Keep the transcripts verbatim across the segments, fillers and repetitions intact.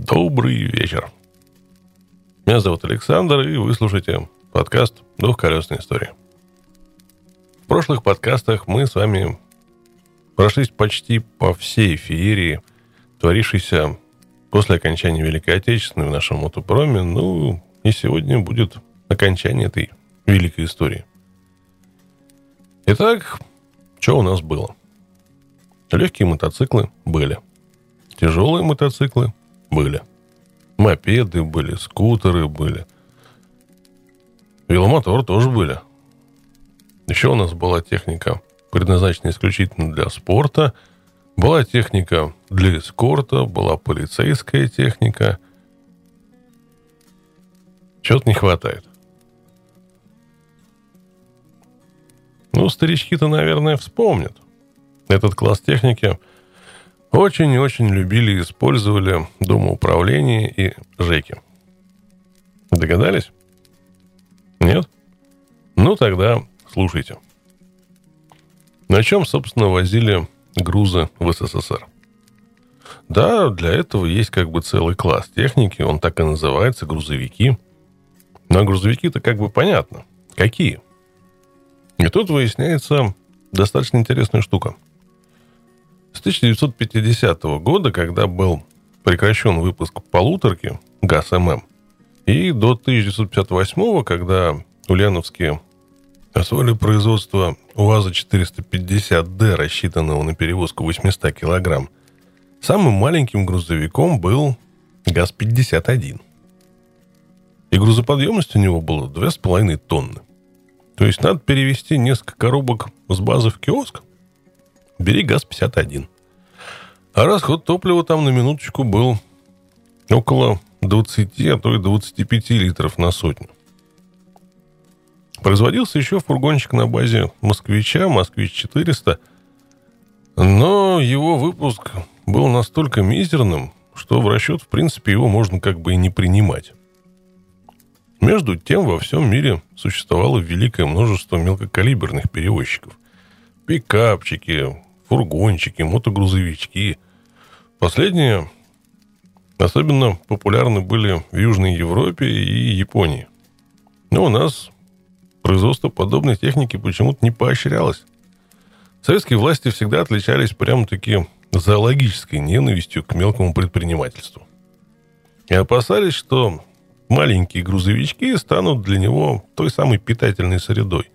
Добрый вечер. Меня зовут Александр, и вы слушаете подкаст «Двухколесная история». В прошлых подкастах мы с вами прошлись почти по всей феерии, творившейся после окончания Великой Отечественной в нашем мотопроме. Ну, и сегодня будет окончание этой великой истории. Итак, что у нас было? Легкие мотоциклы были. Тяжелые мотоциклы были. Мопеды были, скутеры были. Веломотор тоже были. Еще у нас была техника, предназначенная исключительно для спорта. Была техника для эскорта, была полицейская техника. Чего-то не хватает. Ну, старички-то, наверное, вспомнят. Этот класс техники очень и очень любили и использовали домоуправление и ЖЭКи. Догадались? Нет? Ну, тогда слушайте. На чем, собственно, возили грузы в СССР? Да, для этого есть как бы целый класс техники, он так и называется, грузовики. Но грузовики-то как бы понятно. Какие? И тут выясняется достаточно интересная штука. С тысяча девятьсот пятидесятого года, когда был прекращен выпуск полуторки ГАЗ-ММ, и до тысяча девятьсот пятьдесят восьмого, когда ульяновские освоили производство УАЗа четыреста пятьдесят дэ, рассчитанного на перевозку восемьсот килограмм, самым маленьким грузовиком был ГАЗ-пятьдесят один. И грузоподъемность у него была две с половиной тонны. То есть надо перевезти несколько коробок с базы в киоск. Бери ГАЗ-пятьдесят один. А расход топлива там на минуточку был около двадцати, а то и двадцати пяти литров на сотню. Производился еще фургончик на базе «Москвича», «Москвич четыреста», но его выпуск был настолько мизерным, что в расчет, в принципе, его можно как бы и не принимать. Между тем, во всем мире существовало великое множество мелкокалиберных перевозчиков. Пикапчики, фургончики, мотогрузовички. Последние особенно популярны были в Южной Европе и Японии. Но у нас производство подобной техники почему-то не поощрялось. Советские власти всегда отличались прямо-таки зоологической ненавистью к мелкому предпринимательству. И опасались, что маленькие грузовички станут для него той самой питательной средой.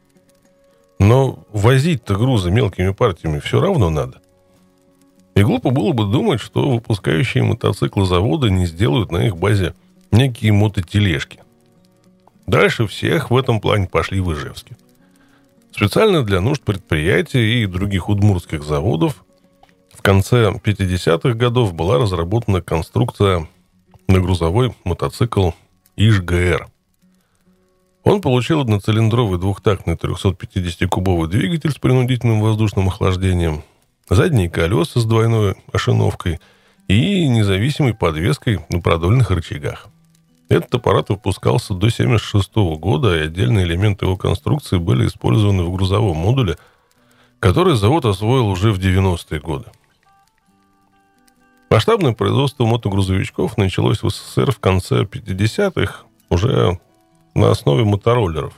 Но возить-то грузы мелкими партиями все равно надо. И глупо было бы думать, что выпускающие мотоциклы заводы не сделают на их базе некие мототележки. Дальше всех в этом плане пошли в Ижевске. Специально для нужд предприятий и других удмуртских заводов в конце пятидесятых годов была разработана конструкция на грузовой мотоцикл ИЖ-ГР. Он получил одноцилиндровый двухтактный трехсот-пятидесятикубовый двигатель с принудительным воздушным охлаждением, задние колеса с двойной ошиновкой и независимой подвеской на продольных рычагах. Этот аппарат выпускался до семьдесят шестого года, и отдельные элементы его конструкции были использованы в грузовом модуле, который завод освоил уже в девяностые годы. Масштабное производство мотогрузовичков началось в СССР в конце пятидесятых, уже на основе мотороллеров.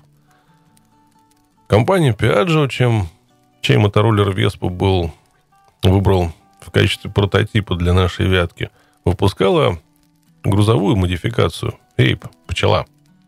Компания Piaggio, чем, чей мотороллер Vespa был выбрал в качестве прототипа для нашей Вятки, выпускала грузовую модификацию Эйп, пчела.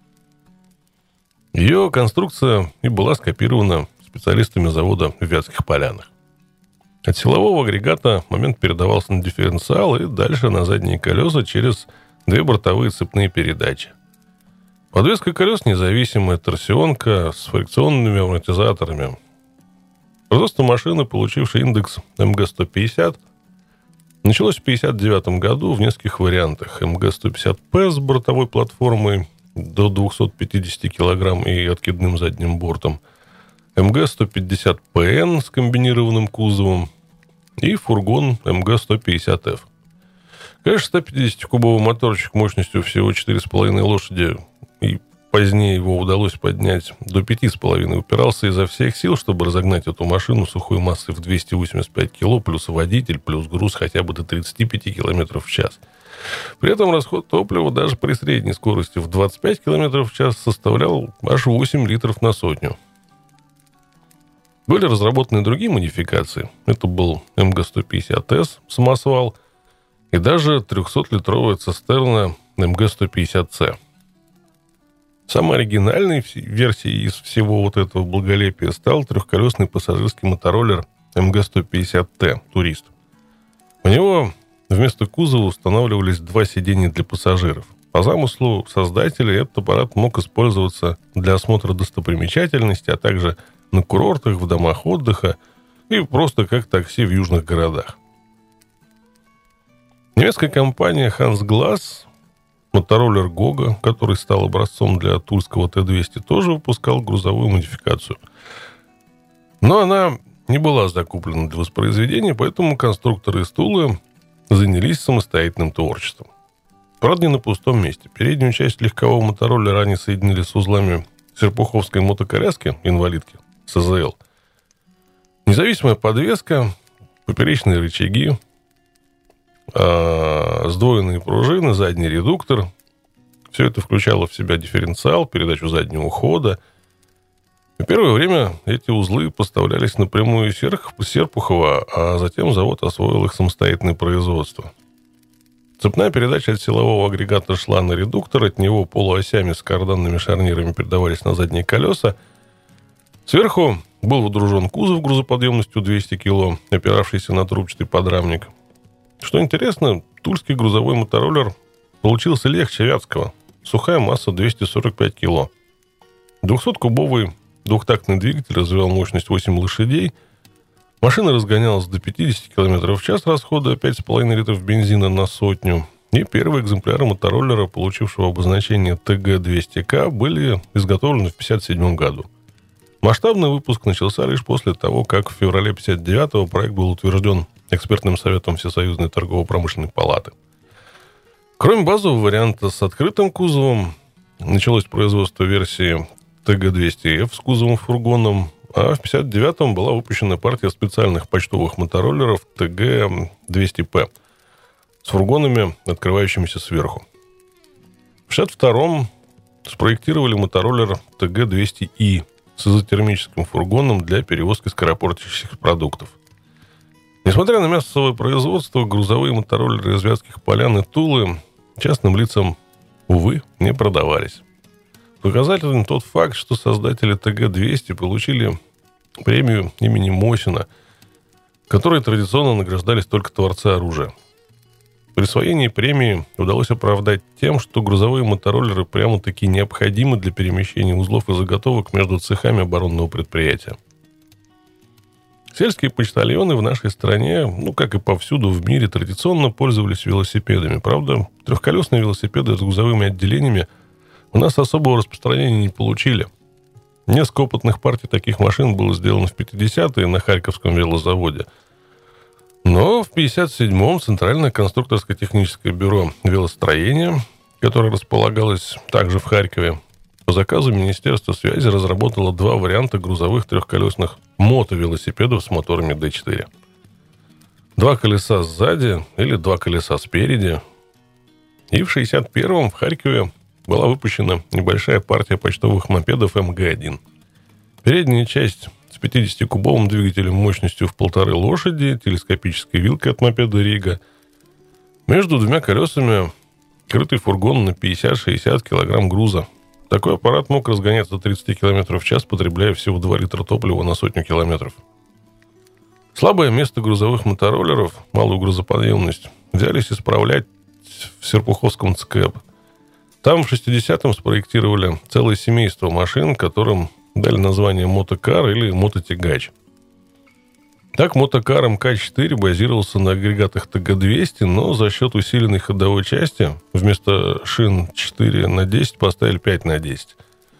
Ее конструкция и была скопирована специалистами завода в Вятских Полянах. От силового агрегата момент передавался на дифференциал и дальше на задние колеса через две бортовые цепные передачи. Подвеска колес независимая, торсионка с фрикционными амортизаторами. Производство машины, получившей индекс эм гэ сто пятьдесят, началось в пятьдесят девятом году в нескольких вариантах. эм гэ сто пятьдесят пэ с бортовой платформой до двухсот пятидесяти килограмм и откидным задним бортом, эм гэ сто пятьдесят пэ эн с комбинированным кузовом и фургон эм гэ сто пятьдесят эф. Конечно, сто пятидесятикубовый моторчик мощностью всего четыре с половиной лошади и позднее его удалось поднять до пяти с половиной, упирался изо всех сил, чтобы разогнать эту машину сухой массой в двести восемьдесят пять кило, плюс водитель, плюс груз хотя бы до тридцати пяти километров в час. При этом расход топлива даже при средней скорости в двадцать пять километров в час составлял аж восемь литров на сотню. Были разработаны другие модификации. Это был эм гэ сто пятьдесят эс самосвал и даже трехсотлитровая цистерна эм гэ сто пятьдесят цэ. Самой оригинальной версией из всего вот этого благолепия стал трехколесный пассажирский мотороллер эм гэ сто пятьдесят тэ «Турист». У него вместо кузова устанавливались два сиденья для пассажиров. По замыслу создателей этот аппарат мог использоваться для осмотра достопримечательностей, а также на курортах, в домах отдыха и просто как такси в южных городах. Немецкая компания Hans Glas мотороллер Гога, который стал образцом для тульского тэ двести, тоже выпускал грузовую модификацию. Но она не была закуплена для воспроизведения, поэтому конструкторы из Тулы занялись самостоятельным творчеством. Правда, не на пустом месте. Переднюю часть легкового мотороллера они соединили с узлами серпуховской мотоколяски, инвалидки, эс зэ эл. Независимая подвеска, поперечные рычаги, сдвоенные пружины, задний редуктор. Все это включало в себя дифференциал, передачу заднего хода. В первое время эти узлы поставлялись напрямую из Серпухова, а затем завод освоил их самостоятельное производство. Цепная передача от силового агрегата шла на редуктор, от него полуосями с карданными шарнирами передавались на задние колеса. Сверху был водружен кузов грузоподъемностью двести кило, опиравшийся на трубчатый подрамник. Что интересно, тульский грузовой мотороллер получился легче вятского. Сухая масса двести сорок пять кило. двухсоткубовый двухтактный двигатель развивал мощность восемь лошадей. Машина разгонялась до пятидесяти километров в час расхода, пять с половиной литров бензина на сотню. И первые экземпляры мотороллера, получившего обозначение тэ гэ двести ка, были изготовлены в пятьдесят седьмом году. Масштабный выпуск начался лишь после того, как в феврале пятьдесят девятого проект был утвержден экспертным советом Всесоюзной торгово-промышленной палаты. Кроме базового варианта с открытым кузовом, началось производство версии тэ гэ двести эф с кузовом-фургоном, а в пятьдесят девятом была выпущена партия специальных почтовых мотороллеров тэ гэ двести пэ с фургонами, открывающимися сверху. В шестьдесят втором спроектировали мотороллер тэ гэ двести и с изотермическим фургоном для перевозки скоропортящихся продуктов. Несмотря на массовое производство, грузовые мотороллеры из Вятских Полян и Тулы частным лицам, увы, не продавались. Показателен тот факт, что создатели тэ гэ двести получили премию имени Мосина, которой традиционно награждались только творцы оружия. Присвоение премии удалось оправдать тем, что грузовые мотороллеры прямо-таки необходимы для перемещения узлов и заготовок между цехами оборонного предприятия. Сельские почтальоны в нашей стране, ну, как и повсюду в мире, традиционно пользовались велосипедами. Правда, трехколесные велосипеды с грузовыми отделениями у нас особого распространения не получили. Несколько опытных партий таких машин было сделано в пятидесятые на Харьковском велозаводе. Но в пятьдесят седьмом Центральное конструкторско-техническое бюро велостроения, которое располагалось также в Харькове, по заказу Министерства связи разработало два варианта грузовых трехколесных мотовелосипедов с моторами дэ четыре. Два колеса сзади или два колеса спереди. И в шестьдесят первом в Харькове была выпущена небольшая партия почтовых мопедов эм гэ один. Передняя часть с пятидесятикубовым двигателем мощностью в полторы лошади, телескопической вилкой от мопеда Рига. Между двумя колесами крытый фургон на пятьдесят-шестьдесят килограмм груза. Такой аппарат мог разгоняться до тридцати километров в час, потребляя всего два литра топлива на сотню километров. Слабое место грузовых мотороллеров, малую грузоподъемность, взялись исправлять в Серпуховском ЦКЭП. Там в шестидесятом спроектировали целое семейство машин, которым дали название мотокар или мототягач. Так, мотокар эм ка четыре базировался на агрегатах тэ гэ двести, но за счет усиленной ходовой части вместо шин четыре на десять поставили пять на десять.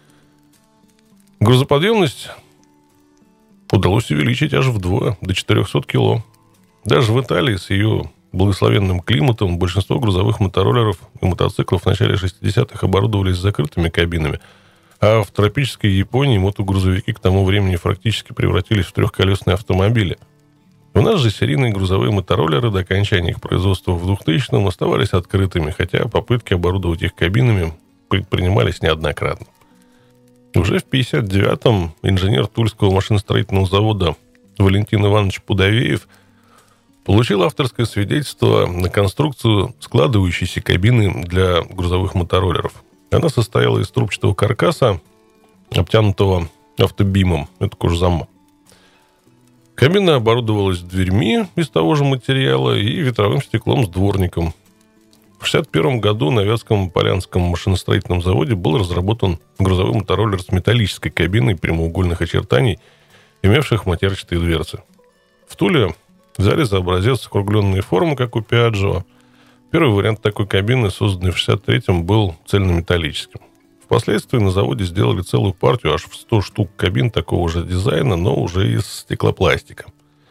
Грузоподъемность удалось увеличить аж вдвое, до четырехсот кило. Даже в Италии с ее благословенным климатом большинство грузовых мотороллеров и мотоциклов в начале шестидесятых оборудовались закрытыми кабинами, А в тропической Японии мотогрузовики к тому времени фактически превратились в трехколесные автомобили. У нас же серийные грузовые мотороллеры до окончания их производства в двухтысячном оставались открытыми, хотя попытки оборудовать их кабинами предпринимались неоднократно. Уже в пятьдесят девятом инженер Тульского машиностроительного завода Валентин Иванович Пудовеев получил авторское свидетельство на конструкцию складывающейся кабины для грузовых мотороллеров. Она состояла из трубчатого каркаса, обтянутого автобимом, это кожзам. Кабина оборудовалась дверьми из того же материала и ветровым стеклом с дворником. В шестьдесят первом году на Вятском Полянском машиностроительном заводе был разработан грузовой мотороллер с металлической кабиной прямоугольных очертаний, имевших матерчатые дверцы. В Туле взяли за образец округленные формы, как у Пиаджо. Первый вариант такой кабины, созданный в шестьдесят третьем, был цельнометаллическим. Впоследствии на заводе сделали целую партию, аж в сто штук кабин такого же дизайна, но уже из стеклопластика.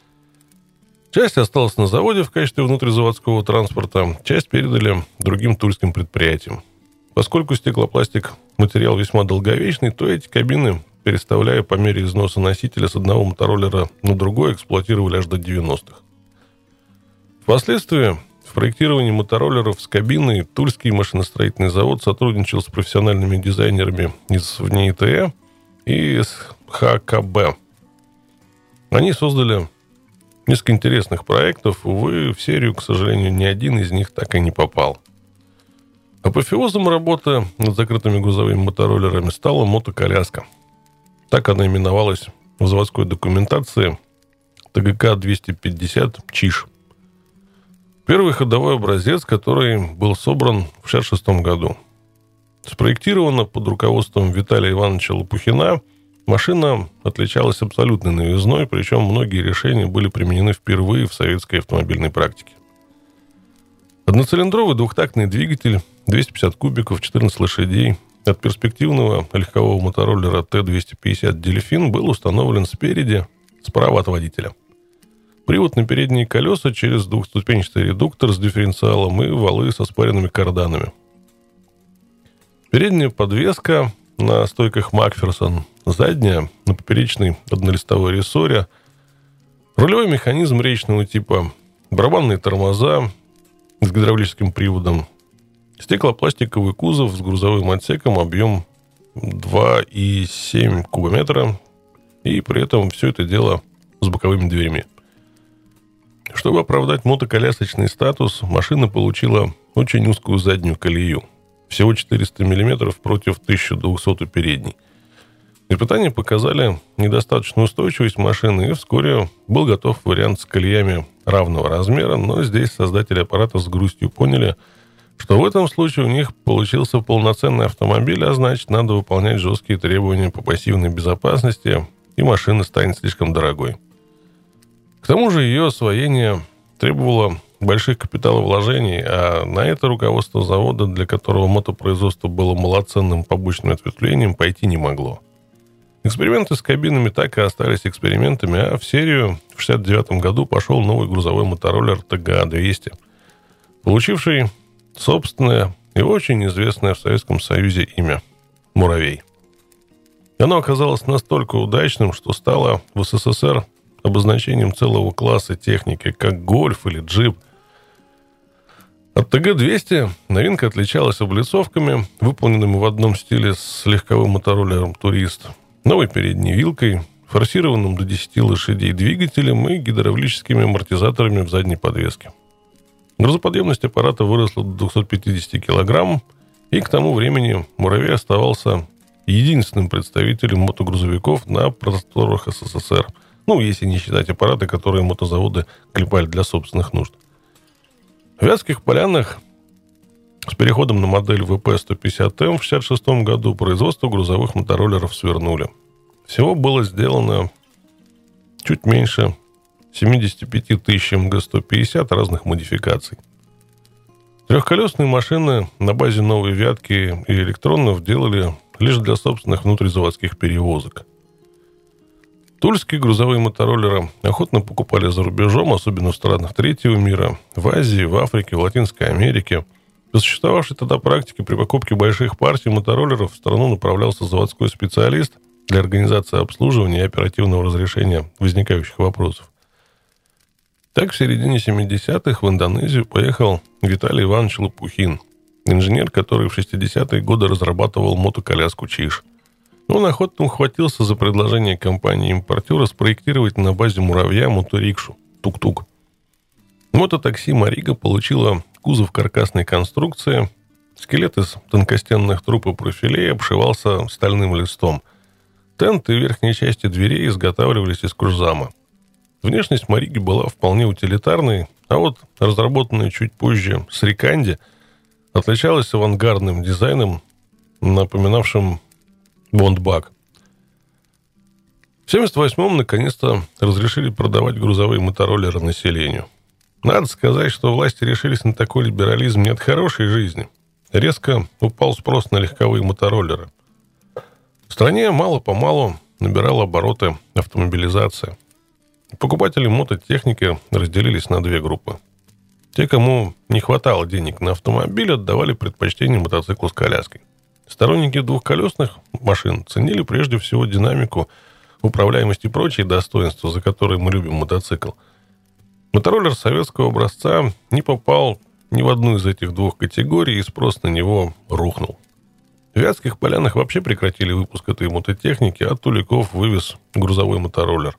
Часть осталась на заводе в качестве внутризаводского транспорта, часть передали другим тульским предприятиям. Поскольку стеклопластик материал весьма долговечный, то эти кабины, переставляя по мере износа носителя с одного мотороллера на другой, эксплуатировали аж до девяностых. Впоследствии в проектировании мотороллеров с кабиной Тульский машиностроительный завод сотрудничал с профессиональными дизайнерами из ВНИИТЭ и из ХКБ. Они создали несколько интересных проектов. Увы, в серию, к сожалению, ни один из них так и не попал. Апофеозом работы над закрытыми грузовыми мотороллерами стала мотоколяска. Так она именовалась в заводской документации ТГК двести пятьдесят ЧИШ. Первый ходовой образец, который был собран в шестьдесят шестом году. Спроектирована под руководством Виталия Ивановича Лопухина, машина отличалась абсолютной новизной, причем многие решения были применены впервые в советской автомобильной практике. Одноцилиндровый двухтактный двигатель, двести пятьдесят кубиков, четырнадцать лошадей, от перспективного легкового мотороллера Т двести пятьдесят «Дельфин» был установлен спереди, справа от водителя. Привод на передние колеса через двухступенчатый редуктор с дифференциалом и валы со спаренными карданами. Передняя подвеска на стойках Макферсон, задняя на поперечной однолистовой рессоре, рулевой механизм речного типа, барабанные тормоза с гидравлическим приводом, стеклопластиковый кузов с грузовым отсеком, объем два и семь кубометра, и при этом все это дело с боковыми дверями. Чтобы оправдать мотоколясочный статус, машина получила очень узкую заднюю колею. Всего четыреста миллиметров против тысяча двести у передней. Испытания показали недостаточную устойчивость машины, и вскоре был готов вариант с колеями равного размера, но здесь создатели аппарата с грустью поняли, что в этом случае у них получился полноценный автомобиль, а значит, надо выполнять жесткие требования по пассивной безопасности, и машина станет слишком дорогой. К тому же ее освоение требовало больших капиталовложений, а на это руководство завода, для которого мотопроизводство было малоценным побочным ответвлением, пойти не могло. Эксперименты с кабинами так и остались экспериментами, а в серию в шестьдесят девятом году пошел новый грузовой мотороллер Т Г А двести, получивший собственное и очень известное в Советском Союзе имя – «Муравей». Оно оказалось настолько удачным, что стало в С С С Р обозначением целого класса техники, как гольф или джип. От Т Г двести новинка отличалась облицовками, выполненными в одном стиле с легковым мотороллером «Турист», новой передней вилкой, форсированным до десяти лошадей двигателем и гидравлическими амортизаторами в задней подвеске. Грузоподъемность аппарата выросла до двухсот пятидесяти килограмм, и к тому времени «Муравей» оставался единственным представителем мотогрузовиков на просторах С С С Р. Ну, если не считать аппараты, которые мотозаводы клепали для собственных нужд. В Вятских Полянах с переходом на модель В П сто пятьдесят М в шестьдесят шестом году производство грузовых мотороллеров свернули. Всего было сделано чуть меньше семьдесят пять тысяч М Г сто пятьдесят разных модификаций. Трехколесные машины на базе новой Вятки и электронов делали лишь для собственных внутризаводских перевозок. Тульские грузовые мотороллеры охотно покупали за рубежом, особенно в странах третьего мира, в Азии, в Африке, в Латинской Америке. По существовавшей тогда практике при покупке больших партий мотороллеров в страну направлялся заводской специалист для организации обслуживания и оперативного разрешения возникающих вопросов. Так, в середине семидесятых в Индонезию поехал Виталий Иванович Лопухин, инженер, который в шестидесятые годы разрабатывал мотоколяску «Чиж». Он охотно ухватился за предложение компании-импортера спроектировать на базе «Муравья» моторикшу «Тук-тук». Мототакси «Марига» получило кузов каркасной конструкции, скелет из тонкостенных труб и профилей обшивался стальным листом. Тент и верхние части дверей изготавливались из крузама. Внешность «Мариги» была вполне утилитарной, а вот разработанная чуть позже «Сриканди» отличалась авангардным дизайном, напоминавшим бондбаг. В семьдесят восьмом наконец-то разрешили продавать грузовые мотороллеры населению. Надо сказать, что власти решились на такой либерализм не от хорошей жизни. Резко упал спрос на легковые мотороллеры. В стране мало-помалу набирала обороты автомобилизация. Покупатели мототехники разделились на две группы. Те, кому не хватало денег на автомобиль, отдавали предпочтение мотоциклу с коляской. Сторонники двухколесных машин ценили прежде всего динамику, управляемость и прочие достоинства, за которые мы любим мотоцикл. Мотороллер советского образца не попал ни в одну из этих двух категорий, и спрос на него рухнул. В Вятских Полянах вообще прекратили выпуск этой мототехники, а Туликов вывез грузовой мотороллер.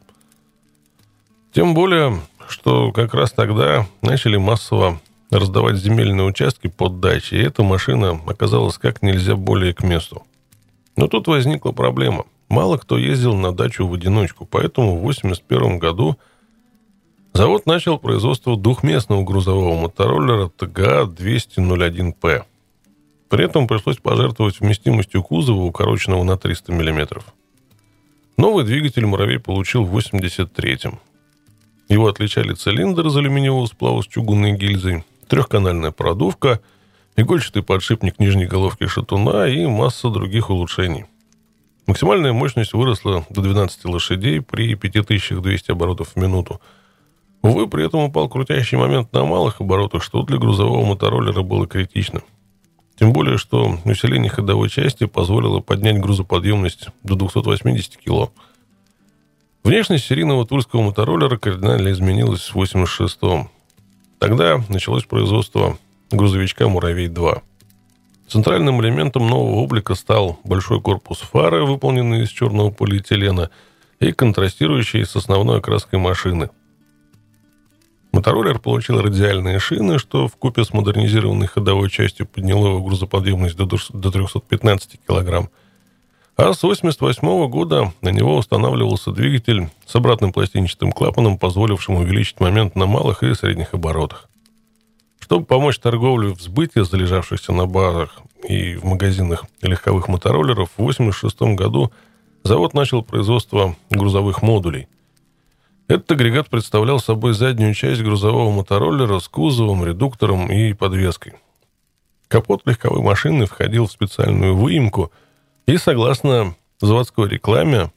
Тем более, что как раз тогда начали массово раздавать земельные участки под дачи, и эта машина оказалась как нельзя более к месту. Но тут возникла проблема. Мало кто ездил на дачу в одиночку, поэтому в восемьдесят первом году завод начал производство двухместного грузового мотороллера Тэ Гэ А двести ноль один Пэ. При этом пришлось пожертвовать вместимостью кузова, укороченного на триста миллиметров. Новый двигатель «Муравей» получил в восемьдесят третьем. Его отличали цилиндр из алюминиевого сплава с чугунной гильзой, трехканальная продувка, игольчатый подшипник нижней головки шатуна и масса других улучшений. Максимальная мощность выросла до двенадцати лошадей при пять тысяч двести оборотов в минуту. Увы, при этом упал крутящий момент на малых оборотах, что для грузового мотороллера было критично. Тем более, что усиление ходовой части позволило поднять грузоподъемность до двухсот восьмидесяти кило. Внешность серийного тульского мотороллера кардинально изменилась в восемьдесят шестом. Тогда началось производство грузовичка «Муравей-два». Центральным элементом нового облика стал большой корпус фары, выполненный из черного полиэтилена, и контрастирующий с основной окраской машины. Мотороллер получил радиальные шины, что вкупе с модернизированной ходовой частью подняло его грузоподъемность до трехсот пятнадцати килограмм. А с восемьдесят восьмого года на него устанавливался двигатель с обратным пластинчатым клапаном, позволившим увеличить момент на малых и средних оборотах. Чтобы помочь торговле в сбыте залежавшихся на базах и в магазинах легковых мотороллеров, в восемьдесят шестом году завод начал производство грузовых модулей. Этот агрегат представлял собой заднюю часть грузового мотороллера с кузовом, редуктором и подвеской. Капот легковой машины входил в специальную выемку, и, согласно заводской рекламе,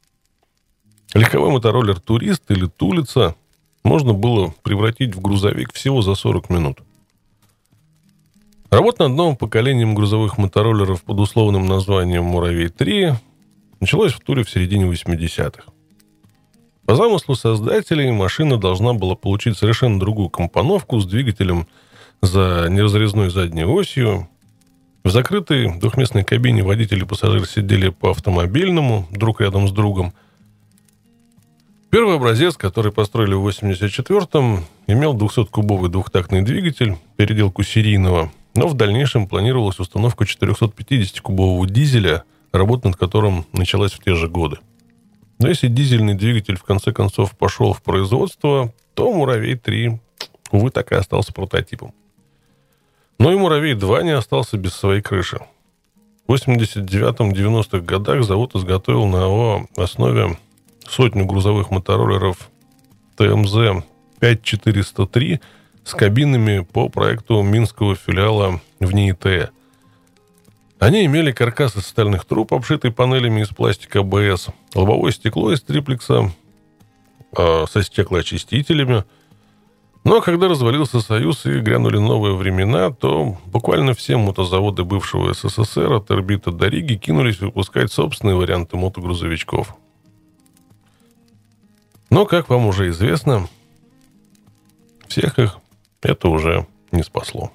легковой мотороллер «Турист» или «Тулица» можно было превратить в грузовик всего за сорок минут. Работа над новым поколением грузовых мотороллеров под условным названием «Муравей-три» началась в Туле в середине восьмидесятых. По замыслу создателей машина должна была получить совершенно другую компоновку с двигателем за неразрезной задней осью. В закрытой двухместной кабине водитель и пассажир сидели по автомобильному, друг рядом с другом. Первый образец, который построили в восемьдесят четвёртом, имел двухсоткубовый двухтактный двигатель, переделку серийного, но в дальнейшем планировалась установка четырехсотпятидесятикубового дизеля, работа над которым началась в те же годы. Но если дизельный двигатель в конце концов пошел в производство, то «Муравей-три», увы, так и остался прототипом. Но и «Муравей-два» не остался без своей крыши. В восемьдесят девятом — девяностых годах завод изготовил на ООО основе сотню грузовых мотороллеров Тэ Эм Зэ пять четыреста три с кабинами по проекту минского филиала в НИИТЭ. Они имели каркас из стальных труб, обшитый панелями из пластика А Бэ Эс, лобовое стекло из триплекса э, со стеклоочистителями. Но когда развалился Союз и грянули новые времена, то буквально все мотозаводы бывшего СССР от Ирбита до Риги кинулись выпускать собственные варианты мотогрузовичков. Но, как вам уже известно, всех их это уже не спасло.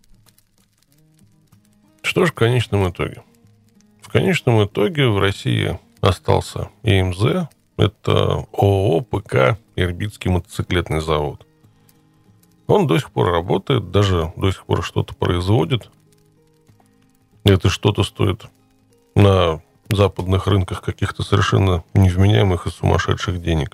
Что ж в конечном итоге? В конечном итоге в России остался ИМЗ, это ООО ПК «Ирбитский мотоциклетный завод». Он до сих пор работает, даже до сих пор что-то производит. Это что-то стоит на западных рынках каких-то совершенно невменяемых и сумасшедших денег.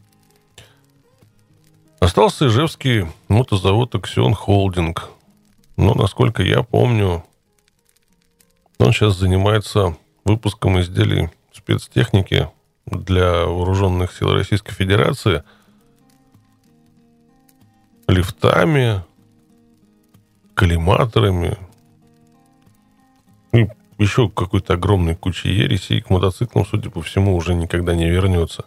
Остался ижевский мотозавод «Аксион Холдинг». Но, насколько я помню, он сейчас занимается выпуском изделий спецтехники для вооруженных сил Российской Федерации, лифтами, коллиматорами и еще какой-то огромной кучей ереси, и к мотоциклам, судя по всему, уже никогда не вернется.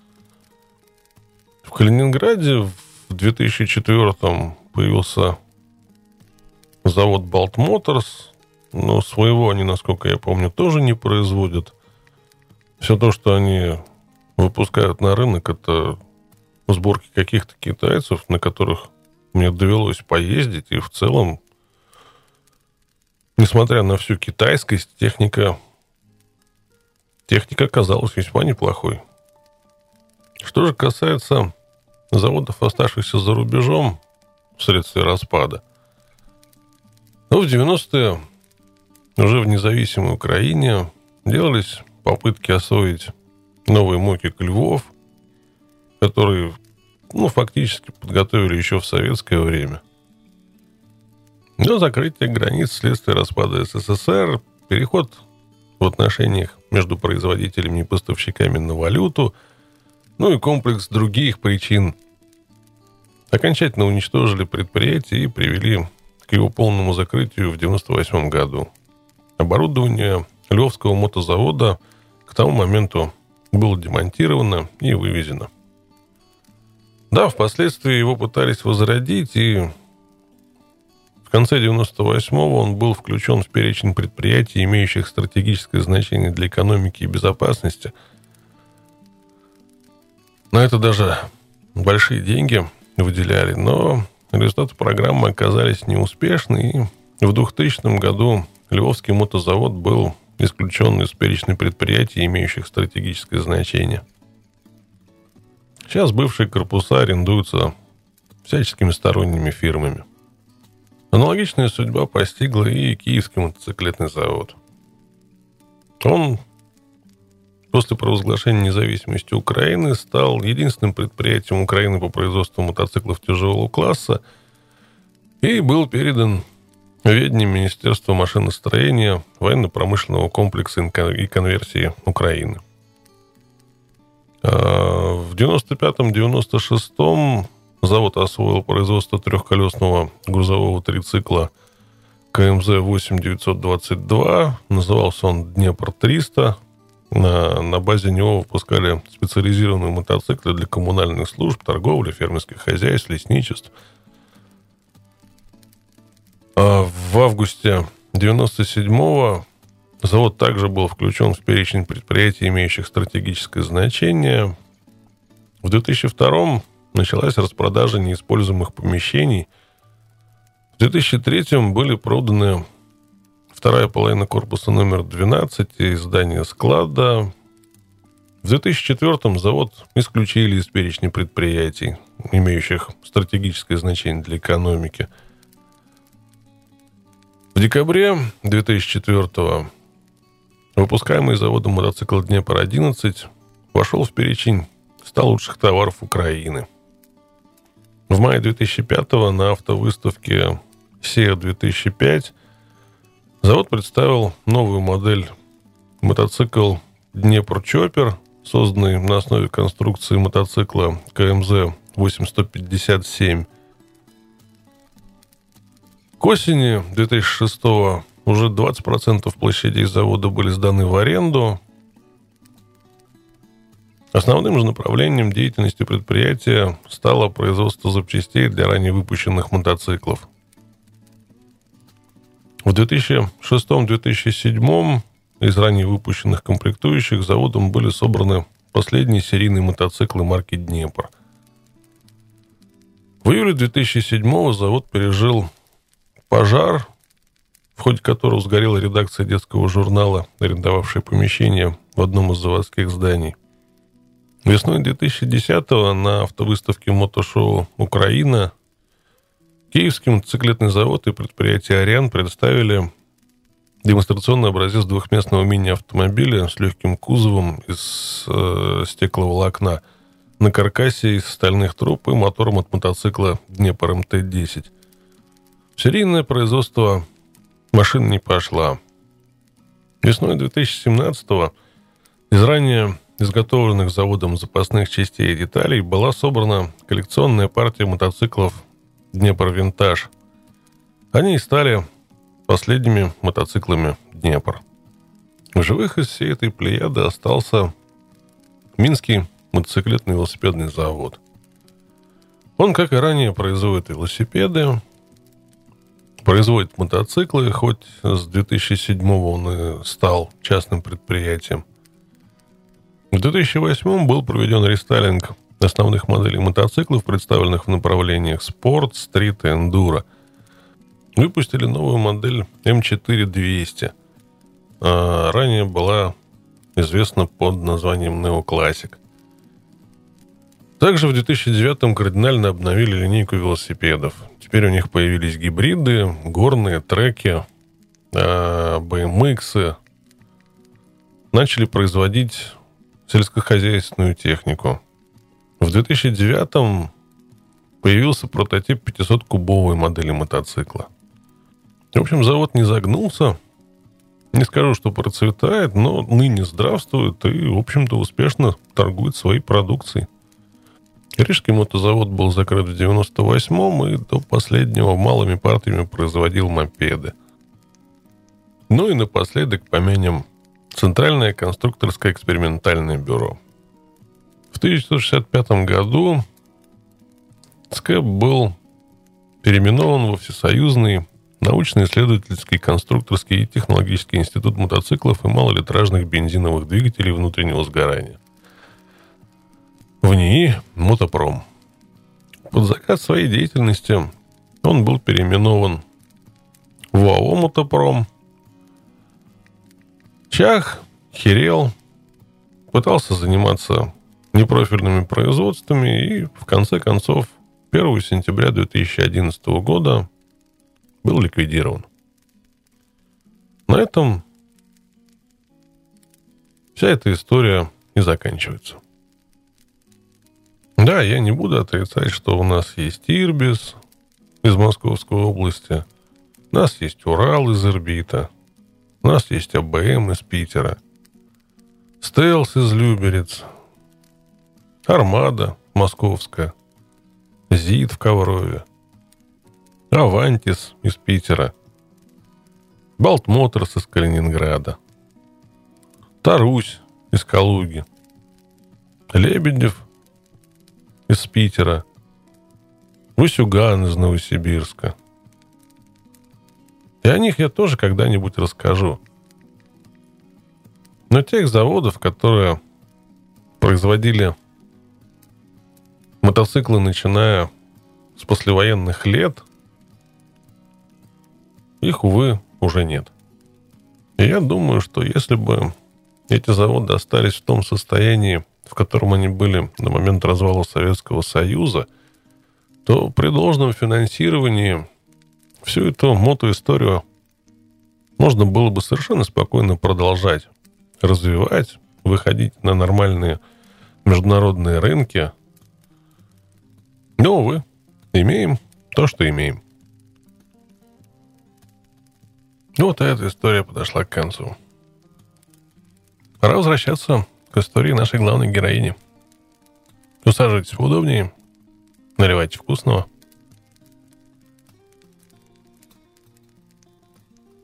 В Калининграде в две тысячи четвёртом появился завод Balt Motors, но своего они, насколько я помню, тоже не производят. Все то, что они выпускают на рынок, это сборки каких-то китайцев, на которых мне довелось поездить, и в целом, несмотря на всю китайскость, техника, техника оказалась весьма неплохой. Что же касается заводов, оставшихся за рубежом вследствие распада, то в девяностые уже в независимой Украине делались попытки освоить новые мокик Львов, которые, ну, фактически подготовили еще в советское время. Но закрытие границ вследствие распада СССР, переход в отношениях между производителями и поставщиками на валюту, ну и комплекс других причин окончательно уничтожили предприятие и привели к его полному закрытию в девяносто восьмом году. Оборудование Львовского мотозавода к тому моменту было демонтировано и вывезено. Да, впоследствии его пытались возродить, и в конце девяносто восьмого он был включен в перечень предприятий, имеющих стратегическое значение для экономики и безопасности. На это даже большие деньги выделяли, но результаты программы оказались неуспешны, и в двухтысячном году Львовский мотозавод был исключен из перечня предприятий, имеющих стратегическое значение. Сейчас бывшие корпуса арендуются всяческими сторонними фирмами. Аналогичная судьба постигла и Киевский мотоциклетный завод. Он после провозглашения независимости Украины стал единственным предприятием Украины по производству мотоциклов тяжелого класса и был передан в ведение Министерства машиностроения, военно-промышленного комплекса и конверсии Украины. В девяносто пятом — девяносто шестом завод освоил производство трехколесного грузового трицикла КМЗ восемь девятьсот двадцать два. Назывался он Днепр триста. На, на базе него выпускали специализированные мотоциклы для коммунальных служб, торговли, фермерских хозяйств, лесничеств. А в августе девяносто седьмого завод также был включен в перечень предприятий, имеющих стратегическое значение. В две тысячи втором началась распродажа неиспользуемых помещений. В две тысячи третьем были проданы вторая половина корпуса номер двенадцать и здание склада. В две тысячи четвёртом завод исключили из перечня предприятий, имеющих стратегическое значение для экономики. В декабре две тысячи четвёртого выпускаемый заводом мотоцикл Днепр одиннадцать вошел в перечень ста лучших товаров Украины. В мае две тысячи пятого на автовыставке сея две тысячи пять завод представил новую модель мотоцикл Днепр Чоппер, созданный на основе конструкции мотоцикла КМЗ восемь сто пятьдесят семь. К осени две тысячи шестого уже двадцать процентов площадей завода были сданы в аренду, Основным же направлением деятельности предприятия стало производство запчастей для ранее выпущенных мотоциклов. В две тысячи шестом - две тысячи седьмом из ранее выпущенных комплектующих заводом были собраны последние серийные мотоциклы марки «Днепр». В июле две тысячи седьмого завод пережил пожар, в ходе которого сгорела редакция детского журнала, арендовавшая помещение в одном из заводских зданий. Весной две тысячи десятого на автовыставке мотошоу «Украина» Киевский мотоциклетный завод и предприятие «Ариан» представили демонстрационный образец двухместного мини-автомобиля с легким кузовом из э, стекловолокна на каркасе из стальных труб и мотором от мотоцикла «Днепр эм тэ десять». В серийное производство машина не пошла. Весной две тысячи семнадцатого из ранее изготовленных заводом запасных частей и деталей была собрана коллекционная партия мотоциклов «Днепр Винтаж». Они и стали последними мотоциклами «Днепр». В живых из всей этой плеяды остался Минский мотоциклетный велосипедный завод. Он, как и ранее, производит велосипеды, производит мотоциклы, хоть с две тысячи седьмого он и стал частным предприятием. В две тысячи восьмом был проведен рестайлинг основных моделей мотоциклов, представленных в направлениях спорт, стрит и эндуро. Выпустили новую модель эм четыре двести. А ранее была известна под названием Neo Classic. Также в две тысячи девятом кардинально обновили линейку велосипедов. Теперь у них появились гибриды, горные, треки, би эм икс. Начали производить сельскохозяйственную технику. В две тысячи девятом появился прототип пятисоткубовой модели мотоцикла. В общем, завод не загнулся. Не скажу, что процветает, но ныне здравствует и, в общем-то, успешно торгует своей продукцией. Рижский мотозавод был закрыт в девяносто восьмом и до последнего малыми партиями производил мопеды. Ну и напоследок помянем Центральное конструкторское экспериментальное бюро. В тысяча девятьсот шестьдесят пятом году ЦКЭП был переименован во Всесоюзный научно-исследовательский конструкторский и технологический институт мотоциклов и малолитражных бензиновых двигателей внутреннего сгорания. В НИИ «Мотопром». Под заказ своей деятельности он был переименован в ОАО «Мотопром». Чах, херел, пытался заниматься непрофильными производствами и, в конце концов, первого сентября две тысячи одиннадцатого года был ликвидирован. На этом вся эта история и заканчивается. Да, я не буду отрицать, что у нас есть Ирбис из Московской области, у нас есть Урал из Ирбита, у нас есть АБМ из Питера, Стелс из Люберец, Армада московская, ЗИД в Коврове, Авантис из Питера, Балт Моторс из Калининграда, Тарусь из Калуги, Лебедев из Питера, Васюган из Новосибирска. И о них я тоже когда-нибудь расскажу. Но тех заводов, которые производили мотоциклы, начиная с послевоенных лет, их, увы, уже нет. И я думаю, что если бы эти заводы остались в том состоянии, в котором они были на момент развала Советского Союза, то при должном финансировании всю эту мотоисторию можно было бы совершенно спокойно продолжать развивать, выходить на нормальные международные рынки. Но, увы, имеем то, что имеем. Вот эта история подошла к концу. Пора возвращаться к истории нашей главной героини. Усаживайтесь поудобнее, наливайте вкусного.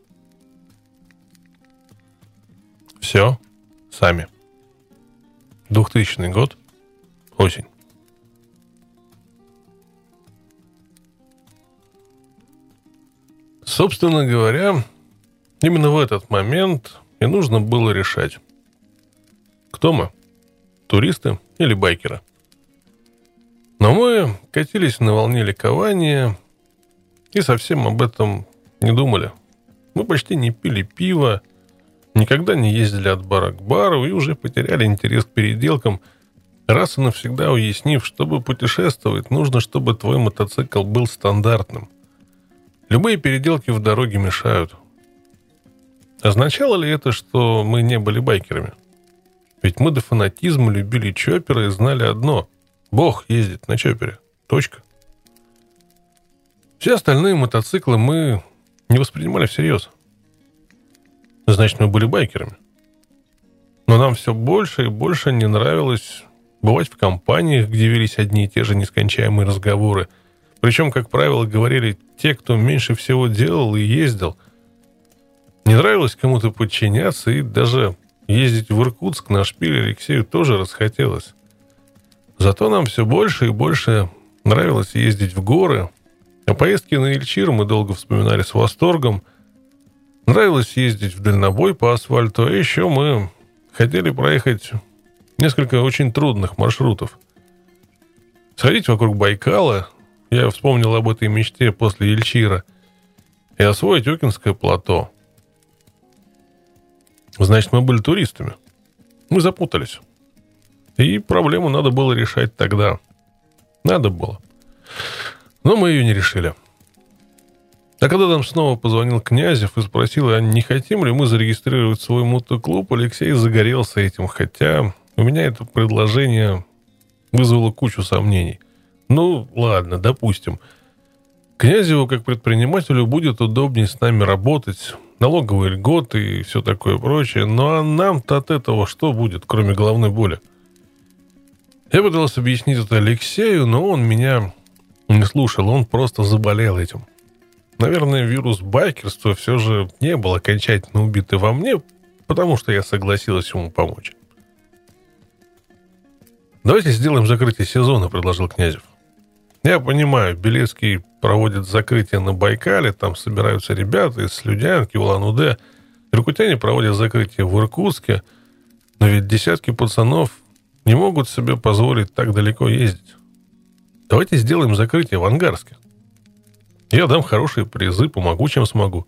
Все сами. двухтысячный год, осень. Собственно говоря, именно в этот момент и нужно было решать, кто мы, туристы или байкеры. Но мы катились на волне ликования и совсем об этом не думали. Мы почти не пили пиво, никогда не ездили от бара к бару и уже потеряли интерес к переделкам, раз и навсегда уяснив, чтобы путешествовать, нужно, чтобы твой мотоцикл был стандартным. Любые переделки в дороге мешают. Означало ли это, что мы не были байкерами? Ведь мы до фанатизма любили чопперы и знали одно – Бог ездит на чоппере. Точка. Все остальные мотоциклы мы не воспринимали всерьез. Значит, мы были байкерами. Но нам все больше и больше не нравилось бывать в компаниях, где велись одни и те же нескончаемые разговоры. Причем, как правило, говорили те, кто меньше всего делал и ездил. Не нравилось кому-то подчиняться, и даже ездить в Иркутск на шпиль Алексею тоже расхотелось. Зато нам все больше и больше нравилось ездить в горы, а поездки на Ильчир мы долго вспоминали с восторгом. Нравилось ездить в дальнобой по асфальту, а еще мы хотели проехать несколько очень трудных маршрутов. Сходить вокруг Байкала, я вспомнил об этой мечте после Ильчира, и освоить Окинское плато. Значит, мы были туристами. Мы запутались. И проблему надо было решать тогда. Надо было. Но мы ее не решили. А когда нам снова позвонил Князев и спросил, а не хотим ли мы зарегистрировать свой мотоклуб, Алексей загорелся этим, хотя у меня это предложение вызвало кучу сомнений. Ну, ладно, допустим. Князеву, как предпринимателю, будет удобнее с нами работать, налоговые льготы и все такое прочее, но а нам-то от этого что будет, кроме головной боли? Я пытался объяснить это Алексею, но он меня не слушал, он просто заболел этим. Наверное, вирус байкерства все же не был окончательно убитый во мне, потому что я согласилась ему помочь. «Давайте сделаем закрытие сезона», — предложил Князев. «Я понимаю, Белецкий проводит закрытие на Байкале, там собираются ребята из Слюдянки, Улан-Удэ. Иркутяне проводят закрытие в Иркутске, но ведь десятки пацанов не могут себе позволить так далеко ездить. Давайте сделаем закрытие в Ангарске. Я дам хорошие призы, помогу, чем смогу».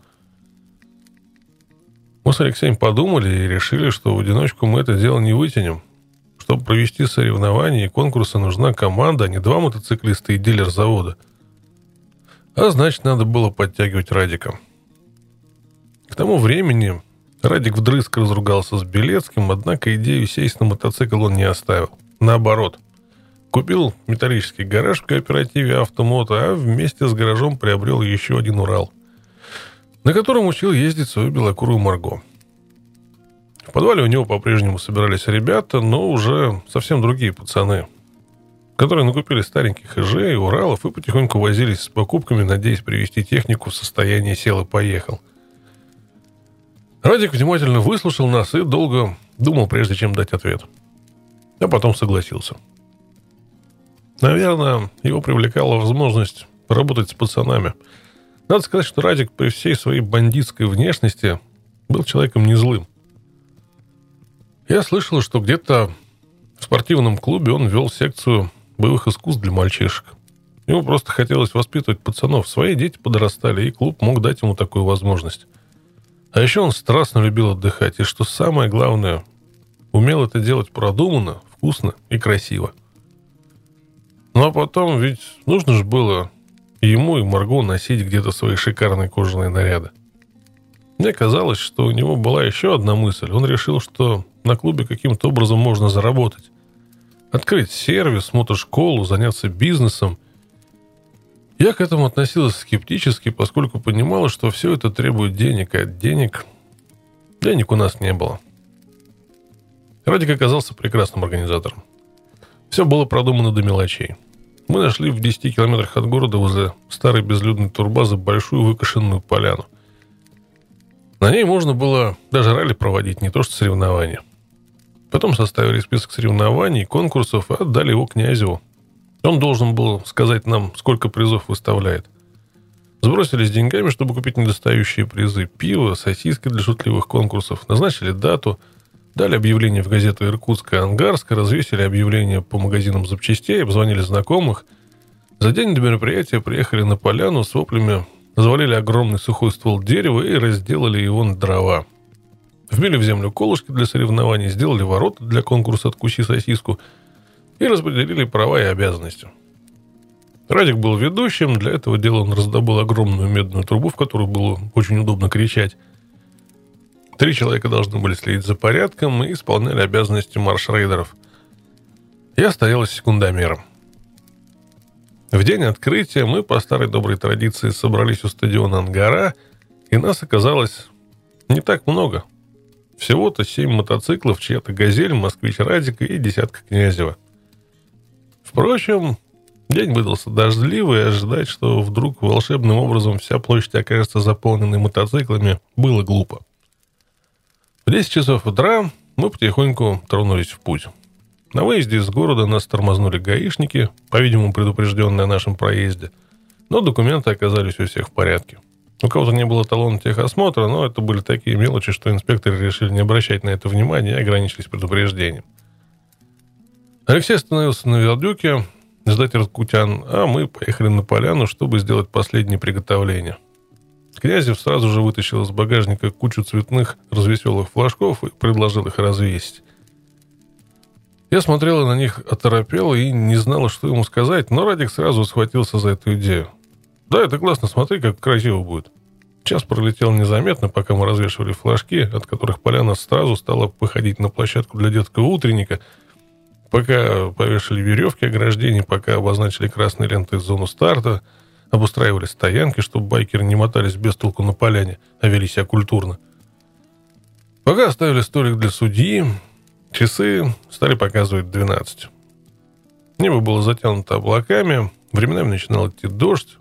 Мы с Алексеем подумали и решили, что в одиночку мы это дело не вытянем. Чтобы провести соревнования и конкурсы, нужна команда, а не два мотоциклиста и дилер завода. А значит, надо было подтягивать Радика. К тому времени Радик вдрызг разругался с Белецким, однако идею сесть на мотоцикл он не оставил. Наоборот. Купил металлический гараж в кооперативе «Автомото», а вместе с гаражом приобрел еще один «Урал», на котором учил ездить свою белокурую Марго. В подвале у него по-прежнему собирались ребята, но уже совсем другие пацаны, которые накупили стареньких «Ижей», «Уралов» и потихоньку возились с покупками, надеясь привести технику в состояние «сел и поехал». Радик внимательно выслушал нас и долго думал, прежде чем дать ответ. А потом согласился. Наверное, его привлекала возможность поработать с пацанами. Надо сказать, что Радик при всей своей бандитской внешности был человеком не злым. Я слышал, что где-то в спортивном клубе он вел секцию боевых искусств для мальчишек. Ему просто хотелось воспитывать пацанов. Свои дети подрастали, и клуб мог дать ему такую возможность. А еще он страстно любил отдыхать. И что самое главное, умел это делать продуманно, вкусно и красиво. Ну а потом ведь нужно же было ему и Марго носить где-то свои шикарные кожаные наряды. Мне казалось, что у него была еще одна мысль. Он решил, что на клубе каким-то образом можно заработать. Открыть сервис, мотошколу, заняться бизнесом. Я к этому относился скептически, поскольку понимала, что все это требует денег, а денег... денег у нас не было. Радик оказался прекрасным организатором. Все было продумано до мелочей. Мы нашли в десяти километрах от города возле старой безлюдной турбазы большую выкошенную поляну. На ней можно было даже ралли проводить, не то что соревнования. Потом составили список соревнований, конкурсов и отдали его Князеву. Он должен был сказать нам, сколько призов выставляет. Сбросились деньгами, чтобы купить недостающие призы. Пиво, сосиски для шутливых конкурсов. Назначили дату. Дали объявление в газету «Иркутская», «Ангарская». Развесили объявление по магазинам запчастей. Обзвонили знакомых. За день до мероприятия приехали на поляну с воплями. Завалили огромный сухой ствол дерева и разделали его на дрова. Вбили в землю колышки для соревнований. Сделали ворота для конкурса «Откуси сосиску». И распределили права и обязанности. Радик был ведущим. Для этого дела он раздобыл огромную медную трубу, в которую было очень удобно кричать. Три человека должны были следить за порядком и исполняли обязанности маршрейдеров. Я стоял с секундомером. В день открытия мы по старой доброй традиции собрались у стадиона «Ангара», и нас оказалось не так много. Всего-то семь мотоциклов, чья-то «Газель», «Москвич» Радика и десятка Князева. Впрочем, день выдался дождливый, и ожидать, что вдруг волшебным образом вся площадь окажется заполненной мотоциклами, было глупо. В десять часов утра мы потихоньку тронулись в путь. На выезде из города нас тормознули гаишники, по-видимому, предупрежденные о нашем проезде, но документы оказались у всех в порядке. У кого-то не было талона техосмотра, но это были такие мелочи, что инспекторы решили не обращать на это внимания и ограничились предупреждением. Алексей остановился на Вилдюке ждать иркутян, а мы поехали на поляну, чтобы сделать последние приготовления. Князев сразу же вытащил из багажника кучу цветных развеселых флажков и предложил их развесить. Я смотрела на них оторопела и не знала, что ему сказать, но Радик сразу схватился за эту идею. «Да, это классно, смотри, как красиво будет». Час пролетел незаметно, пока мы развешивали флажки, от которых поляна сразу стала походить на площадку для детского утренника, пока повешали веревки ограждений, пока обозначили красные ленты зону старта, обустраивали стоянки, чтобы байкеры не мотались без толку на поляне, а вели себя культурно. Пока оставили столик для судьи, часы стали показывать двенадцать. Небо было затянуто облаками, временами начинал идти дождь.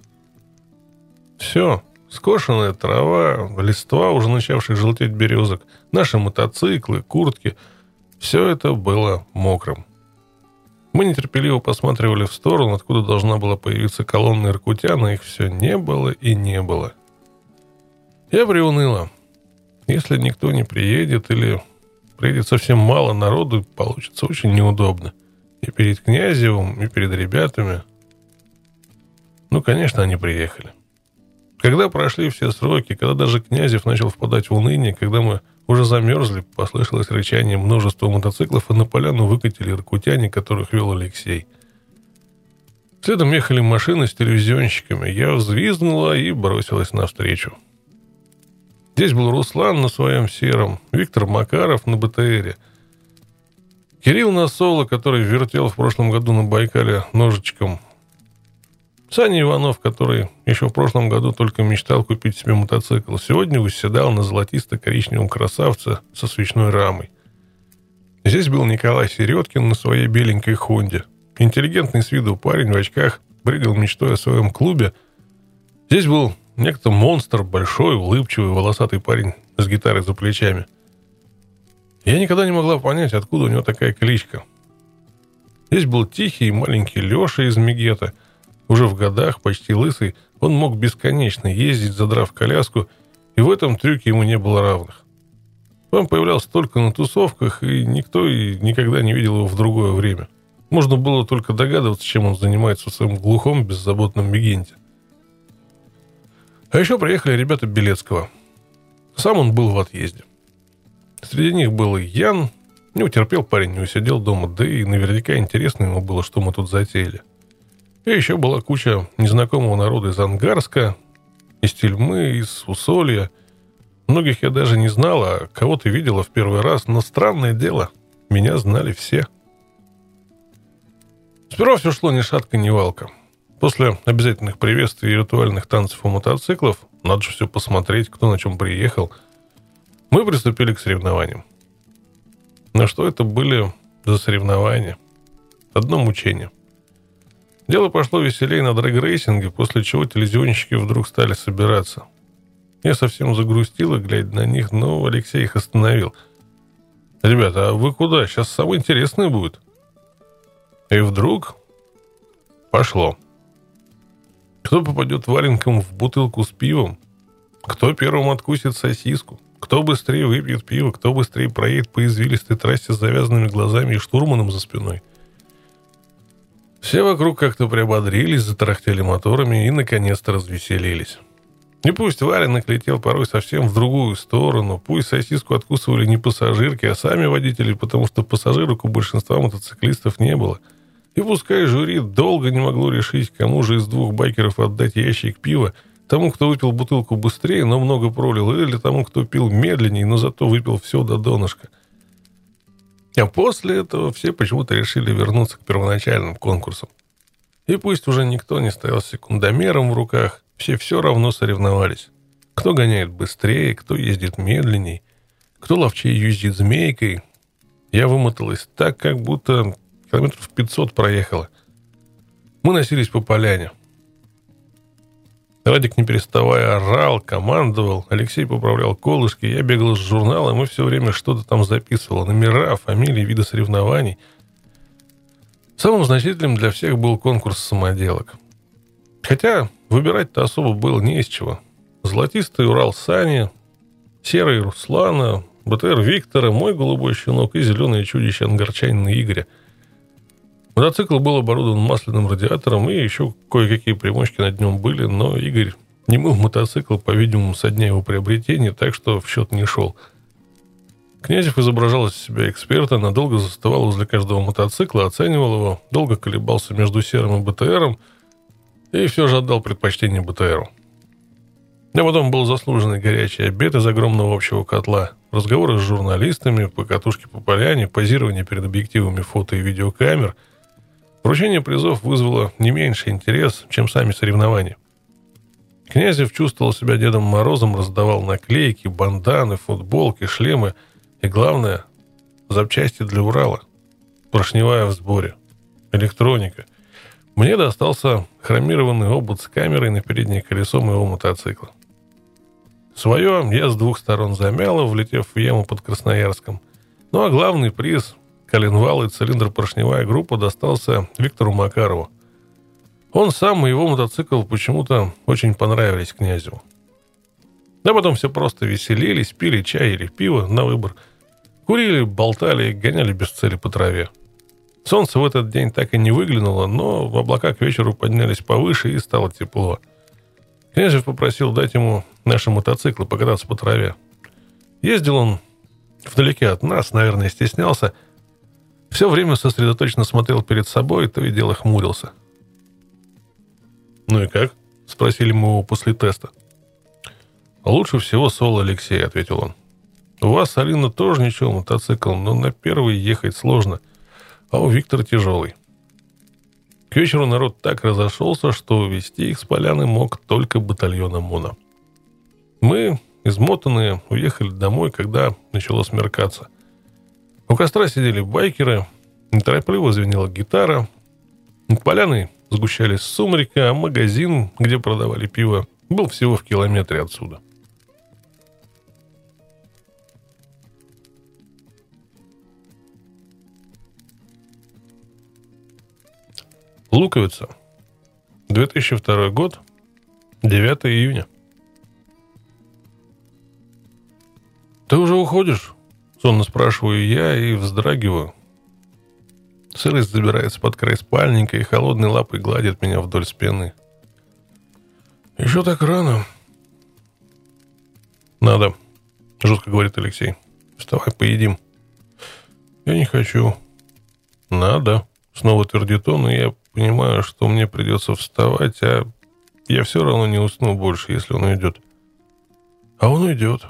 Все, скошенная трава, листва, уже начавших желтеть березок, наши мотоциклы, куртки — все это было мокрым. Мы нетерпеливо посматривали в сторону, откуда должна была появиться колонна иркутян, а их все не было и не было. Я приуныла. Если никто не приедет или приедет совсем мало народу, получится очень неудобно. И перед Князевым, и перед ребятами. Ну, конечно, они приехали. Когда прошли все сроки, когда даже Князев начал впадать в уныние, когда мы уже замерзли, послышалось рычание множества мотоциклов, и на поляну выкатили иркутяне, которых вел Алексей. Следом ехали машины с телевизионщиками. Я взвизгнула и бросилась навстречу. Здесь был Руслан на своем сером, Виктор Макаров на БТРе, Кирилл на соло, который вертел в прошлом году на Байкале ножичком, Саня Иванов, который еще в прошлом году только мечтал купить себе мотоцикл, сегодня восседал на золотисто-коричневом красавце со свечной рамой. Здесь был Николай Середкин на своей беленькой Хонде. Интеллигентный с виду парень в очках бредил мечтой о своем клубе. Здесь был некто монстр, большой, улыбчивый, волосатый парень с гитарой за плечами. Я никогда не могла понять, откуда у него такая кличка. Здесь был тихий и маленький Леша из Мегета. Уже в годах, почти лысый, он мог бесконечно ездить, задрав коляску, и в этом трюке ему не было равных. Он появлялся только на тусовках, и никто и никогда не видел его в другое время. Можно было только догадываться, чем он занимается в своем глухом, беззаботном Мегенте. А еще приехали ребята Белецкого. Сам он был в отъезде. Среди них был и Ян. Не утерпел парень, не усидел дома, да и наверняка интересно ему было, что мы тут затеяли. И еще была куча незнакомого народа из Ангарска, из Тельмы, из Усолья. Многих я даже не знала, а кого-то видела в первый раз, но странное дело, меня знали все. Сперва все шло ни шатка, ни валка. После обязательных приветствий и ритуальных танцев у мотоциклов, надо же все посмотреть, кто на чем приехал, мы приступили к соревнованиям. Но что это были за соревнования? Одно мучение. Дело пошло веселее на дрэг-рейсинге, после чего телевизионщики вдруг стали собираться. Я совсем загрустила, глядя на них, но Алексей их остановил. Ребята, а вы куда? Сейчас самое интересное будет. И вдруг пошло. Кто попадет валенком в бутылку с пивом? Кто первым откусит сосиску? Кто быстрее выпьет пиво? Кто быстрее проедет по извилистой трассе с завязанными глазами и штурманом за спиной? Все вокруг как-то приободрились, затарахтели моторами и, наконец-то, развеселились. И пусть валенок летел порой совсем в другую сторону, пусть сосиску откусывали не пассажирки, а сами водители, потому что пассажирок у большинства мотоциклистов не было. И пускай жюри долго не могло решить, кому же из двух байкеров отдать ящик пива, тому, кто выпил бутылку быстрее, но много пролил, или тому, кто пил медленнее, но зато выпил все до донышка. А после этого все почему-то решили вернуться к первоначальным конкурсам. И пусть уже никто не стоял с секундомером в руках, все все равно соревновались. Кто гоняет быстрее, кто ездит медленней, кто ловчее юзит змейкой. Я вымоталась так, как будто километров пятьсот проехала. Мы носились по поляне. Радик, не переставая, орал, командовал. Алексей поправлял колышки. Я бегал с журналом и все время что-то там записывал. Номера, фамилии, виды соревнований. Самым значительным для всех был конкурс самоделок. Хотя выбирать-то особо было не из чего. Золотистый Урал Сани, серый Руслана, БТР Виктора, мой голубой щенок и зеленое чудище ангарчанина Игоря. Мотоцикл был оборудован масляным радиатором, и еще кое-какие примочки над нем были, но Игорь не мыл мотоцикл, по-видимому, со дня его приобретения, так что в счет не шел. Князев изображал из себя эксперта, надолго застывал возле каждого мотоцикла, оценивал его, долго колебался между серым и БТРом, и все же отдал предпочтение БТРу. А потом был заслуженный горячий обед из огромного общего котла, разговоры с журналистами, покатушки по поляне, позирование перед объективами фото и видеокамер. Вручение призов вызвало не меньший интерес, чем сами соревнования. Князев чувствовал себя Дедом Морозом, раздавал наклейки, банданы, футболки, шлемы и, главное, запчасти для Урала. Поршневая в сборе. Электроника. Мне достался хромированный обод с камерой на переднее колесо моего мотоцикла. Свое я с двух сторон замяло, влетев в яму под Красноярском. Ну а главный приз — коленвал и цилиндр-поршневая группа — достался Виктору Макарову. Он сам и его мотоцикл почему-то очень понравились Князеву. А потом все просто веселились, пили чай или пиво на выбор, курили, болтали и гоняли без цели по траве. Солнце в этот день так и не выглянуло, но облака к вечеру поднялись повыше и стало тепло. Князев попросил дать ему наши мотоциклы покататься по траве. Ездил он вдалеке от нас, наверное, стеснялся. Все время сосредоточенно смотрел перед собой, то и дело хмурился. «Ну и как?» — спросили мы его после теста. «Лучше всего соло, Алексей», — ответил он. «У вас, Алина, тоже ничего, мотоцикл, но на первый ехать сложно, а у Виктора тяжелый». К вечеру народ так разошелся, что увезти их с поляны мог только батальон ОМОНа. Мы, измотанные, уехали домой, когда начало смеркаться. У костра сидели байкеры, неторопливо звенела гитара. Над поляной сгущались сумерки, а магазин, где продавали пиво, был всего в километре отсюда. Луковица. две тысячи второй год. девятого июня. «Ты уже уходишь?» — сонно спрашиваю я и вздрагиваю. Сырость забирается под край спальника и холодной лапой гладит меня вдоль спины. «Еще так рано». «Надо», — жестко говорит Алексей. «Вставай, поедим». «Я не хочу». «Надо», — снова твердит он, и я понимаю, что мне придется вставать, а я все равно не усну больше, если он уйдет. А он уйдет.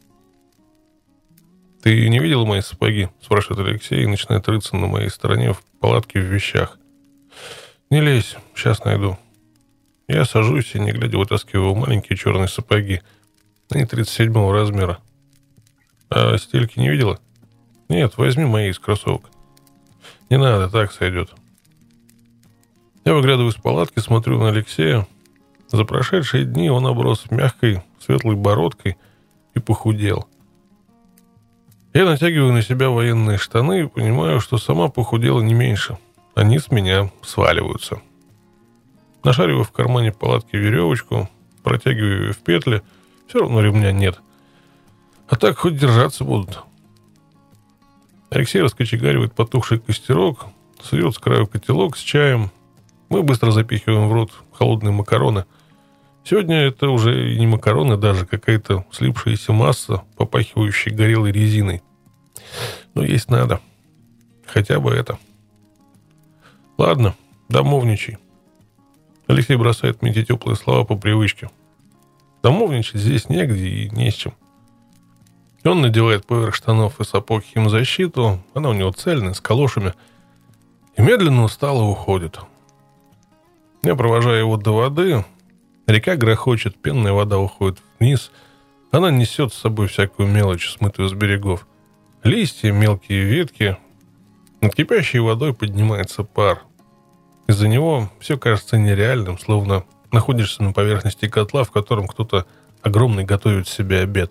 «Ты не видел мои сапоги?» — спрашивает Алексей и начинает рыться на моей стороне в палатке в вещах. «Не лезь, сейчас найду». Я сажусь и, не глядя, вытаскиваю маленькие черные сапоги. Они тридцать седьмого размера. «А стельки не видела?» «Нет, возьми мои из кроссовок». «Не надо, так сойдет». Я выглядываю из палатки, смотрю на Алексея. За прошедшие дни он оброс мягкой, светлой бородкой и похудел. Я натягиваю на себя военные штаны и понимаю, что сама похудела не меньше. Они с меня сваливаются. Нашариваю в кармане палатки веревочку, протягиваю ее в петли. Все равно ремня нет. А так хоть держаться будут. Алексей раскочегаривает потухший костерок, сует с краю котелок с чаем. Мы быстро запихиваем в рот холодные макароны. Сегодня это уже и не макароны, даже какая-то слипшаяся масса, попахивающая горелой резиной. Но есть надо. Хотя бы это. Ладно, домовничай. Алексей бросает мне эти теплые слова по привычке. Домовничать здесь негде и не с чем. Он надевает поверх штанов и сапог химзащиту. Она у него цельная, с калошами. И медленно устало уходит. Я провожаю его до воды. Река грохочет, пенная вода уходит вниз. Она несет с собой всякую мелочь, смытую с берегов. Листья, мелкие ветки. Над кипящей водой поднимается пар. Из-за него все кажется нереальным, словно находишься на поверхности котла, в котором кто-то огромный готовит себе обед.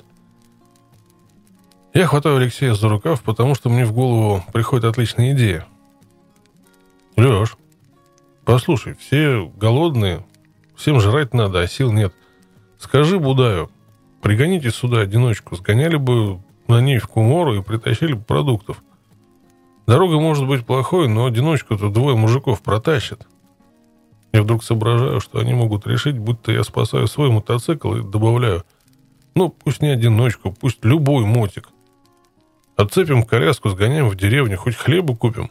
Я хватаю Алексея за рукав, потому что мне в голову приходит отличная идея. Леш, послушай, все голодные, всем жрать надо, а сил нет. Скажи Будаю, пригоните сюда одиночку, сгоняли бы на ней в Кумору и притащили бы продуктов. Дорога может быть плохой, но одиночку-то двое мужиков протащат. Я вдруг соображаю, что они могут решить, будто я спасаю свой мотоцикл, и добавляю: ну, пусть не одиночку, пусть любой мотик. Отцепим коляску, сгоняем в деревню, хоть хлеба купим.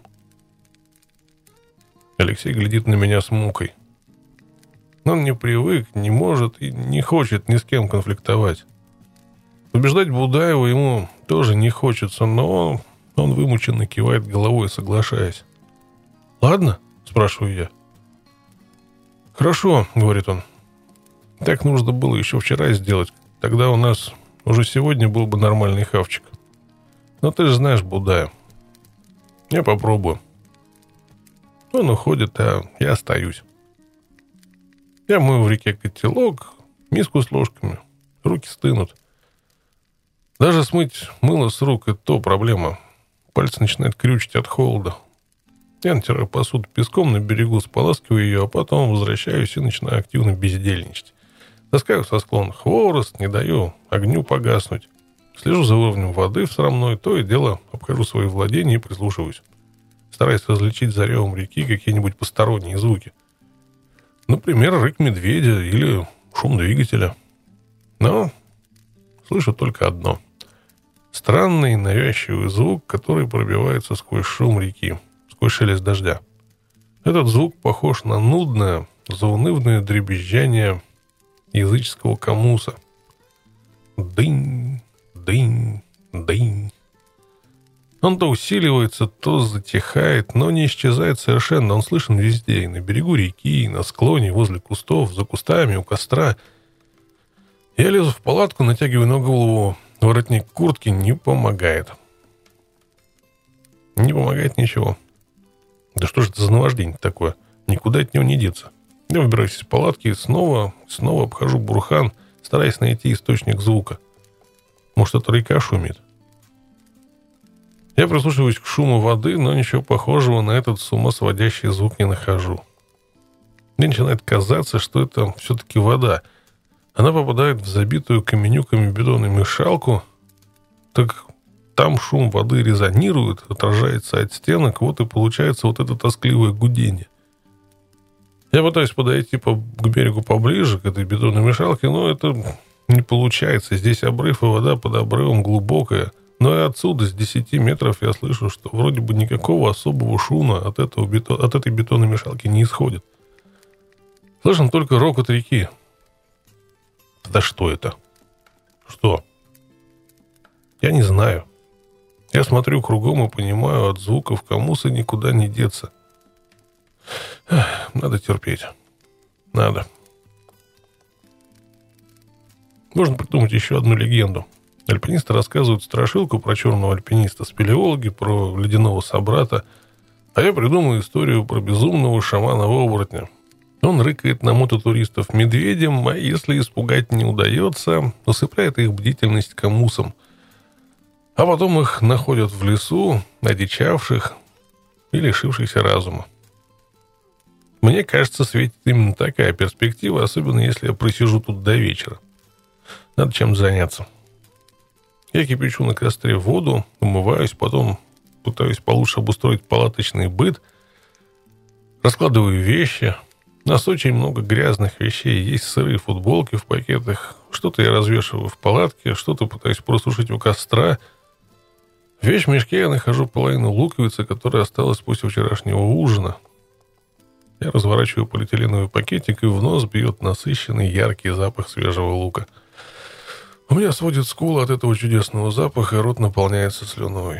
Алексей глядит на меня с мукой. Он не привык, не может и не хочет ни с кем конфликтовать. Убеждать Будаева ему тоже не хочется, но он вымученно кивает головой, соглашаясь. «Ладно?» – спрашиваю я. «Хорошо», – говорит он. «Так нужно было еще вчера сделать. Тогда у нас уже сегодня был бы нормальный хавчик. Но ты же знаешь Будая. Я попробую». Он уходит, а я остаюсь. Я мою в реке котелок, миску с ложками. Руки стынут. Даже смыть мыло с рук – это то проблема. Пальцы начинают крючить от холода. Я натираю посуду песком на берегу, споласкиваю ее, а потом возвращаюсь и начинаю активно бездельничать. Таскаю со склона хворост, не даю огню погаснуть. Слежу за уровнем воды в срамной, то и дело обхожу свои владения и прислушиваюсь. Стараюсь различить за ревом реки какие-нибудь посторонние звуки. Например, рык медведя или шум двигателя. Но слышу только одно. Странный, навязчивый звук, который пробивается сквозь шум реки, сквозь шелест дождя. Этот звук похож на нудное, заунывное дребезжание языческого камуса. Дынь, дынь, дынь. Он то усиливается, то затихает, но не исчезает совершенно. Он слышен везде, и на берегу реки, и на склоне, возле кустов, за кустами, у костра. Я лезу в палатку, натягиваю на голову воротник куртки, не помогает. Не помогает ничего. Да что же это за наваждение такое? Никуда от него не деться. Я выбираюсь из палатки и снова, снова обхожу бурхан, стараясь найти источник звука. Может, это река шумит? Я прислушиваюсь к шуму воды, но ничего похожего на этот с ума сводящий звук не нахожу. Мне начинает казаться, что это все-таки вода. Она попадает в забитую каменюками бетонную мешалку. Так там шум воды резонирует, отражается от стенок, вот и получается вот это тоскливое гудение. Я пытаюсь подойти по, к берегу поближе, к этой бетонной мешалке, но это не получается. Здесь обрыв, и вода под обрывом глубокая. Но и отсюда, с десяти метров, я слышу, что вроде бы никакого особого шума от, этого бетон, от этой бетонной мешалки не исходит. Слышен только рокот реки. Да что это? Что? Я не знаю. Я смотрю кругом и понимаю, от звуков камуса никуда не деться. Эх, надо терпеть. Надо. Можно придумать еще одну легенду. Альпинисты рассказывают страшилку про черного альпиниста, спелеологи про ледяного собрата, а я придумаю историю про безумного шамана-оборотня. Он рыкает на мототуристов медведем, а если испугать не удается, усыпляет их бдительность камусом. А потом их находят в лесу, одичавших и лишившихся разума. Мне кажется, светит именно такая перспектива, особенно если я просижу тут до вечера. Надо чем-то заняться. Я кипячу на костре воду, умываюсь, потом пытаюсь получше обустроить палаточный быт, раскладываю вещи. У нас очень много грязных вещей, есть сырые футболки в пакетах, что-то я развешиваю в палатке, что-то пытаюсь просушить у костра. В вещмешке я нахожу половину луковицы, которая осталась после вчерашнего ужина. Я разворачиваю полиэтиленовый пакетик, и в нос бьет насыщенный яркий запах свежего лука. У меня сводит скулы от этого чудесного запаха, и рот наполняется слюной.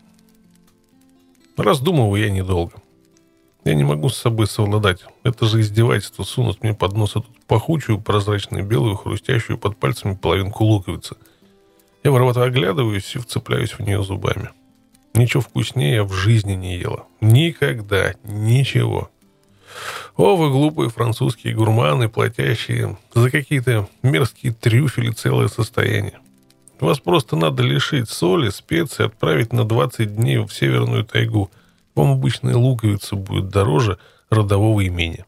Раздумываю я недолго. Я не могу с собой совладать. Это же издевательство сунуть мне под нос эту пахучую, прозрачную, белую, хрустящую под пальцами половинку луковицы. Я воровато оглядываюсь и вцепляюсь в нее зубами. Ничего вкуснее я в жизни не ела. Никогда. Ничего. О, вы глупые французские гурманы, платящие за какие-то мерзкие трюфели целое состояние. Вас просто надо лишить соли, специй, отправить на двадцать дней в северную тайгу. Вам обычная луковица будет дороже родового имения.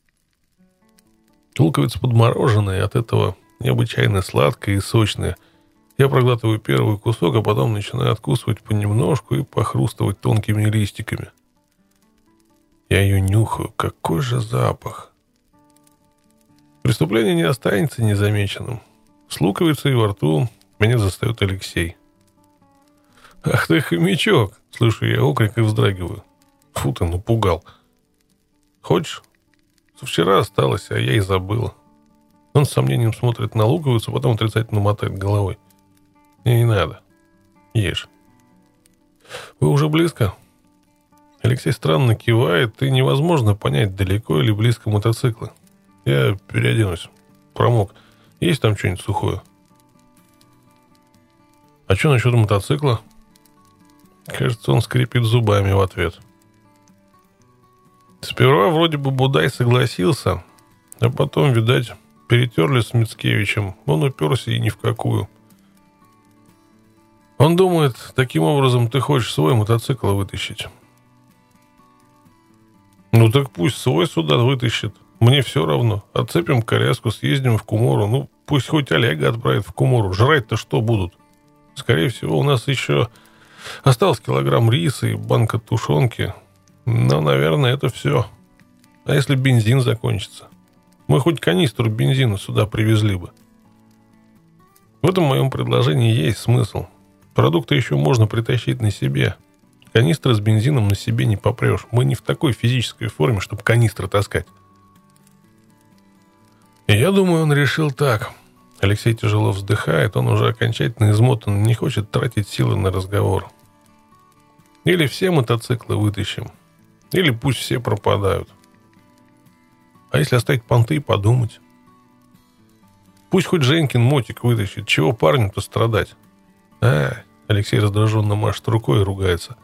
Луковица подмороженная, от этого необычайно сладкая и сочная. Я проглатываю первый кусок, а потом начинаю откусывать понемножку и похрустывать тонкими листиками. Я ее нюхаю. Какой же запах! Преступление не останется незамеченным. С луковицей во рту меня застает Алексей. «Ах ты, хомячок!» — слышу я окрик и вздрагиваю. Фу ты, напугал. «Хочешь? Со вчера осталось, а я и забыла». Он с сомнением смотрит на луковицу, потом отрицательно мотает головой. «Мне не надо. Ешь». «Вы уже близко?» Алексей странно кивает, и невозможно понять, далеко или близко мотоциклы. Я переоденусь. Промок. Есть там что-нибудь сухое? А что насчет мотоцикла? Кажется, он скрипит зубами в ответ. Сперва вроде бы Будай согласился, а потом, видать, перетерли с Мицкевичем. Он уперся и ни в какую. Он думает, таким образом ты хочешь свой мотоцикл вытащить. Ну так пусть свой сюда вытащит. Мне все равно. Отцепим коляску, съездим в Кумору. Ну, пусть хоть Олега отправит в Кумору. Жрать-то что будут? Скорее всего, у нас еще остался килограмм риса и банка тушенки. Но, наверное, это все. А если бензин закончится? Мы хоть канистру бензина сюда привезли бы. В этом моем предложении есть смысл. Продукты еще можно притащить на себе. Канистры с бензином на себе не попрешь. Мы не в такой физической форме, чтобы канистры таскать. И я думаю, он решил так. Алексей тяжело вздыхает, он уже окончательно измотан, не хочет тратить силы на разговор. Или все мотоциклы вытащим, или пусть все пропадают. А если оставить понты и подумать? Пусть хоть Женькин мотик вытащит, чего парню-то страдать? А, Алексей раздраженно машет рукой и ругается.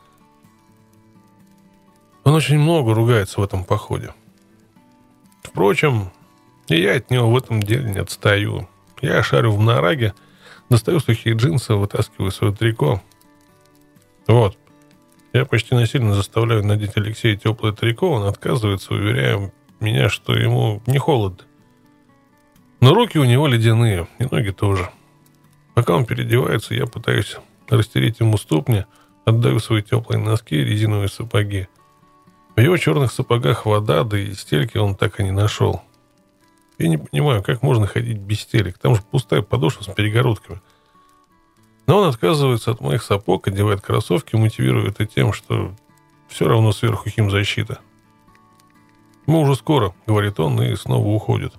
Он очень много ругается в этом походе. Впрочем, и я от него в этом деле не отстаю. Я шарю в нараге, достаю сухие джинсы, вытаскиваю свое трико. Вот. Я почти насильно заставляю надеть Алексея теплое трико, он отказывается, уверяя меня, что ему не холодно. Но руки у него ледяные, и ноги тоже. Пока он переодевается, я пытаюсь растереть ему ступни, отдаю свои теплые носки и резиновые сапоги. В его черных сапогах вода, да и стельки он так и не нашел. Я не понимаю, как можно ходить без стелек. Там же пустая подошва с перегородками. Но он отказывается от моих сапог, одевает кроссовки, мотивируя это тем, что все равно сверху химзащита. «Мы уже скоро», — говорит он, и снова уходит.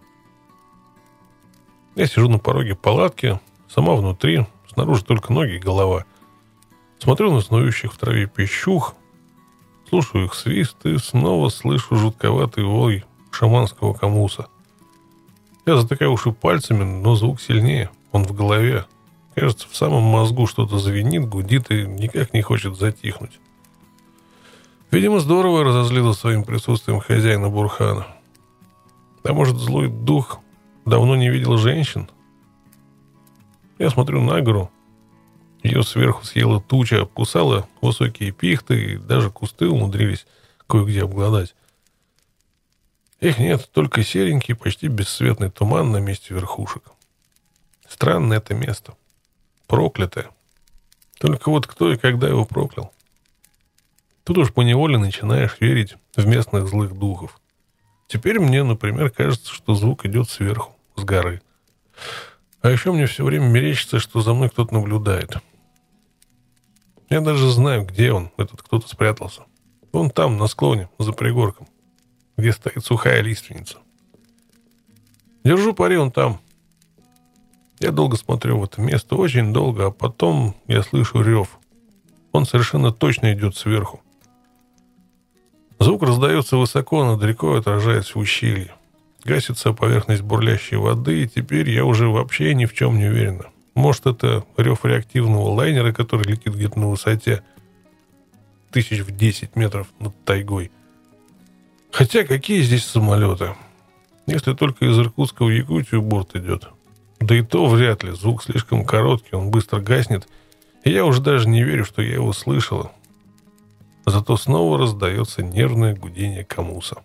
Я сижу на пороге палатки, сама внутри, снаружи только ноги и голова. Смотрю на снующих в траве пищух, слушаю их свист и снова слышу жутковатый вой шаманского камуса. Я затыкаю уши пальцами, но звук сильнее, он в голове. Кажется, в самом мозгу что-то звенит, гудит и никак не хочет затихнуть. Видимо, здорово разозлило своим присутствием хозяина Бурхана. А может, злой дух давно не видел женщин? Я смотрю на гору. Ее сверху съела туча, обкусала высокие пихты, и даже кусты умудрились кое-где обглодать. Их нет, только серенький, почти бесцветный туман на месте верхушек. Странное это место. Проклятое. Только вот кто и когда его проклял? Тут уж поневоле начинаешь верить в местных злых духов. Теперь мне, например, кажется, что звук идет сверху, с горы. А еще мне все время мерещится, что за мной кто-то наблюдает. Я даже знаю, где он, этот кто-то спрятался. Вон там, на склоне, за пригорком, где стоит сухая лиственница. Держу пари, он там. Я долго смотрю в это место, очень долго, а потом я слышу рев. Он совершенно точно идет сверху. Звук раздается высоко, но далеко отражается в ущелье. Гасится поверхность бурлящей воды, и теперь я уже вообще ни в чем не уверена. Может, это рев реактивного лайнера, который летит где-то на высоте тысяч в десять метров над тайгой. Хотя какие здесь самолеты? Если только из Иркутска в Якутию борт идет. Да и то вряд ли. Звук слишком короткий, он быстро гаснет. И я уже даже не верю, что я его слышала. Зато снова раздается нервное гудение камуса.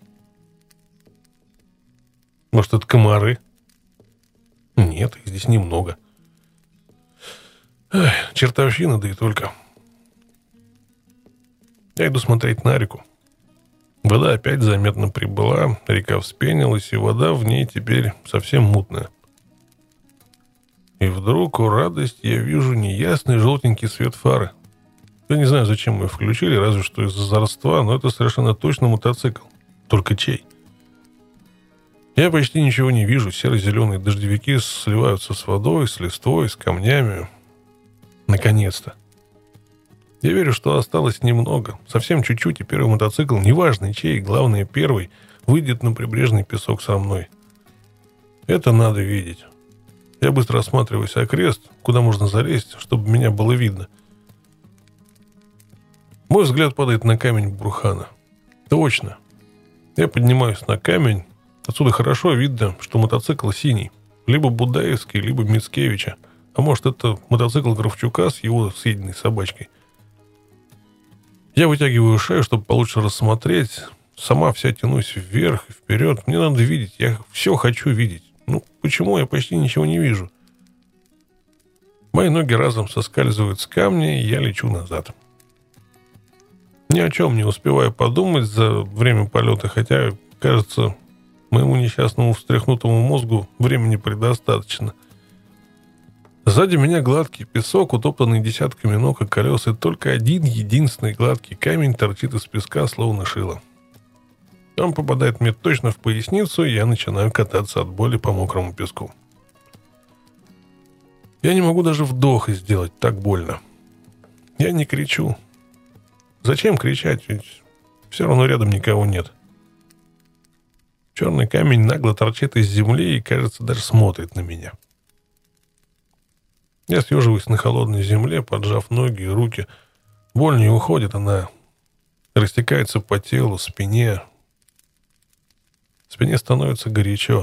Может, это комары? Нет, их здесь немного. Эх, чертовщина, да и только. Я иду смотреть на реку. Вода опять заметно прибыла, река вспенилась, и вода в ней теперь совсем мутная. И вдруг, о радость, я вижу неясный желтенький свет фары. Я не знаю, зачем мы включили, разве что из-за зарства, но это совершенно точно мотоцикл. Только чей? Я почти ничего не вижу. Серо-зеленые дождевики сливаются с водой, с листвой, с камнями. Наконец-то. Я верю, что осталось немного. Совсем чуть-чуть, и первый мотоцикл, неважно чей, главное первый, выйдет на прибрежный песок со мной. Это надо видеть. Я быстро осматриваюсь окрест, куда можно залезть, чтобы меня было видно. Мой взгляд падает на камень Бурхана. Точно. Я поднимаюсь на камень. Отсюда хорошо видно, что мотоцикл синий. Либо Будаевский, либо Мицкевича. А может, это мотоцикл Кравчука с его съеденной собачкой. Я вытягиваю шею, чтобы получше рассмотреть. Сама вся тянусь вверх и вперед. Мне надо видеть. Я все хочу видеть. Ну, почему я почти ничего не вижу? Мои ноги разом соскальзывают с камня, и я лечу назад. Ни о чем не успеваю подумать за время полета, хотя, кажется, моему несчастному встряхнутому мозгу времени предостаточно. Сзади меня гладкий песок, утоптанный десятками ног и колес, и только один единственный гладкий камень торчит из песка, словно шило. Он попадает мне точно в поясницу, и я начинаю кататься от боли по мокрому песку. Я не могу даже вдох сделать, так больно. Я не кричу. Зачем кричать, ведь все равно рядом никого нет. Черный камень нагло торчит из земли и, кажется, даже смотрит на меня. Я съеживаюсь на холодной земле, поджав ноги и руки. Боль не уходит, она растекается по телу, спине. Спине становится горячо.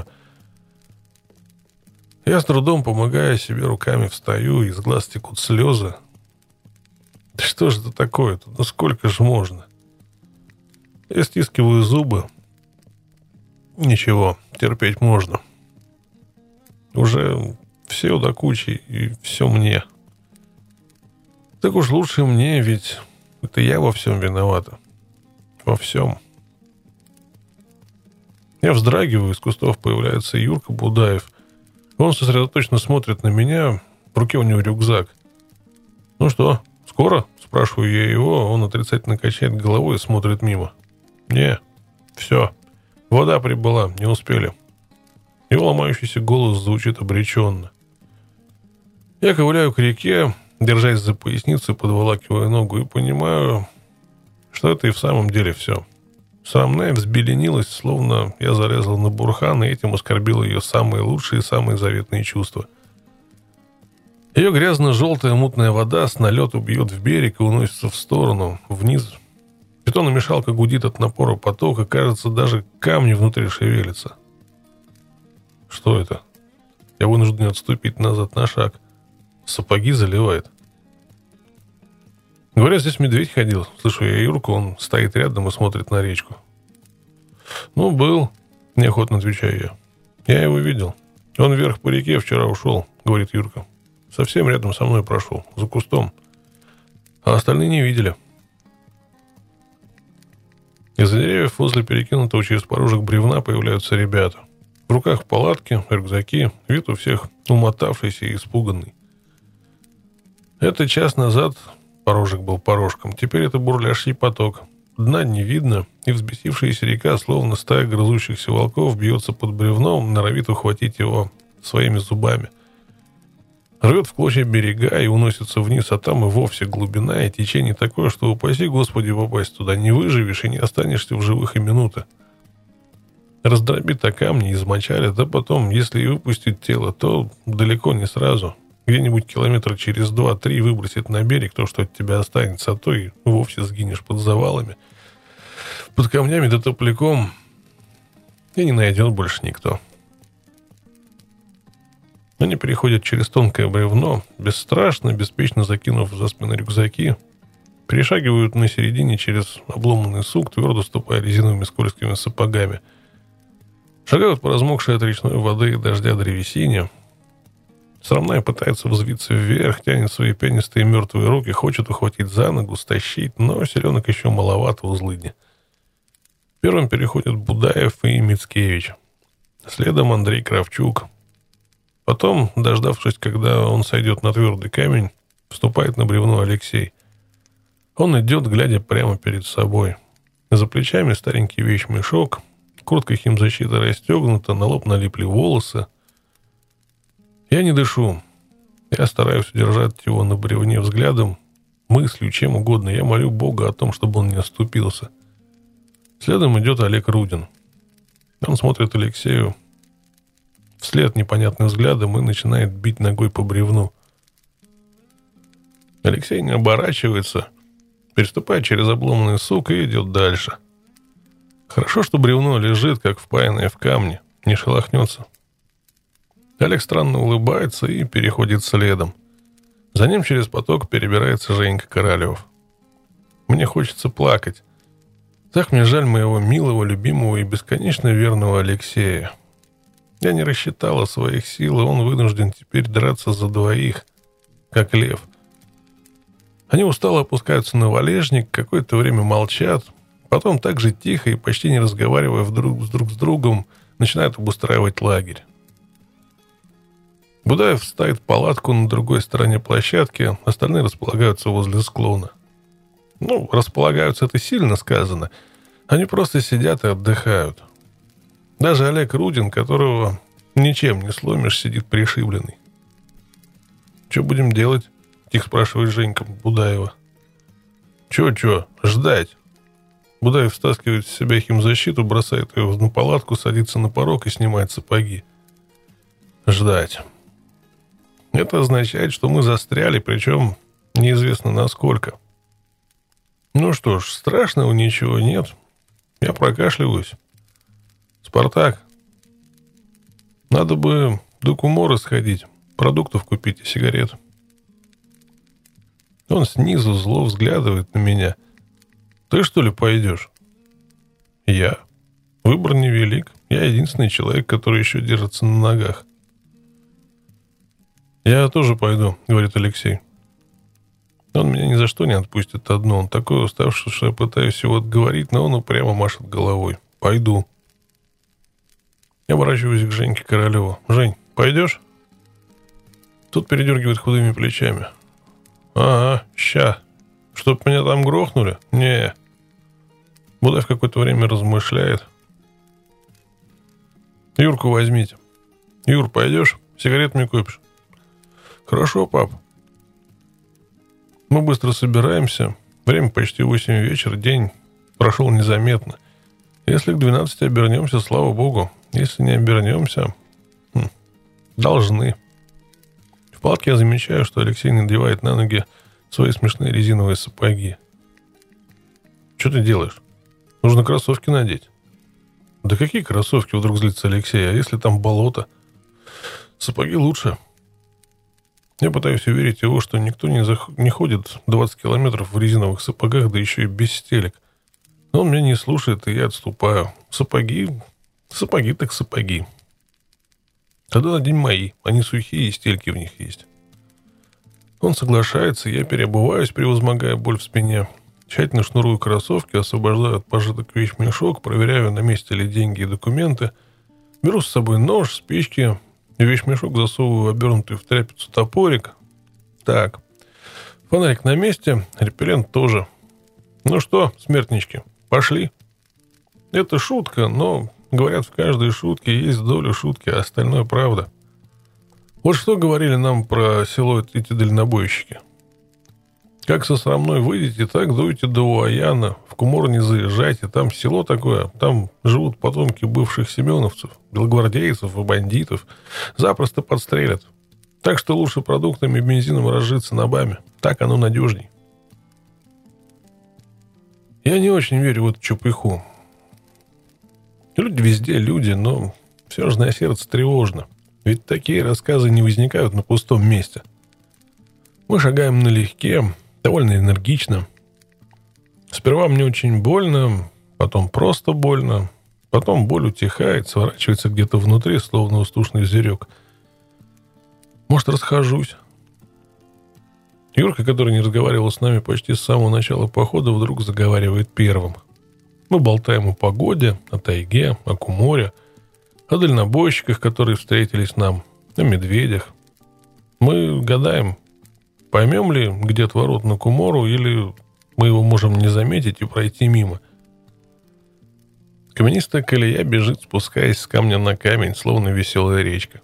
Я с трудом, помогая себе руками, встаю, из глаз текут слезы. Да что же это такое-то? Ну сколько же можно? Я стискиваю зубы. Ничего, терпеть можно. Уже все до кучи, и все мне. Так уж лучше мне, ведь это я во всем виновата. Во всем. Я вздрагиваю, из кустов появляется Юрка Будаев. Он сосредоточенно смотрит на меня, в руке у него рюкзак. «Ну что, скоро?» — спрашиваю я его, он отрицательно качает головой и смотрит мимо. «Не, все, вода прибыла, не успели». Его ломающийся голос звучит обреченно. Я ковыляю к реке, держась за поясницу, подволакивая ногу, и понимаю, что это и в самом деле все. Самная взбеленилась, словно я зарезал на Бурхан, и этим оскорбил ее самые лучшие и самые заветные чувства. Ее грязно-желтая мутная вода с налету бьет в берег и уносится в сторону, вниз. Бетономешалка гудит от напора потока, кажется, даже камни внутри шевелятся. Что это? Я вынужден отступить назад на шаг. Сапоги заливает. Говорят, здесь медведь ходил. Слышу я Юрку, он стоит рядом и смотрит на речку. Ну, был, неохотно отвечаю я. Я его видел. Он вверх по реке вчера ушел, говорит Юрка. Совсем рядом со мной прошел, за кустом. А остальные не видели. Из-за деревьев возле перекинутого через порожек бревна появляются ребята. В руках палатки, рюкзаки, вид у всех умотавшийся и испуганный. Это час назад порожек был порожком, теперь это бурлящий поток. Дна не видно, и взбесившаяся река, словно стая грызущихся волков, бьется под бревном, норовит ухватить его своими зубами. Рвет в клочья берега и уносится вниз, а там и вовсе глубина, и течение такое, что, упаси Господи, попасть туда не выживешь и не останешься в живых и минуты. Раздробит о камни, измочалит, а потом, если и выпустить тело, то далеко не сразу. Где-нибудь километра через два-три выбросит на берег то, что от тебя останется, а то и вовсе сгинешь под завалами, под камнями да топляком, и не найдет больше никто. Они переходят через тонкое бревно, бесстрашно, беспечно закинув за спину рюкзаки, перешагивают на середине через обломанный сук, твердо ступая резиновыми скользкими сапогами. Шагают по размокшей от речной воды и дождя древесине. Срамная пытается взвиться вверх, тянет свои пенистые мертвые руки, хочет ухватить за ногу, стащить, но селенок еще маловато у злыдни. Первым переходят Будаев и Мицкевич. Следом Андрей Кравчук. Потом, дождавшись, когда он сойдет на твердый камень, вступает на бревно Алексей. Он идет, глядя прямо перед собой. За плечами старенький вещмешок, куртка химзащиты расстегнута, на лоб налипли волосы. Я не дышу. Я стараюсь удержать его на бревне взглядом, мыслью, чем угодно. Я молю Бога о том, чтобы он не оступился. Следом идет Олег Рудин. Он смотрит Алексею вслед непонятным взглядом и начинает бить ногой по бревну. Алексей не оборачивается, переступает через обломанный сук и идет дальше. Хорошо, что бревно лежит, как впаянное в камни, не шелохнется. Олег странно улыбается и переходит следом. За ним через поток перебирается Женька Королев. Мне хочется плакать. Так мне жаль моего милого, любимого и бесконечно верного Алексея. Я не рассчитала своих сил, и он вынужден теперь драться за двоих, как лев. Они устало опускаются на валежник, какое-то время молчат, потом так же тихо и почти не разговаривая вдруг с друг с другом, начинают обустраивать лагерь. Будаев ставит палатку на другой стороне площадки, остальные располагаются возле склона. Ну, располагаются — это сильно сказано. Они просто сидят и отдыхают. Даже Олег Рудин, которого ничем не сломишь, сидит пришибленный. «Что будем делать?» — тихо спрашивает Женька Будаева. «Чё-чё? Ждать!» Будаев стаскивает с себя химзащиту, бросает ее на палатку, садится на порог и снимает сапоги. «Ждать!» Это означает, что мы застряли, причем неизвестно насколько. Ну что ж, страшного ничего нет. Я прокашливаюсь. «Спартак, надо бы до Кумора сходить, продуктов купить и сигарет». Он снизу зло взглядывает на меня. «Ты что ли пойдешь?» «Я? Выбор невелик. Я единственный человек, который еще держится на ногах». «Я тоже пойду», — говорит Алексей. Он меня ни за что не отпустит одну. Он такой уставший, что я пытаюсь его отговорить, но он упрямо машет головой. «Пойду». Я оборачиваюсь к Женьке Королеву. «Жень, пойдешь?» Тут передергивает худыми плечами. «Ага, ща. Чтоб меня там грохнули? Не». Будаев какое-то время размышляет. «Юрку возьмите». «Юр, пойдешь? Сигарет мне купишь?» «Хорошо, пап». Мы быстро собираемся. Время почти восемь вечера. День прошел незаметно. Если к двенадцати обернемся, слава богу. Если не обернемся, хм, должны. В палатке я замечаю, что Алексей надевает на ноги свои смешные резиновые сапоги. «Что ты делаешь? Нужно кроссовки надеть». «Да какие кроссовки?» — вдруг злится Алексей. «А если там болото? Сапоги лучше». Я пытаюсь уверить его, что никто не, зах... не ходит двадцать километров в резиновых сапогах, да еще и без стелек. Но он меня не слушает, и я отступаю. Сапоги... Сапоги так сапоги. Тогда надень мои. Они сухие, и стельки в них есть. Он соглашается, я переобуваюсь, превозмогая боль в спине. Тщательно шнурую кроссовки, освобождаю от пожиток вещмешок, проверяю, на месте ли деньги и документы. Беру с собой нож, спички... В вещмешок засовываю обернутый в тряпицу топорик. Так. Фонарик на месте, репеллент тоже. Ну что, смертнички, пошли. Это шутка, но, говорят, в каждой шутке есть доля шутки, а остальное правда. Вот что говорили нам про село эти дальнобойщики. Как со срамной выйдете, так дуйте до Уаяна, в Кумор не заезжайте, там село такое, там живут потомки бывших семеновцев, белогвардейцев и бандитов, запросто подстрелят. Так что лучше продуктами и бензином разжиться на БАМе, так оно надежней. Я не очень верю в эту чепуху. Люди везде люди, но все же на сердце тревожно, ведь такие рассказы не возникают на пустом месте. Мы шагаем налегке, довольно энергично. Сперва мне очень больно, потом просто больно, потом боль утихает, сворачивается где-то внутри, словно устушный зверек. Может, расхожусь. Юрка, который не разговаривал с нами почти с самого начала похода, вдруг заговаривает первым. Мы болтаем о погоде, о тайге, о Куморе, о дальнобойщиках, которые встретились нам, о медведях. Мы гадаем, поймем ли, где отворот на Кумору, или мы его можем не заметить и пройти мимо. Каменистая колея бежит, спускаясь с камня на камень, словно веселая речка.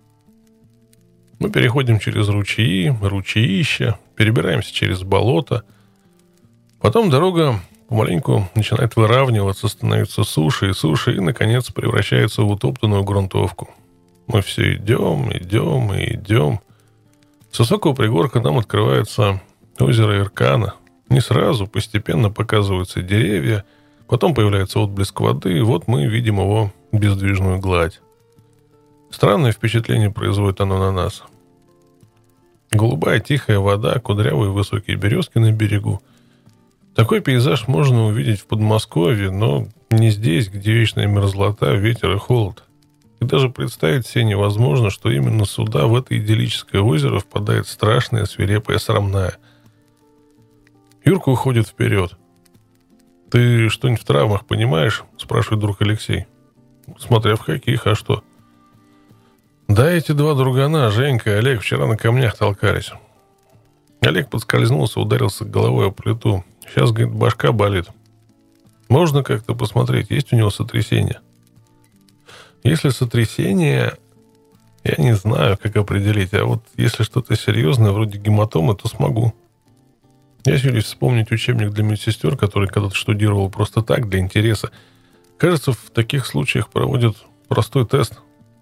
Мы переходим через ручьи, ручьища, перебираемся через болото. Потом дорога помаленьку начинает выравниваться, становится суше и суше, и, наконец, превращается в утоптанную грунтовку. Мы все идем, идем и идем. С высокого пригорка нам открывается озеро Иркана. Не сразу, постепенно показываются деревья, потом появляется отблеск воды, и вот мы видим его бездвижную гладь. Странное впечатление производит оно на нас. Голубая тихая вода, кудрявые высокие березки на берегу. Такой пейзаж можно увидеть в Подмосковье, но не здесь, где вечная мерзлота, ветер и холод. И даже представить себе невозможно, что именно сюда, в это идиллическое озеро, впадает страшная, свирепая срамная. Юрка уходит вперед. «Ты что-нибудь в травмах понимаешь?» – спрашивает друг Алексей. «Смотря в каких, а что?» «Да, эти два другана, Женька и Олег, вчера на камнях толкались. Олег подскользнулся, ударился головой о плиту. Сейчас, говорит, башка болит. Можно как-то посмотреть, есть у него сотрясение?» Если сотрясение, я не знаю, как определить. А вот если что-то серьезное, вроде гематомы, то смогу. Я силюсь вспомнить учебник для медсестер, который когда-то штудировал просто так, для интереса. Кажется, в таких случаях проводят простой тест.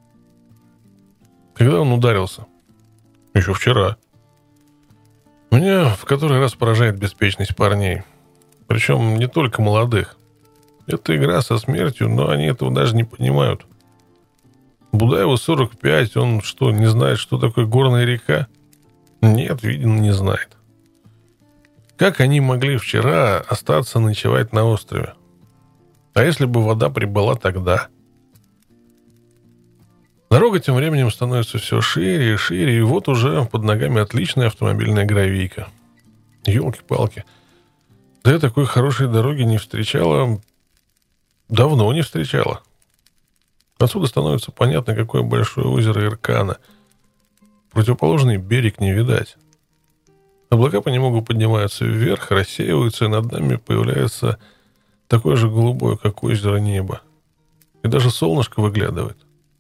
Когда он ударился? Еще вчера. Меня в который раз поражает беспечность парней. Причем не только молодых. Это игра со смертью, но они этого даже не понимают. Будаеву сорок пять, он что, не знает, что такое горная река? Нет, видимо, не знает. Как они могли вчера остаться ночевать на острове? А если бы вода прибыла тогда? Дорога тем временем становится все шире и шире, и вот уже под ногами отличная автомобильная гравийка. Елки-палки. Да я такой хорошей дороги не встречала... Давно не встречала. Отсюда становится понятно, какое большое озеро Иркана. Противоположный берег не видать. Облака понемногу поднимаются вверх, рассеиваются, и над нами появляется такое же голубое, как озеро, небо. И даже солнышко выглядывает.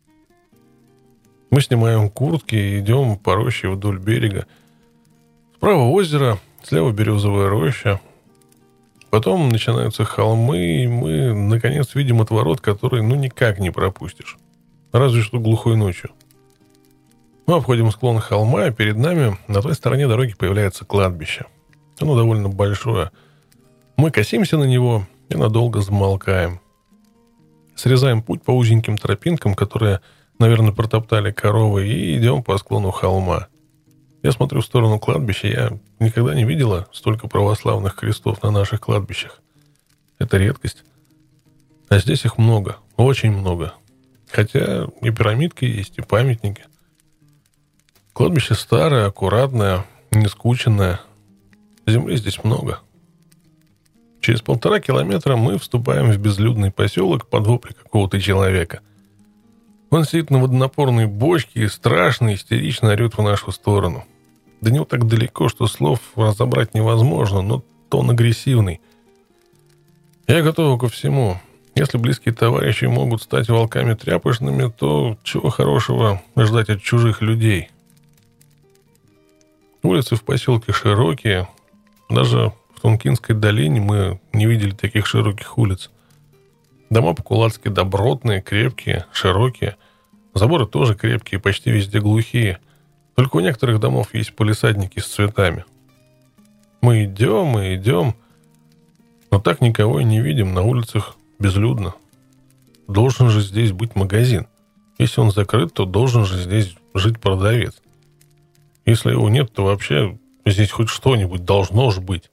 Мы снимаем куртки и идем по роще вдоль берега. Справа озеро, слева березовая роща. Потом начинаются холмы, и мы, наконец, видим отворот, который ну никак не пропустишь. Разве что глухой ночью. Мы обходим склон холма, и перед нами на той стороне дороги появляется кладбище. Оно довольно большое. Мы косимся на него и надолго замолкаем. Срезаем путь по узеньким тропинкам, которые, наверное, протоптали коровы, и идем по склону холма. Я смотрю в сторону кладбища, я никогда не видела столько православных крестов на наших кладбищах. Это редкость. А здесь их много, очень много. Хотя и пирамидки есть, и памятники. Кладбище старое, аккуратное, не скученное. Земли здесь много. Через полтора километра мы вступаем в безлюдный поселок под вопли какого-то человека. Он сидит на водонапорной бочке и страшно, истерично орет в нашу сторону. До него так далеко, что слов разобрать невозможно, но тон агрессивный. Я готова ко всему. Если близкие товарищи могут стать волками тряпочными, то чего хорошего ждать от чужих людей? Улицы в поселке широкие. Даже в Тункинской долине мы не видели таких широких улиц. Дома по-кулацки добротные, крепкие, широкие. Заборы тоже крепкие, почти везде глухие. Только у некоторых домов есть палисадники с цветами. Мы идем и идем, но так никого и не видим. На улицах безлюдно. Должен же здесь быть магазин. Если он закрыт, то должен же здесь жить продавец. Если его нет, то вообще здесь хоть что-нибудь должно же быть.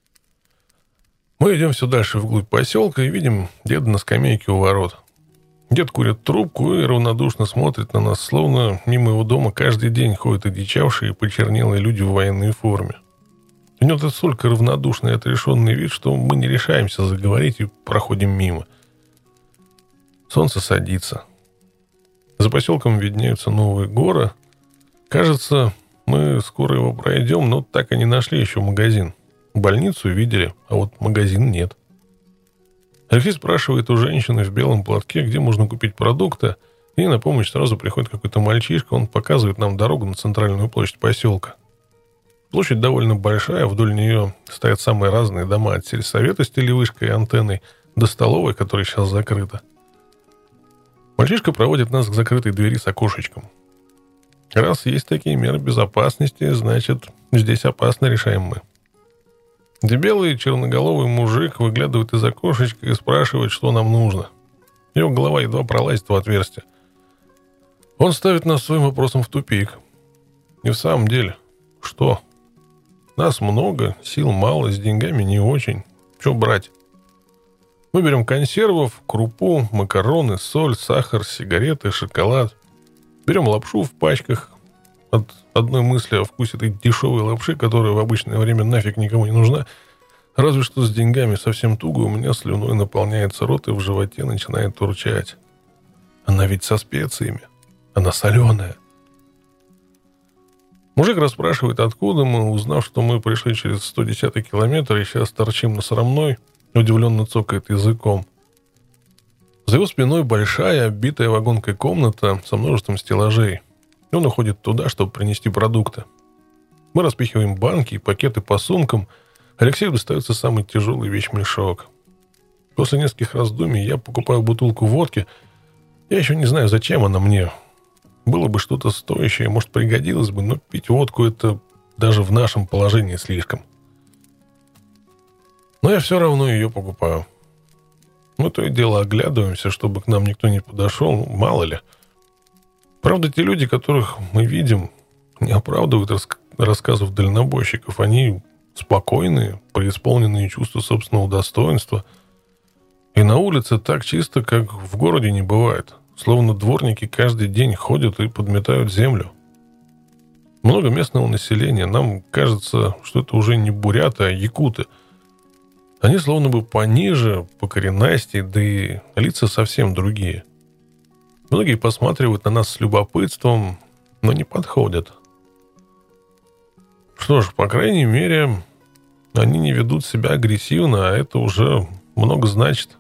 Мы идем все дальше вглубь поселка и видим деда на скамейке у ворот. Дед курит трубку и равнодушно смотрит на нас, словно мимо его дома каждый день ходят одичавшие и почернелые люди в военной форме. У него настолько равнодушный и отрешенный вид, что мы не решаемся заговорить и проходим мимо. Солнце садится. За поселком виднеются новые горы. Кажется, мы скоро его пройдем, но так и не нашли еще магазин. Больницу видели, а вот магазин нет. Алексей спрашивает у женщины в белом платке, где можно купить продукты, и на помощь сразу приходит какой-то мальчишка, он показывает нам дорогу на центральную площадь поселка. Площадь довольно большая, вдоль нее стоят самые разные дома, от сельсовета с телевышкой и антенной до столовой, которая сейчас закрыта. Мальчишка проводит нас к закрытой двери с окошечком. Раз есть такие меры безопасности, значит, здесь опасно, решаем мы. Дебелый черноголовый мужик выглядывает из окошечка и спрашивает, что нам нужно. Его голова едва пролазит в отверстие. Он ставит нас своим вопросом в тупик. И в самом деле, что? Нас много, сил мало, с деньгами не очень. Что брать? Мы берем консервов, крупу, макароны, соль, сахар, сигареты, шоколад. Берем лапшу в пачках. От одной мысли о вкусе этой дешевой лапши, которая в обычное время нафиг никому не нужна, разве что с деньгами совсем туго, у меня слюной наполняется рот и в животе начинает урчать. Она ведь со специями. Она соленая. Мужик расспрашивает, откуда мы, узнав, что мы пришли через сто десятый километр и сейчас торчим на Срамной, удивленно цокает языком. За его спиной большая, оббитая вагонкой комната со множеством стеллажей. И он уходит туда, чтобы принести продукты. Мы распихиваем банки и пакеты по сумкам. Алексею достается самый тяжелый вещмешок. После нескольких раздумий я покупаю бутылку водки. Я еще не знаю, зачем она мне. Было бы что-то стоящее, может, пригодилось бы, но пить водку — это даже в нашем положении слишком. Но я все равно ее покупаю. Мы то и дело оглядываемся, чтобы к нам никто не подошел, ну, мало ли. Правда, те люди, которых мы видим, не оправдывают рас- рассказов дальнобойщиков. Они спокойные, преисполненные чувства собственного достоинства. И на улице так чисто, как в городе, не бывает. Словно дворники каждый день ходят и подметают землю. Много местного населения. Нам кажется, что это уже не буряты, а якуты. Они словно бы пониже, покоренастее, да и лица совсем другие. Многие посматривают на нас с любопытством, но не подходят. Что ж, по крайней мере, они не ведут себя агрессивно, а это уже много значит.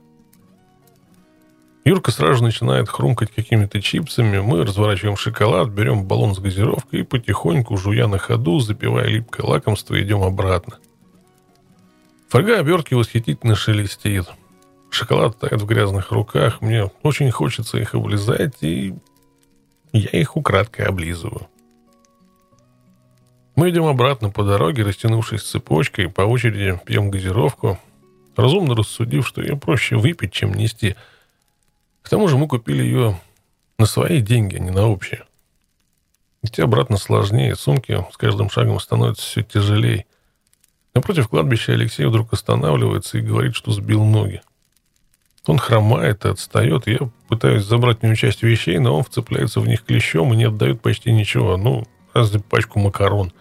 Юрка сразу начинает хрумкать какими-то чипсами. Мы разворачиваем шоколад, берем баллон с газировкой и потихоньку, жуя на ходу, запивая липкое лакомство, идем обратно. Фольга обертки восхитительно шелестит. Шоколад тает в грязных руках. Мне очень хочется их облизать, и я их украдкой облизываю. Мы идем обратно по дороге, растянувшись цепочкой, по очереди пьем газировку, разумно рассудив, что ее проще выпить, чем нести. К тому же мы купили ее на свои деньги, а не на общие. Идти обратно сложнее, сумки с каждым шагом становятся все тяжелее. Напротив кладбища Алексей вдруг останавливается и говорит, что сбил ноги. Он хромает и отстает, и я пытаюсь забрать у него часть вещей, но он вцепляется в них клещом и не отдает почти ничего, ну, разве пачку макарон.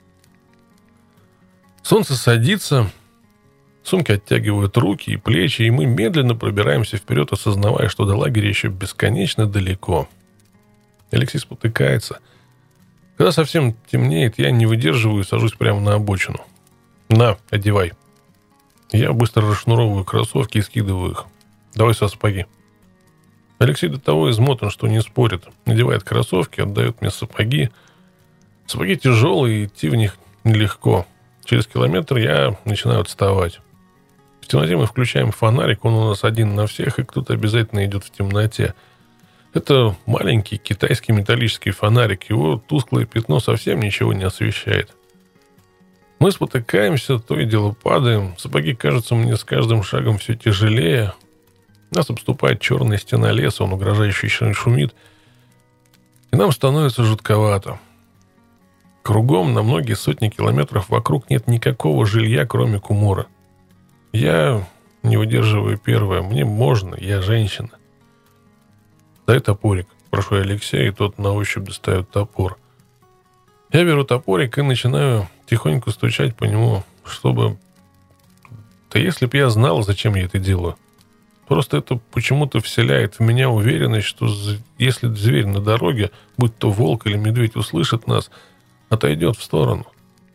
Солнце садится, сумки оттягивают руки и плечи, и мы медленно пробираемся вперед, осознавая, что до лагеря еще бесконечно далеко. Алексей спотыкается. Когда совсем темнеет, я не выдерживаю и сажусь прямо на обочину. «На, одевай». Я быстро расшнуровываю кроссовки и скидываю их. «Давай со сапоги». Алексей до того измотан, что не спорит. Надевает кроссовки, отдает мне сапоги. Сапоги тяжелые, идти в них нелегко. Через километр я начинаю отставать. В темноте мы включаем фонарик, он у нас один на всех, и кто-то обязательно идет в темноте. Это маленький китайский металлический фонарик. Его тусклое пятно совсем ничего не освещает. Мы спотыкаемся, то и дело падаем. Сапоги кажутся мне с каждым шагом все тяжелее. Нас обступает черная стена леса, он угрожающе шумит. И нам становится жутковато. Кругом на многие сотни километров вокруг нет никакого жилья, кроме Кумора. Я не выдерживаю первое. Мне можно, я женщина. «Дай топорик», прошу я Алексея, и тот на ощупь достает топор. Я беру топорик и начинаю тихонько стучать по нему, чтобы... Да если б я знал, зачем я это делаю. Просто это почему-то вселяет в меня уверенность, что если зверь на дороге, будь то волк или медведь, услышит нас, отойдет в сторону.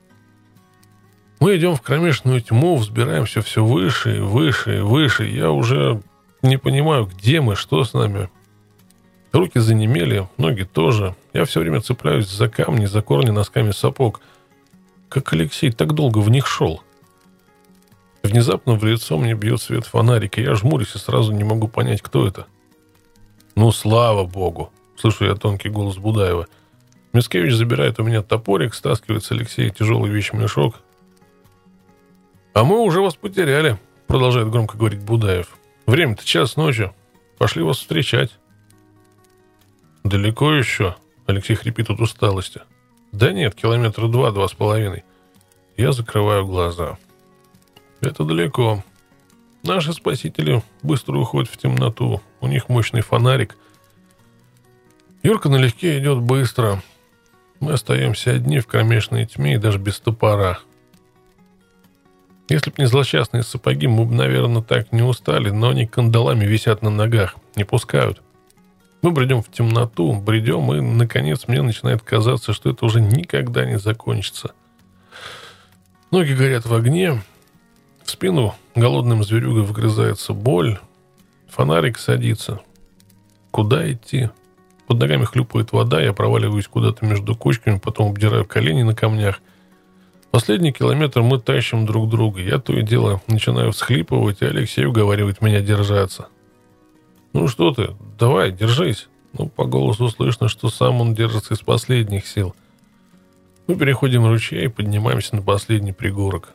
Мы идем в кромешную тьму, взбираемся все выше и выше и выше. Я уже не понимаю, где мы, что с нами. Руки занемели, ноги тоже. Я все время цепляюсь за камни, за корни носками сапог. Как Алексей так долго в них шел? Внезапно в лицо мне бьет свет фонарика. Я жмурюсь и сразу не могу понять, кто это. «Ну, слава богу!» — слышу я тонкий голос Будаева. Мицкевич забирает у меня топорик, стаскивает с Алексея тяжелый вещмешок. «А мы уже вас потеряли», — продолжает громко говорить Будаев. «Время-то час ночи. Пошли вас встречать». «Далеко еще?» — Алексей хрипит от усталости. «Да нет, километра два, два с половиной». Я закрываю глаза. «Это далеко. Наши спасители быстро уходят в темноту. У них мощный фонарик. Юрка налегке идет быстро. Мы остаемся одни в кромешной тьме и даже без топора. Если б не злосчастные сапоги, мы бы, наверное, так не устали, но они кандалами висят на ногах, не пускают. Мы бредем в темноту, бредем, и, наконец, мне начинает казаться, что это уже никогда не закончится. Ноги горят в огне, в спину голодным зверюгой вгрызается боль, фонарик садится. Куда идти? Под ногами хлюпает вода, я проваливаюсь куда-то между кочками, потом обдираю колени на камнях. Последний километр мы тащим друг друга. Я то и дело начинаю всхлипывать, и Алексей уговаривает меня держаться. «Ну что ты, давай, держись». Ну, по голосу слышно, что сам он держится из последних сил. Мы переходим ручей и поднимаемся на последний пригорок.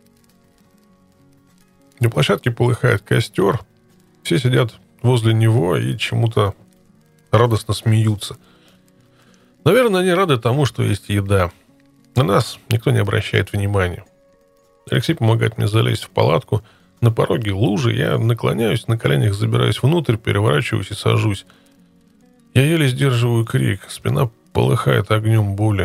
На площадке полыхает костер. Все сидят возле него и чему-то радостно смеются. Наверное, они рады тому, что есть еда. На нас никто не обращает внимания. Алексей помогает мне залезть в палатку. На пороге лужи. Я наклоняюсь, на коленях забираюсь внутрь, переворачиваюсь и сажусь. Я еле сдерживаю крик. Спина полыхает огнем боли.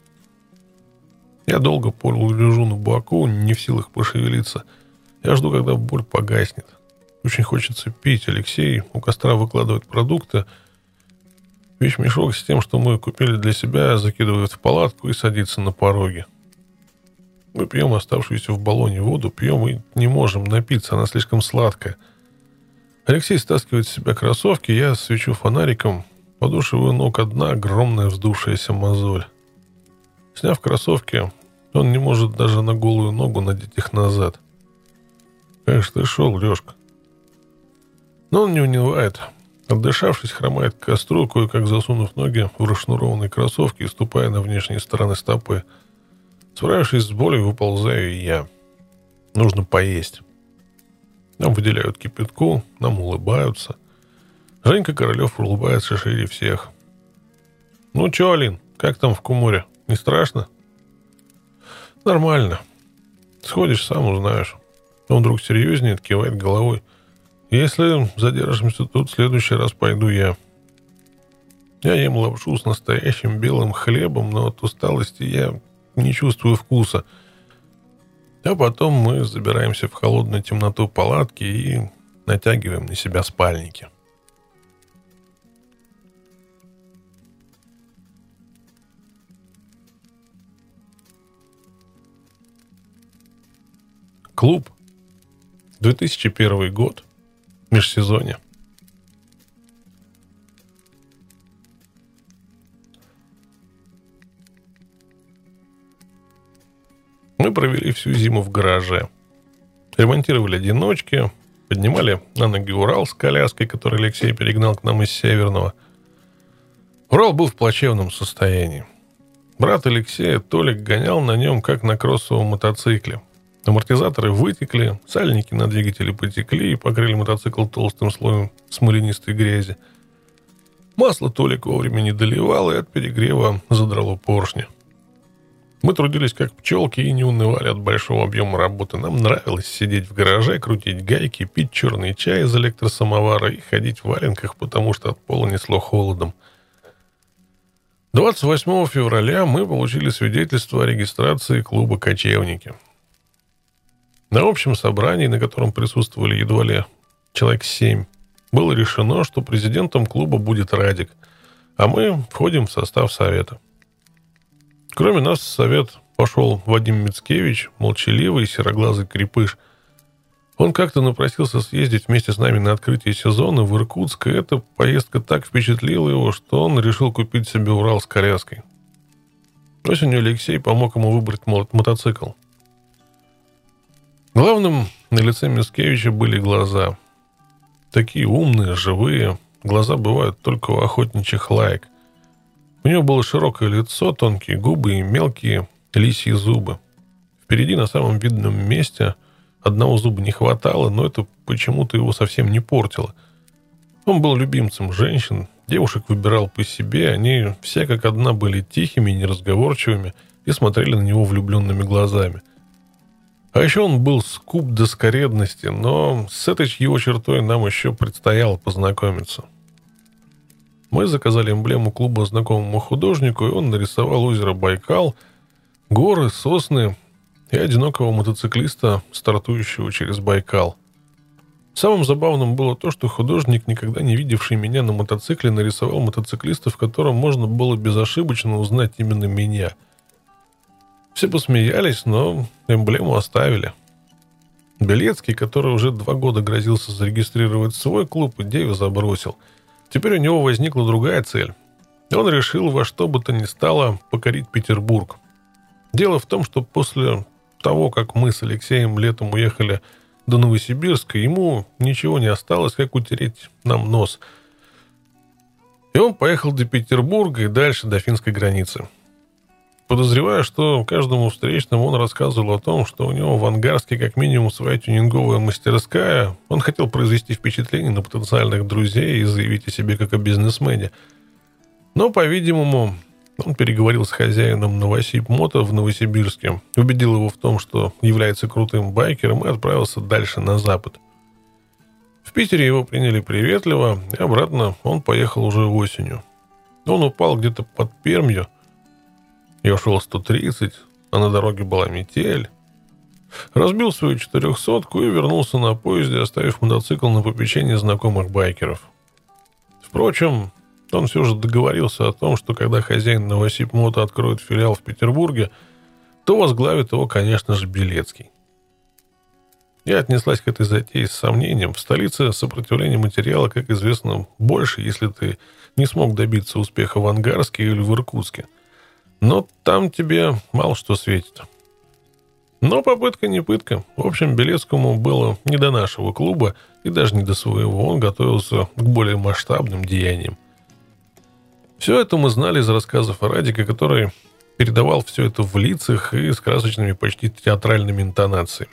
Я долго полулежу на боку, не в силах пошевелиться. Я жду, когда боль погаснет. Очень хочется пить. Алексей у костра выкладывает продукты. Вещмешок с тем, что мы купили для себя, закидывает в палатку и садится на пороге. Мы пьем оставшуюся в баллоне воду, пьем и не можем напиться, она слишком сладкая. Алексей стаскивает с себя кроссовки, я свечу фонариком, подушиваю ног одна огромная вздувшаяся мозоль. Сняв кроссовки, он не может даже на голую ногу надеть их назад. «Как же ты шел, Лешка?» Но он не унывает. Отдышавшись, хромает к костру, кое-как засунув ноги в расшнурованные кроссовки и ступая на внешние стороны стопы. Справившись с болью, выползаю и я. Нужно поесть. Нам выделяют кипятку, нам улыбаются. Женька Королев улыбается шире всех. «Ну чё, Алин, Как там в Куморе? Не страшно? Нормально. Сходишь, сам узнаешь. Он вдруг серьезнее, кивает головой. Если задержимся тут, в следующий раз пойду я. Я ем лапшу с настоящим белым хлебом, но от усталости я не чувствую вкуса. А потом мы забираемся в холодную темноту палатки и натягиваем на себя спальники. Клуб. две тысячи первый год. Межсезонье. Мы провели всю зиму в гараже. Ремонтировали одиночки, поднимали на ноги Урал с коляской, который Алексей перегнал к нам из Северного. Урал был в плачевном состоянии. Брат Алексея, Толик, гонял на нем, как на кроссовом мотоцикле. Амортизаторы вытекли, сальники на двигателе потекли и покрыли мотоцикл толстым слоем смоленистой грязи. Масло Толик вовремя не доливал и от перегрева задрало поршни. Мы трудились как пчелки и не унывали от большого объема работы. Нам нравилось сидеть в гараже, крутить гайки, пить черный чай из электросамовара и ходить в валенках, потому что от пола несло холодом. двадцать восьмого февраля мы получили свидетельство о регистрации клуба «Кочевники». На общем собрании, на котором присутствовали едва ли человек семь, было решено, что президентом клуба будет Радик, а мы входим в состав совета. Кроме нас в совет пошел Вадим Мицкевич, молчаливый, сероглазый крепыш. Он как-то напросился съездить вместе с нами на открытие сезона в Иркутск, и эта поездка так впечатлила его, что он решил купить себе Урал с коляской. Осенью Алексей помог ему выбрать мо- мотоцикл. Главным на лице Мицкевича были глаза. Такие умные, живые. Глаза бывают только у охотничьих лаек. У него было широкое лицо, тонкие губы и мелкие лисьи зубы. Впереди, на самом видном месте, одного зуба не хватало, но это почему-то его совсем не портило. Он был любимцем женщин, девушек выбирал по себе, они все как одна были тихими и неразговорчивыми и смотрели на него влюбленными глазами. А еще он был скуп до скоредности, но с этой его чертой нам еще предстояло познакомиться. Мы заказали эмблему клуба знакомому художнику, и он нарисовал озеро Байкал, горы, сосны и одинокого мотоциклиста, стартующего через Байкал. Самым забавным было то, что художник, никогда не видевший меня на мотоцикле, нарисовал мотоциклиста, в котором можно было безошибочно узнать именно меня. Все посмеялись, но эмблему оставили. Белецкий, который уже два года грозился зарегистрировать свой клуб, идею забросил. Теперь у него возникла другая цель. Он решил во что бы то ни стало покорить Петербург. Дело в том, что после того, как мы с Алексеем летом уехали до Новосибирска, ему ничего не осталось, как утереть нам нос. И он поехал до Петербурга и дальше до финской границы. Подозреваю, что каждому встречному он рассказывал о том, что у него в Ангарске как минимум своя тюнинговая мастерская. Он хотел произвести впечатление на потенциальных друзей и заявить о себе как о бизнесмене. Но, по-видимому, он переговорил с хозяином Новосиб Мото в Новосибирске, убедил его в том, что является крутым байкером, и отправился дальше на запад. В Питере его приняли приветливо, и обратно он поехал уже осенью. Он упал где-то под Пермью. Я шел сто тридцать, а на дороге была метель. Разбил свою четырехсотку и вернулся на поезде, оставив мотоцикл на попечении знакомых байкеров. Впрочем, он все же договорился о том, что когда хозяин Новосиб Мото откроет филиал в Петербурге, то возглавит его, конечно же, Белецкий. Я отнеслась к этой затее с сомнением. В столице сопротивление материала, как известно, больше, если ты не смог добиться успеха в Ангарске или в Иркутске. Но там тебе мало что светит. Но попытка не пытка. В общем, Белецкому было не до нашего клуба и даже не до своего. Он готовился к более масштабным деяниям. Все это мы знали из рассказов Радика, который передавал все это в лицах и с красочными, почти театральными интонациями.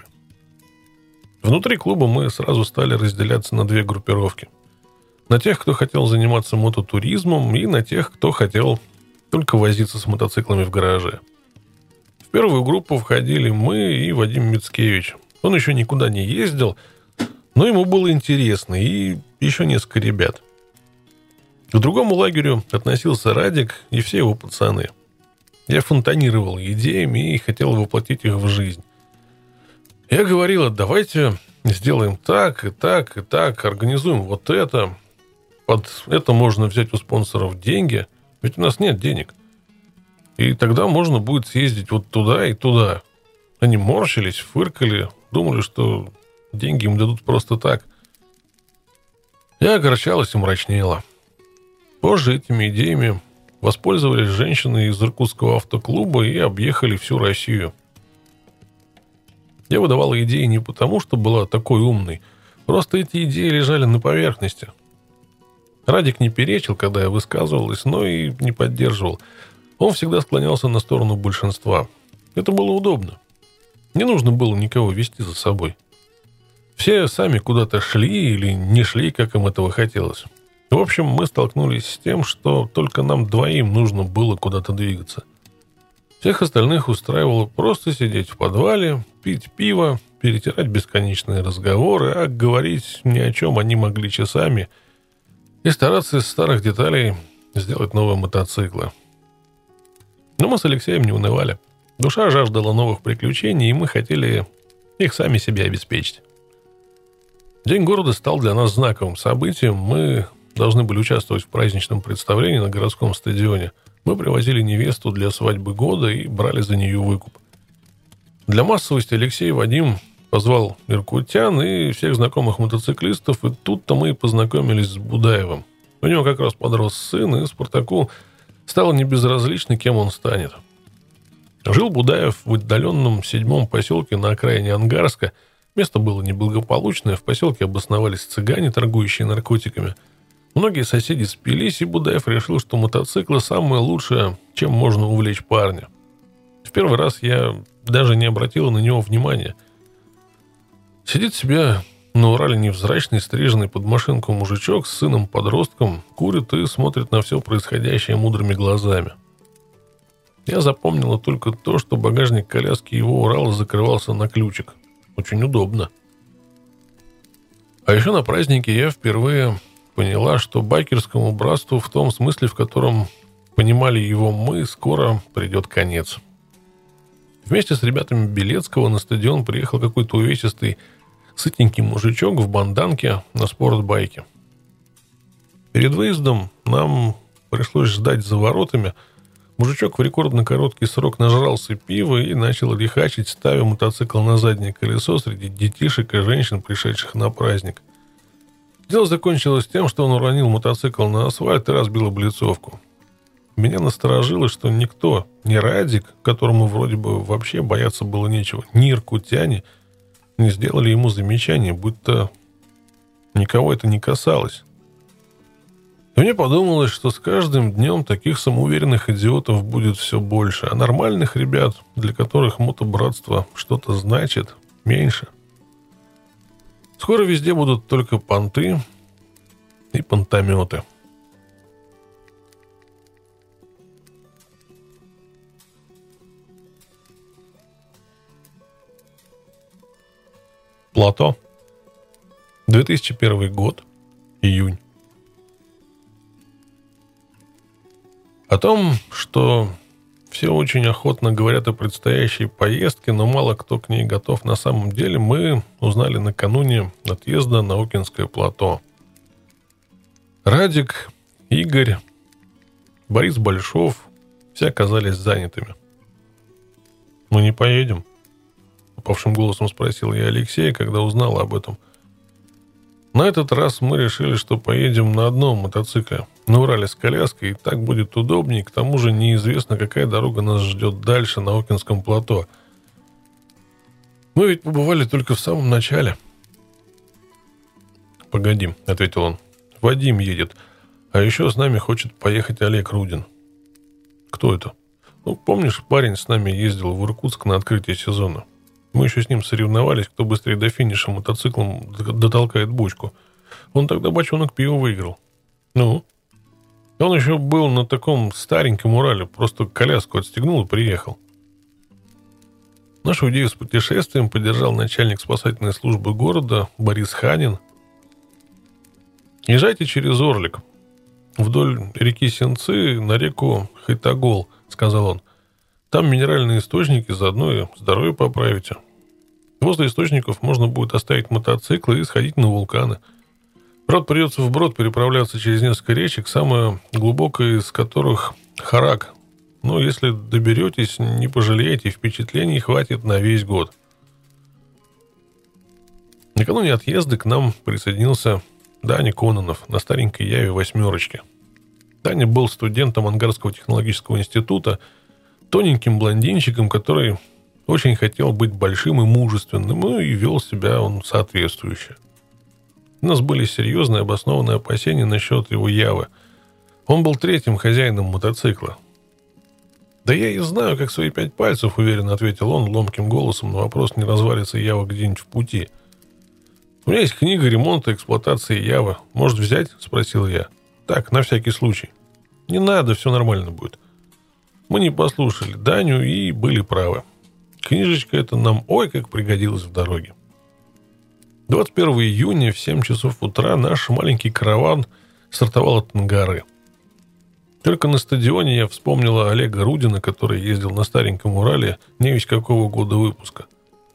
Внутри клуба мы сразу стали разделяться на две группировки. На тех, кто хотел заниматься мототуризмом, и на тех, кто хотел только возиться с мотоциклами в гараже. В первую группу входили мы и Вадим Мицкевич. Он еще никуда не ездил, но ему было интересно, и еще несколько ребят. К другому лагерю относился Радик и все его пацаны. Я фонтанировал идеями и хотел воплотить их в жизнь. Я говорил: давайте сделаем так и так и так, организуем вот это. Под это можно взять у спонсоров деньги, ведь у нас нет денег. И тогда можно будет съездить вот туда и туда. Они морщились, фыркали, думали, что деньги им дадут просто так. Я огорчалась и мрачнела. Позже этими идеями воспользовались женщины из Иркутского автоклуба и объехали всю Россию. Я выдавала идеи не потому, что была такой умной. Просто эти идеи лежали на поверхности. Радик не перечил, когда я высказывалась, но и не поддерживал. Он всегда склонялся на сторону большинства. Это было удобно. Не нужно было никого вести за собой. Все сами куда-то шли или не шли, как им этого хотелось. В общем, мы столкнулись с тем, что только нам двоим нужно было куда-то двигаться. Всех остальных устраивало просто сидеть в подвале, пить пиво, перетирать бесконечные разговоры, а говорить ни о чем они могли часами и стараться из старых деталей сделать новые мотоциклы. Но мы с Алексеем не унывали. Душа жаждала новых приключений, и мы хотели их сами себе обеспечить. День города стал для нас знаковым событием. Мы должны были участвовать в праздничном представлении на городском стадионе. Мы привозили невесту для свадьбы года и брали за нее выкуп. Для массовости Алексей и Вадим позвал иркутян и всех знакомых мотоциклистов, и тут-то мы и познакомились с Будаевым. У него как раз подрос сын, и Спартаку стало небезразлично, кем он станет. Жил Будаев в отдаленном седьмом поселке на окраине Ангарска. Место было неблагополучное, в поселке обосновались цыгане, торгующие наркотиками. Многие соседи спились, и Будаев решил, что мотоциклы самое лучшее, чем можно увлечь парня. В первый раз я даже не обратила на него внимания. Сидит себе на Урале невзрачный, стриженный под машинку мужичок с сыном-подростком, курит и смотрит на все происходящее мудрыми глазами. Я запомнила только то, что багажник коляски его Урала закрывался на ключик. Очень удобно. А еще на празднике я впервые поняла, что байкерскому братству в том смысле, в котором понимали его мы, скоро придет конец. Вместе с ребятами Белецкого на стадион приехал какой-то увесистый, сытенький мужичок в банданке на спортбайке. Перед выездом нам пришлось ждать за воротами. Мужичок в рекордно короткий срок нажрался пива и начал лихачить, ставя мотоцикл на заднее колесо среди детишек и женщин, пришедших на праздник. Дело закончилось тем, что он уронил мотоцикл на асфальт и разбил облицовку. Меня насторожило, что никто, ни Радик, которому вроде бы вообще бояться было нечего, ни иркутяне не сделали ему замечания, будто никого это не касалось. И мне подумалось, что с каждым днем таких самоуверенных идиотов будет все больше, а нормальных ребят, для которых мотобратство что-то значит, меньше. Скоро везде будут только понты и понтометы. Плато. две тысячи первый год. Июнь. О том, что все очень охотно говорят о предстоящей поездке, но мало кто к ней готов на самом деле, мы узнали накануне отъезда на Окинское плато. Радик, Игорь, Борис Большов все оказались занятыми. «Мы не поедем?» — упавшим голосом спросил я Алексея, когда узнал об этом. На этот раз мы решили, что поедем на одном мотоцикле, на Урале с коляской, и так будет удобнее. К тому же неизвестно, какая дорога нас ждет дальше на Окинском плато. Мы ведь побывали только в самом начале. «Погоди», — ответил он. «Вадим едет. А еще с нами хочет поехать Олег Рудин». «Кто это?» «Ну, помнишь, парень с нами ездил в Иркутск на открытие сезона? Мы еще с ним соревновались, кто быстрее до финиша мотоциклом дотолкает бочку. Он тогда бочонок пива выиграл». «Ну?» Он еще был на таком стареньком Урале, просто коляску отстегнул и приехал. Нашу идею с путешествием поддержал начальник спасательной службы города Борис Ханин. Езжайте через Орлик, вдоль реки Сенцы на реку Хайтагол, сказал он. Там минеральные источники, заодно и здоровье поправите. Возле источников можно будет оставить мотоциклы и сходить на вулканы. Правда, придется вброд переправляться через несколько речек, самая глубокая из которых Харак. Но если доберетесь, не пожалеете, впечатлений хватит на весь год. Накануне отъезда к нам присоединился Даня Кононов на старенькой Яве восьмерочке. Даня был студентом Ангарского технологического института, тоненьким блондинчиком, который очень хотел быть большим и мужественным, ну и вел себя он соответствующе. У нас были серьезные обоснованные опасения насчет его Явы. Он был третьим хозяином мотоцикла. «Да я и знаю, как свои пять пальцев», — уверенно ответил он ломким голосом на вопрос, не развалится Ява где-нибудь в пути. «У меня есть книга ремонта и эксплуатации Явы. Может, взять?» — спросил я. «Так, на всякий случай». «Не надо, все нормально будет». Мы не послушали Даню и были правы. Книжечка эта нам ой как пригодилась в дороге. двадцать первого июня в семь часов утра наш маленький караван стартовал от Ангары. Только на стадионе я вспомнила Олега Рудина, который ездил на стареньком Урале не весть какого года выпуска.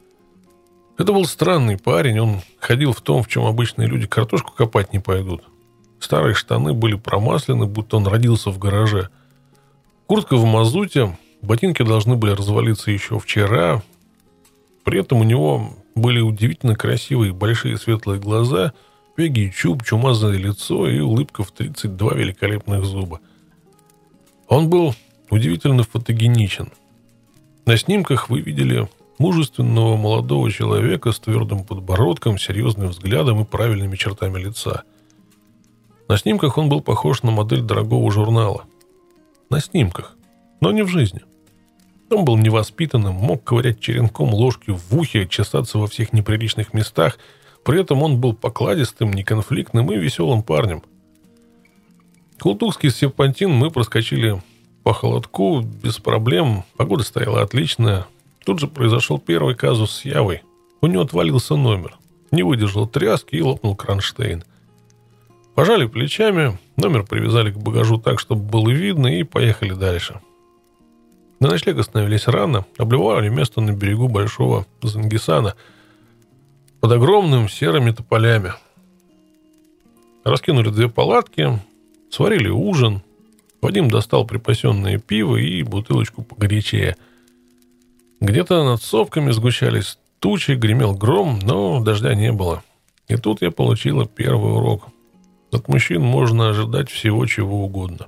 Это был странный парень, он ходил в том, в чем обычные люди картошку копать не пойдут. Старые штаны были промаслены, будто он родился в гараже. Куртка в мазуте, ботинки должны были развалиться еще вчера. При этом у него были удивительно красивые большие светлые глаза, пегий чуб, чумазое лицо и улыбка в тридцать два великолепных зуба. Он был удивительно фотогеничен. На снимках вы видели мужественного молодого человека с твердым подбородком, серьезным взглядом и правильными чертами лица. На снимках он был похож на модель дорогого журнала. На снимках, но не в жизни. Он был невоспитанным, мог ковырять черенком ложки в ухе, чесаться во всех неприличных местах. При этом он был покладистым, неконфликтным и веселым парнем. Култукский серпантин мы проскочили по холодку без проблем. Погода стояла отличная. Тут же произошел первый казус с Явой. У него отвалился номер. Не выдержал тряски и лопнул кронштейн. Пожали плечами, номер привязали к багажу так, чтобы было видно, и поехали дальше. На ночлег остановились рано, обливали место на берегу Большого Зангисана под огромными серыми тополями. Раскинули две палатки, сварили ужин. Вадим достал припасенное пиво и бутылочку погорячее. Где-то над сопками сгущались тучи, гремел гром, но дождя не было. И тут я получила первый урок. От мужчин можно ожидать всего, чего угодно.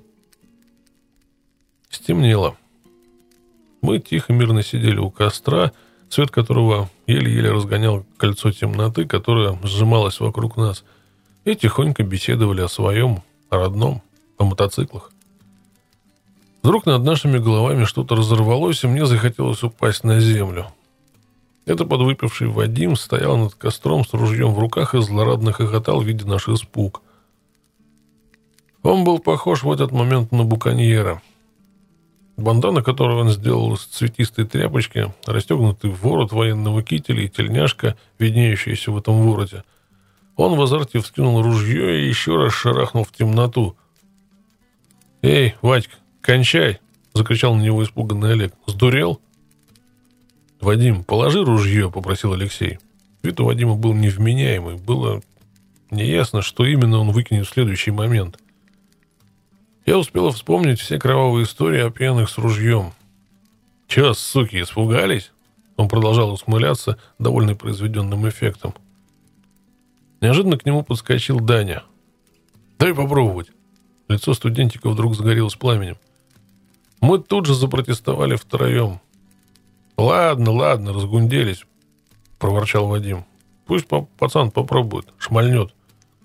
Стемнело. Мы тихо, мирно сидели у костра, свет которого еле-еле разгонял кольцо темноты, которое сжималось вокруг нас, и тихонько беседовали о своем, о родном, о мотоциклах. Вдруг над нашими головами что-то разорвалось, и мне захотелось упасть на землю. Это подвыпивший Вадим стоял над костром с ружьем в руках и злорадно хохотал, видя наш испуг. Он был похож в этот момент на буконьера. Бандана, которую он сделал из цветистой тряпочки, расстегнутый ворот военного кителя и тельняшка, виднеющаяся в этом вороте. Он в азарте вскинул ружье и еще раз шарахнул в темноту. «Эй, Вадька, кончай!» — закричал на него испуганный Олег. «Сдурел?» «Вадим, положи ружье», — попросил Алексей. Вид у Вадима был невменяемый. Было неясно, что именно он выкинет в следующий момент. Я успела вспомнить все кровавые истории о пьяных с ружьем. «Чё, суки, испугались?» Он продолжал усмыляться, довольный произведенным эффектом. Неожиданно к нему подскочил Даня. «Дай попробовать». Лицо студентика вдруг загорелось пламенем. Мы тут же запротестовали втроем. «Ладно, ладно, разгунделись», — проворчал Вадим. «Пусть пацан попробует, шмальнет».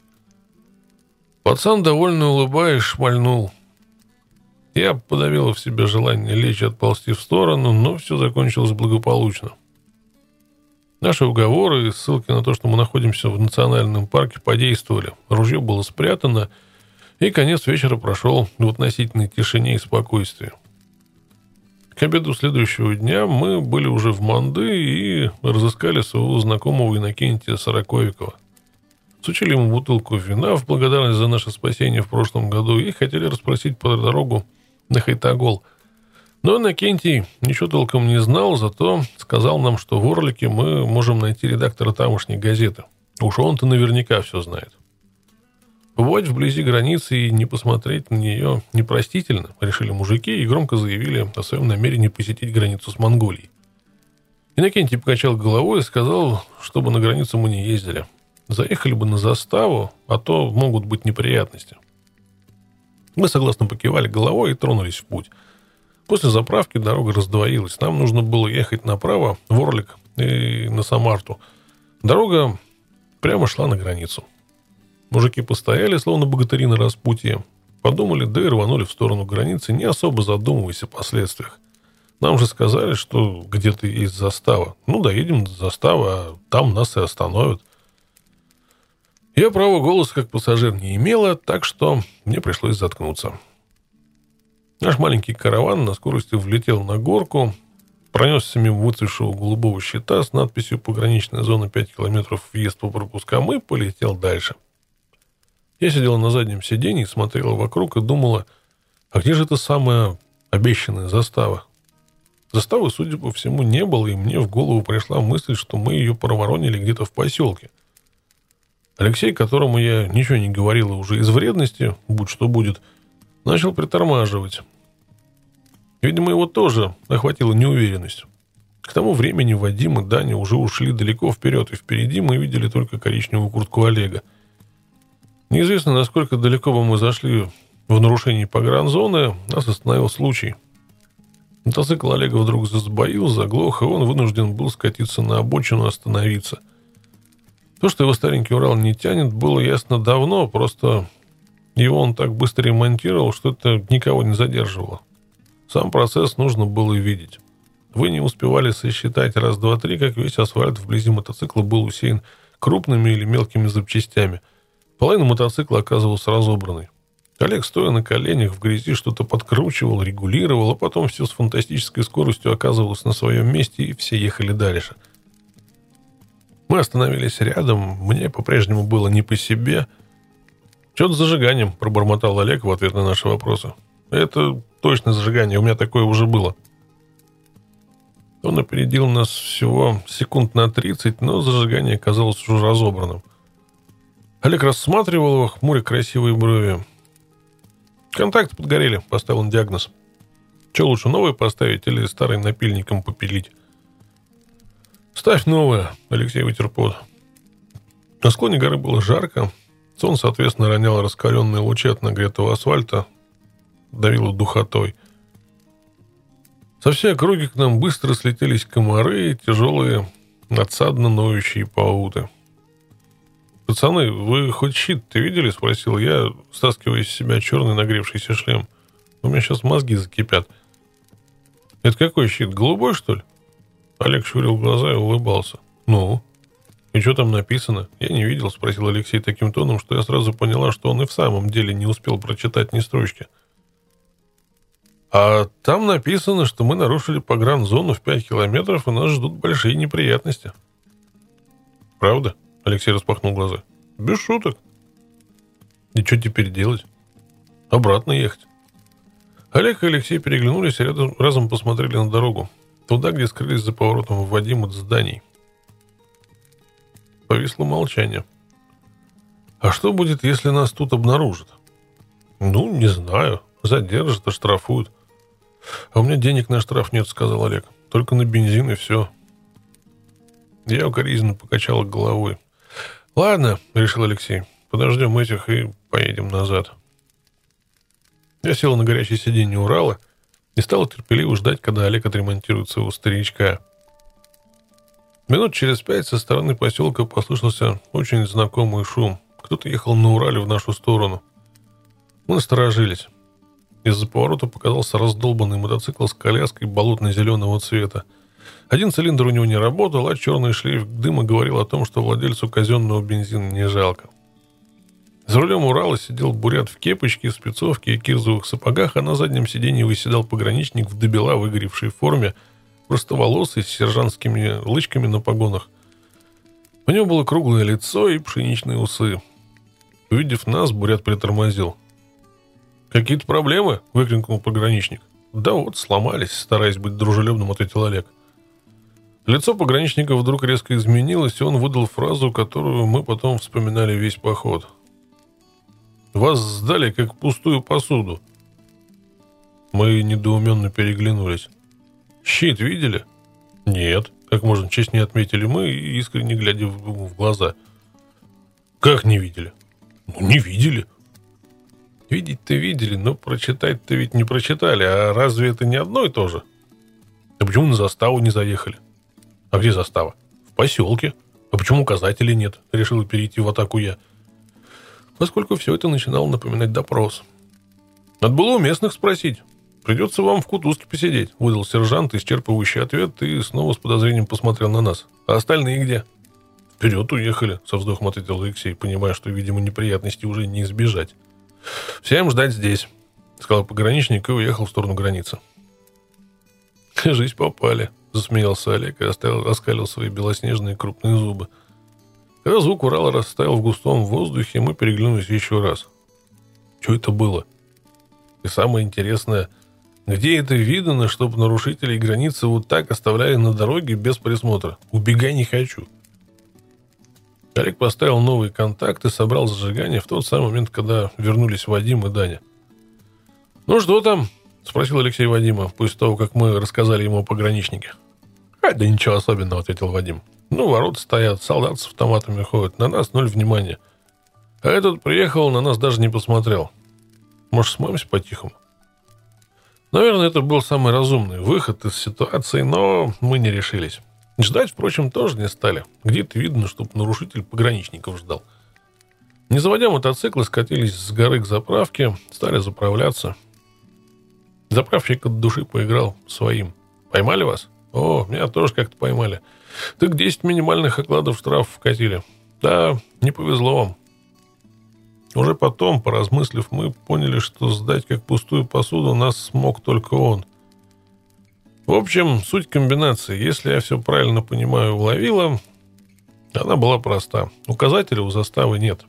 Пацан, довольно улыбаясь, шмальнул. Я подавила в себе желание лечь и отползти в сторону, но все закончилось благополучно. Наши уговоры и ссылки на то, что мы находимся в национальном парке, подействовали. Ружье было спрятано, И конец вечера прошел в относительной тишине и спокойствии. К обеду следующего дня мы были уже в Манды и разыскали своего знакомого Иннокентия Сороковикова. Сучили ему бутылку вина в благодарность за наше спасение в прошлом году и хотели расспросить по дорогу на Хайтагол. Но Иннокентий ничего толком не знал, зато сказал нам, что в Орлике мы можем найти редактора тамошней газеты. Уж он-то наверняка все знает. Побывать вблизи границы и не посмотреть на нее непростительно, решили мужики и громко заявили о своем намерении посетить границу с Монголией. Иннокентий покачал головой и сказал, чтобы на границу мы не ездили. Заехали бы на заставу, а то могут быть неприятности. Мы согласно покивали головой и тронулись в путь. После заправки дорога раздвоилась. Нам нужно было ехать направо, в Орлик и на Самарту. Дорога прямо шла на границу. Мужики постояли, словно богатыри на распутье. Подумали, да и рванули в сторону границы, не особо задумываясь о последствиях. Нам же сказали, что где-то есть застава. Ну, доедем до заставы, а там нас и остановят. Я права голоса как пассажир не имела, так что мне пришлось заткнуться. Наш маленький караван на скорости влетел на горку, пронесся мимо выцветшего голубого щита с надписью «Пограничная зона пять километров, въезд по пропускам» и полетел дальше. Я сидела на заднем сиденье, смотрела вокруг и думала, а где же эта самая обещанная застава? Заставы, судя по всему, не было, и мне в голову пришла мысль, что мы ее проворонили где-то в поселке. Алексей, которому я ничего не говорила уже из вредности, будь что будет, начал притормаживать. Видимо, его тоже охватила неуверенность. К тому времени Вадим и Даня уже ушли далеко вперед, и впереди мы видели только коричневую куртку Олега. Неизвестно, насколько далеко бы мы зашли в нарушении погранзоны, нас остановил случай. Мотоцикл Олега вдруг засбоил, заглох, и он вынужден был скатиться на обочину и остановиться. То, что его старенький Урал не тянет, было ясно давно, просто его он так быстро ремонтировал, что это никого не задерживало. Сам процесс нужно было видеть. Вы не успевали сосчитать раз, два, три, как весь асфальт вблизи мотоцикла был усеян крупными или мелкими запчастями. Половина мотоцикла оказывалась разобранной. Олег, стоя на коленях в грязи, что-то подкручивал, регулировал, а потом все с фантастической скоростью оказывалось на своем месте, и все ехали дальше. Мы остановились рядом, мне по-прежнему было не по себе. «Что-то с зажиганием», — пробормотал Олег в ответ на наши вопросы. «Это точно зажигание, у меня такое уже было». Он опередил нас всего секунд на тридцать, но зажигание оказалось уже разобранным. Олег рассматривал его, хмуря красивые брови. «Контакты подгорели», — поставил он диагноз. «Что лучше, новые поставить или старый напильником попилить?» «Ставь новое», — Алексей вытер пот. На склоне горы было жарко. Солнце, соответственно, роняло раскаленные лучи от нагретого асфальта, давило духотой. Со всей округи к нам быстро слетелись комары и тяжелые, надсадно ноющие пауты. «Пацаны, вы хоть щит-то видели?» — спросил я, стаскивая из себя черный нагревшийся шлем. «У меня сейчас мозги закипят». «Это какой щит? Голубой, что ли?» Олег щурил глаза и улыбался. «Ну? И что там написано?» «Я не видел», — спросил Алексей таким тоном, что я сразу поняла, что он и в самом деле не успел прочитать ни строчки. «А там написано, что мы нарушили погранзону в пять километров, и нас ждут большие неприятности». «Правда?» — Алексей распахнул глаза. «Без шуток». «И что теперь делать?» «Обратно ехать». Олег и Алексей переглянулись и рядом, разом посмотрели на дорогу. Туда, где скрылись за поворотом Вадим от зданий. Повисло молчание. «А что будет, если нас тут обнаружат?» «Ну, не знаю. Задержат, оштрафуют». «А у меня денег на штраф нет», — сказал Олег. «Только на бензин и все». Я укоризненно покачала головой. «Ладно», — решил Алексей. «Подождем этих и поедем назад». Я села на горячее сиденье Урала и стала терпеливо ждать, когда Олег отремонтирует своего старичка. Минут через пять со стороны поселка послышался очень знакомый шум. Кто-то ехал на Урале в нашу сторону. Мы насторожились. Из-за поворота показался раздолбанный мотоцикл с коляской болотно-зеленого цвета. Один цилиндр у него не работал, а черный шлейф дыма говорил о том, что владельцу казенного бензина не жалко. За рулем Урала сидел бурят в кепочке, спецовке и кирзовых сапогах, а на заднем сиденье выседал пограничник в добела выгоревшей форме, простоволосый, с сержантскими лычками на погонах. У него было круглое лицо и пшеничные усы. Увидев нас, бурят притормозил. «Какие-то проблемы?» — выкрикнул пограничник. «Да вот, сломались», — стараясь быть дружелюбным, ответил Олег. Лицо пограничника вдруг резко изменилось, и он выдал фразу, которую мы потом вспоминали весь поход. «Вас сдали, как пустую посуду». Мы недоуменно переглянулись. «Щит видели?» «Нет», — как можно честнее отметили мы, искренне глядя ему в глаза. «Как не видели?» «Ну, не видели». «Видеть-то видели, но прочитать-то ведь не прочитали. А разве это не одно и то же?» «А почему на заставу не заехали?» «А где застава?» «В поселке». «А почему указателей нет?» — решил перейти в атаку я. Поскольку все это начинало напоминать допрос. «Надо было у местных спросить. Придется вам в кутузке посидеть», — выдал сержант исчерпывающий ответ и снова с подозрением посмотрел на нас. «А остальные где?» «Вперед уехали», — со вздохом ответил Алексей, понимая, что, видимо, неприятностей уже не избежать. «Всем ждать здесь», — сказал пограничник и уехал в сторону границы. «Жизнь попали», — засмеялся Олег и оставил, оскалил свои белоснежные крупные зубы. Когда звук Урала растаял в густом воздухе, мы переглянулись еще раз. Что это было? И самое интересное, где это видно, чтобы нарушителей границы вот так оставляли на дороге без присмотра? Убегай не хочу. Олег поставил новый контакт и собрал зажигание в тот самый момент, когда вернулись Вадим и Даня. «Ну что там?» — спросил Алексей Вадима, после того, как мы рассказали ему о пограничнике. «А, да ничего особенного», — ответил Вадим. «Ну, ворота стоят, солдаты с автоматами ходят, на нас ноль внимания. А этот приехал, на нас даже не посмотрел. Может, смоемся по-тихому?» Наверное, это был самый разумный выход из ситуации, но мы не решились. Ждать, впрочем, тоже не стали. Где-то видно, чтобы нарушитель пограничников ждал. Не заводя мотоциклы, скатились с горы к заправке, стали заправляться. Заправщик от души поиграл своим. «Поймали вас?» «О, меня тоже как-то поймали. Так десять минимальных окладов штрафов вкатили. Да, не повезло вам». Уже потом, поразмыслив, мы поняли, что сдать как пустую посуду нас смог только он. В общем, суть комбинации, если я все правильно понимаю, уловила, она была проста. Указателя у заставы нет.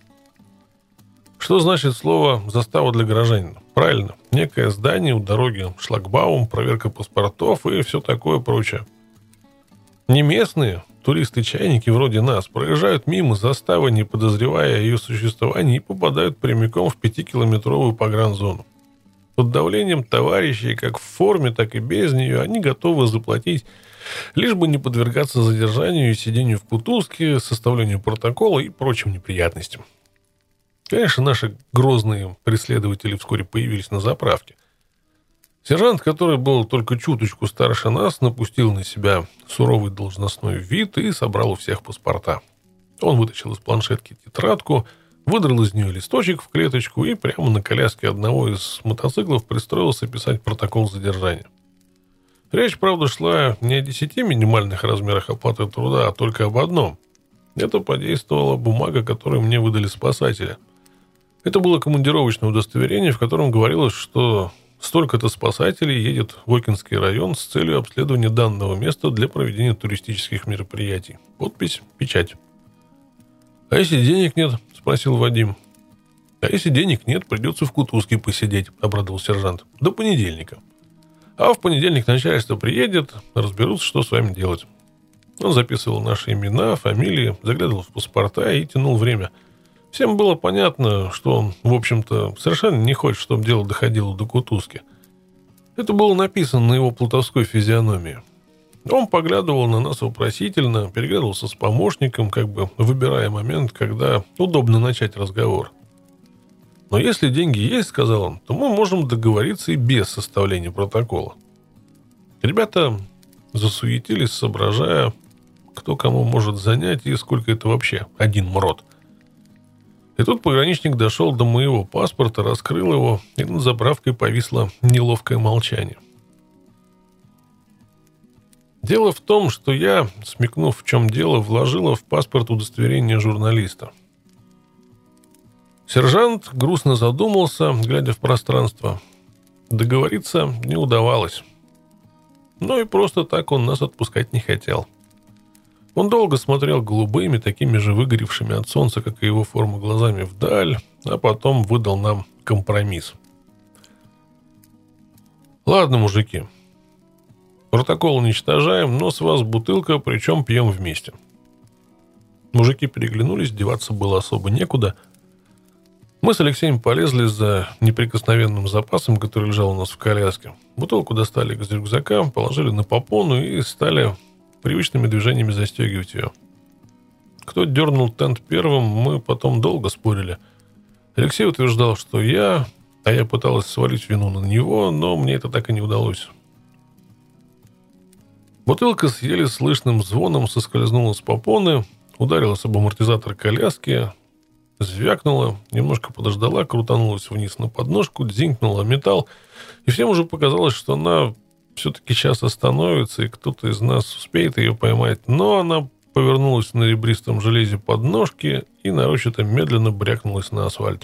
Что значит слово «застава» для горожанина? Правильно, некое здание у дороги, шлагбаум, проверка паспортов и все такое прочее. Не местные, туристы-чайники вроде нас, проезжают мимо заставы, не подозревая о ее существовании, и попадают прямиком в пятикилометровую погранзону. Под давлением товарищей, как в форме, так и без нее, они готовы заплатить, лишь бы не подвергаться задержанию и сидению в кутузке, составлению протокола и прочим неприятностям. Конечно, наши грозные преследователи вскоре появились на заправке. Сержант, который был только чуточку старше нас, напустил на себя суровый должностной вид и собрал у всех паспорта. Он вытащил из планшетки тетрадку, выдрал из нее листочек в клеточку и прямо на коляске одного из мотоциклов пристроился писать протокол задержания. Речь, правда, шла не о десяти минимальных размерах оплаты труда, а только об одном. Это подействовала бумага, которую мне выдали спасатели. Это было командировочное удостоверение, в котором говорилось, что столько-то спасателей едет в Окинский район с целью обследования данного места для проведения туристических мероприятий. Подпись, печать. «А если денег нет?» — спросил Вадим. «А если денег нет, придется в кутузке посидеть», — обрадовал сержант. «До понедельника. А в понедельник начальство приедет, разберутся, что с вами делать». Он записывал наши имена, фамилии, заглядывал в паспорта и тянул время. Всем было понятно, что он, в общем-то, совершенно не хочет, чтобы дело доходило до кутузки. Это было написано на его плутовской физиономии. Он поглядывал на нас вопросительно, переглядывался с помощником, как бы выбирая момент, когда удобно начать разговор. «Но если деньги есть, — сказал он, — то мы можем договориться и без составления протокола». Ребята засуетились, соображая, кто кому может занять и сколько это вообще один мрот. И тут пограничник дошел до моего паспорта, раскрыл его, и над заправкой повисло неловкое молчание. Дело в том, что я, смекнув, в чем дело, вложила в паспорт удостоверение журналиста. Сержант грустно задумался, глядя в пространство. Договориться не удавалось. Но и просто так он нас отпускать не хотел. Он долго смотрел голубыми, такими же выгоревшими от солнца, как и его форма, глазами вдаль, а потом выдал нам компромисс. «Ладно, мужики, протокол уничтожаем, но с вас бутылка, причем пьем вместе». Мужики переглянулись, деваться было особо некуда. Мы с Алексеем полезли за неприкосновенным запасом, который лежал у нас в коляске. Бутылку достали из рюкзака, положили на попону и стали привычными движениями застегивать ее. Кто дернул тент первым, мы потом долго спорили. Алексей утверждал, что я, а я пыталась свалить вину на него, но мне это так и не удалось. Бутылка с еле слышным звоном соскользнула с попоны, ударилась об амортизатор коляски, звякнула, немножко подождала, крутанулась вниз на подножку, дзинкнула металл, и всем уже показалось, что она все-таки сейчас остановится, и кто-то из нас успеет ее поймать, но она повернулась на ребристом железе подножки и нарочито медленно брякнулась на асфальт.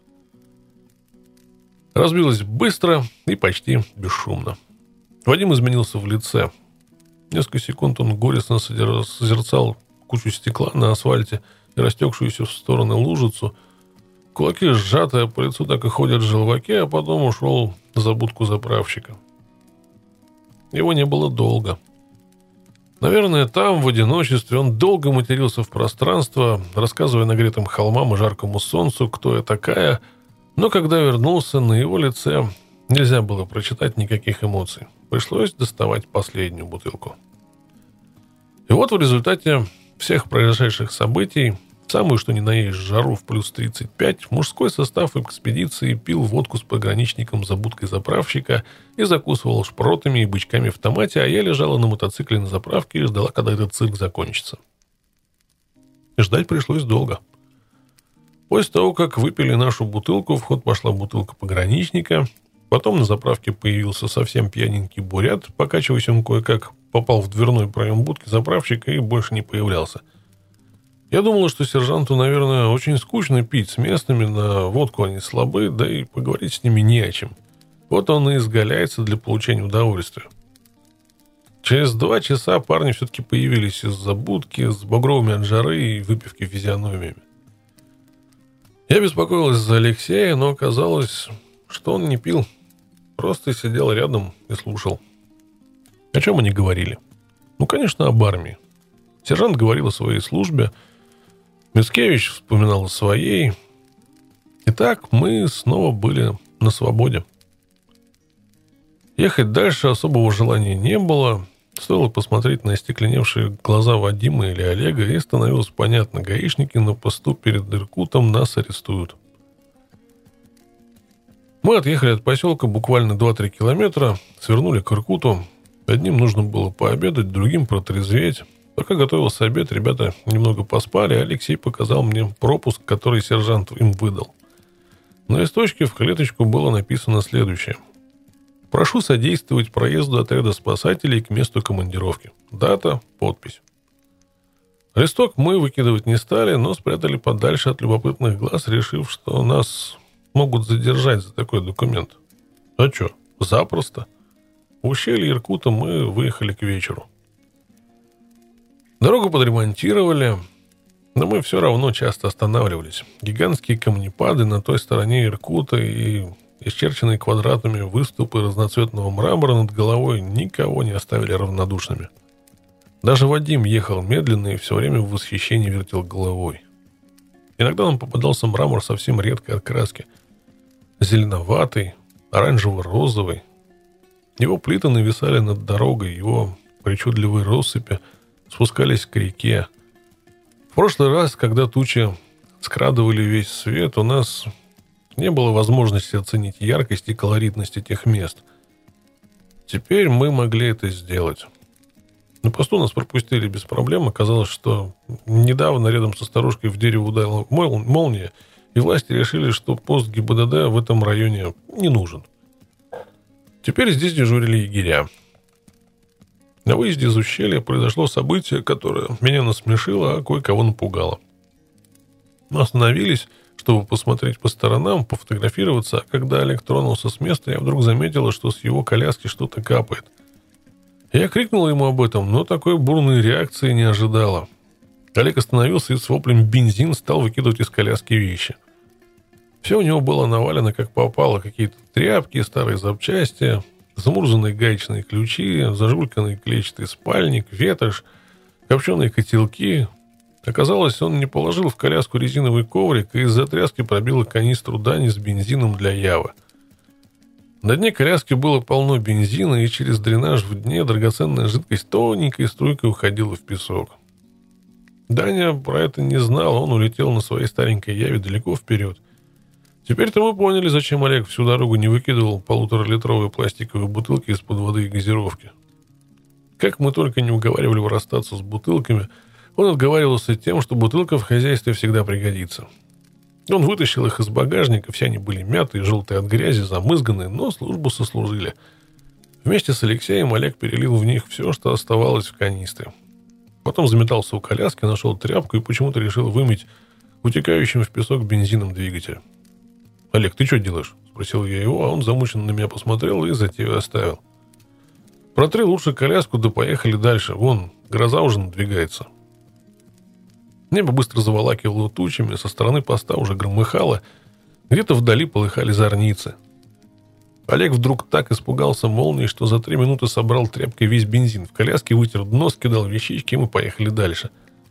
Разбилась быстро и почти бесшумно. Вадим изменился в лице. Несколько секунд он горестно созерцал кучу стекла на асфальте и растекшуюся в стороны лужицу. Кулаки сжатые, по лицу так и ходят желваки, а потом ушел за будку заправщика. Его не было долго. Наверное, там, в одиночестве, он долго матерился в пространство, рассказывая нагретым холмам и жаркому солнцу, кто я такая, но когда вернулся, на его лице нельзя было прочитать никаких эмоций. Пришлось доставать последнюю бутылку. И вот в результате всех произошедших событий, самую что ни на есть жару в плюс тридцать пять, мужской состав экспедиции пил водку с пограничником за будкой заправщика и закусывал шпротами и бычками в томате, а я лежала на мотоцикле на заправке и ждала, когда этот цирк закончится. И ждать пришлось долго. После того, как выпили нашу бутылку, в ход пошла бутылка пограничника. Потом на заправке появился совсем пьяненький бурят. Покачиваясь, он кое-как попал в дверной проем будки заправщика и больше не появлялся. Я думала, что сержанту, наверное, очень скучно пить с местными, на водку они слабы, да и поговорить с ними не о чем. Вот он и изгаляется для получения удовольствия. Через два часа парни все-таки появились из-за будки с багровыми от жары и выпивки физиономиями. Я беспокоилась за Алексея, но оказалось, что он не пил. Просто сидел рядом и слушал. О чем они говорили? Ну, конечно, об армии. Сержант говорил о своей службе. Мицкевич вспоминал о своей. Итак, мы снова были на свободе. Ехать дальше особого желания не было. Стоило посмотреть на остекленевшие глаза Вадима или Олега, и становилось понятно, гаишники на посту перед Иркутом нас арестуют. Мы отъехали от поселка буквально два-три километра, свернули к Иркуту. Одним нужно было пообедать, другим протрезветь. Пока готовился обед, ребята немного поспали, а Алексей показал мне пропуск, который сержант им выдал. На листочке в клеточку было написано следующее. «Прошу содействовать проезду отряда спасателей к месту командировки. Дата, подпись». Листок мы выкидывать не стали, но спрятали подальше от любопытных глаз, решив, что нас могут задержать за такой документ. А что, запросто. В ущелье Иркута мы выехали к вечеру. Дорогу подремонтировали, но мы все равно часто останавливались. Гигантские камнепады на той стороне Иркута и исчерченные квадратами выступы разноцветного мрамора над головой никого не оставили равнодушными. Даже Вадим ехал медленно и все время в восхищении вертел головой. Иногда нам попадался мрамор совсем редкой окраски. Зеленоватый, оранжево-розовый. Его плиты нависали над дорогой, его причудливые россыпи спускались к реке. В прошлый раз, когда тучи скрадывали весь свет, у нас не было возможности оценить яркость и колоритность этих мест. Теперь мы могли это сделать. На посту нас пропустили без проблем. Оказалось, что недавно рядом со старушкой в дерево ударила молния, и власти решили, что пост ГИБДД в этом районе не нужен. Теперь здесь дежурили егеря. На выезде из ущелья произошло событие, которое меня насмешило, а кое-кого напугало. Мы остановились, чтобы посмотреть по сторонам, пофотографироваться, а когда Олег тронулся с места, я вдруг заметила, что с его коляски что-то капает. Я крикнула ему об этом, но такой бурной реакции не ожидала. Олег остановился и с воплем «бензин» стал выкидывать из коляски вещи. Все у него было навалено как попало, какие-то тряпки, старые запчасти, замурзанные гаечные ключи, зажульканный клетчатый спальник, ветошь, копченые котелки. Оказалось, он не положил в коляску резиновый коврик и из-за тряски пробил канистру Дани с бензином для Явы. На дне коляски было полно бензина, и через дренаж в дне драгоценная жидкость тоненькой струйкой уходила в песок. Даня про это не знал, он улетел на своей старенькой Яве далеко вперед. Теперь-то мы поняли, зачем Олег всю дорогу не выкидывал полуторалитровые пластиковые бутылки из-под воды и газировки. Как мы только не уговаривали его расстаться с бутылками, он отговаривался тем, что бутылка в хозяйстве всегда пригодится. Он вытащил их из багажника, все они были мятые, желтые от грязи, замызганные, но службу сослужили. Вместе с Алексеем Олег перелил в них все, что оставалось в канистре. Потом заметался у коляски, нашел тряпку и почему-то решил вымыть утекающим в песок бензином двигатель. «Олег, ты что делаешь?» – спросил я его, а он замученно на меня посмотрел и затею оставил. «Протри лучше коляску, да поехали дальше. Вон, гроза уже надвигается». Небо быстро заволакивало тучами, со стороны поста уже громыхало, где-то вдали полыхали зорницы. Олег вдруг так испугался молнии, что за три минуты собрал тряпкой весь бензин в коляске, вытер дно, скидал вещички, и мы поехали дальше.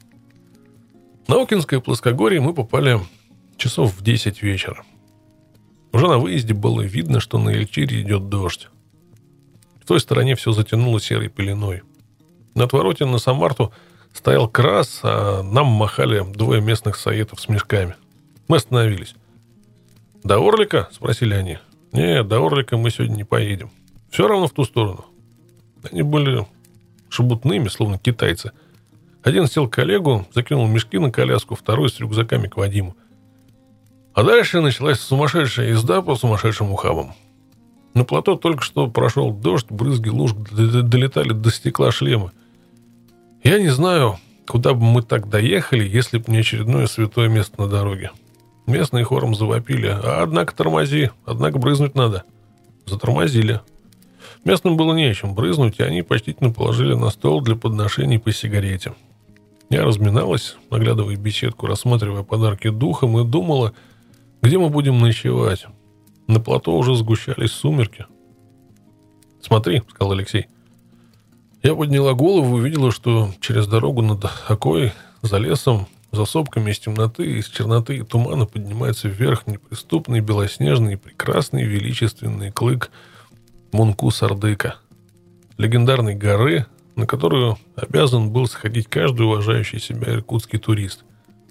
На Окинское плоскогорье мы попали часов в десять вечера. Уже на выезде было видно, что на Эльчире идет дождь. В той стороне все затянуло серой пеленой. На отвороте на Самарту стоял крас, а нам махали двое местных саетов с мешками. Мы остановились. «До Орлика?» – спросили они. «Нет, до Орлика мы сегодня не поедем. Все равно в ту сторону». Они были шебутными, словно китайцы. Один сел к Олегу, закинул мешки на коляску, второй с рюкзаками к Вадиму. А дальше началась сумасшедшая езда по сумасшедшим ухабам. На плато только что прошел дождь, брызги луж долетали до стекла шлема. Я не знаю, куда бы мы так доехали, если бы не очередное святое место на дороге. Местные хором завопили. А однако тормози, однако брызнуть надо. Затормозили. Местным было не о чем брызнуть, и они почтительно положили на стол для подношений по сигарете. Я разминалась, оглядывая беседку, рассматривая подарки духом, и думала, где мы будем ночевать. На плато уже сгущались сумерки. «Смотри», — сказал Алексей. Я подняла голову и увидела, что через дорогу над Окой, за лесом, за сопками из темноты, из черноты и тумана поднимается вверх неприступный, белоснежный, прекрасный, величественный клык Мунку-Сардыка, легендарной горы, на которую обязан был сходить каждый уважающий себя иркутский турист.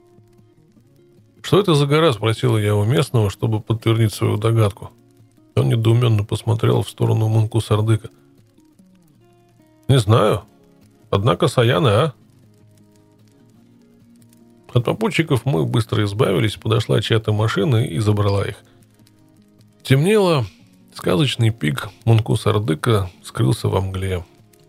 «Что это за гора?» — спросила я у местного, чтобы подтвердить свою догадку. Он недоуменно посмотрел в сторону Мунку-Сардыка. «Не знаю. Однако Саяны, а?» От попутчиков мы быстро избавились, подошла чья-то машина и забрала их. Темнело, сказочный пик Мунку-Сардыка скрылся во мгле.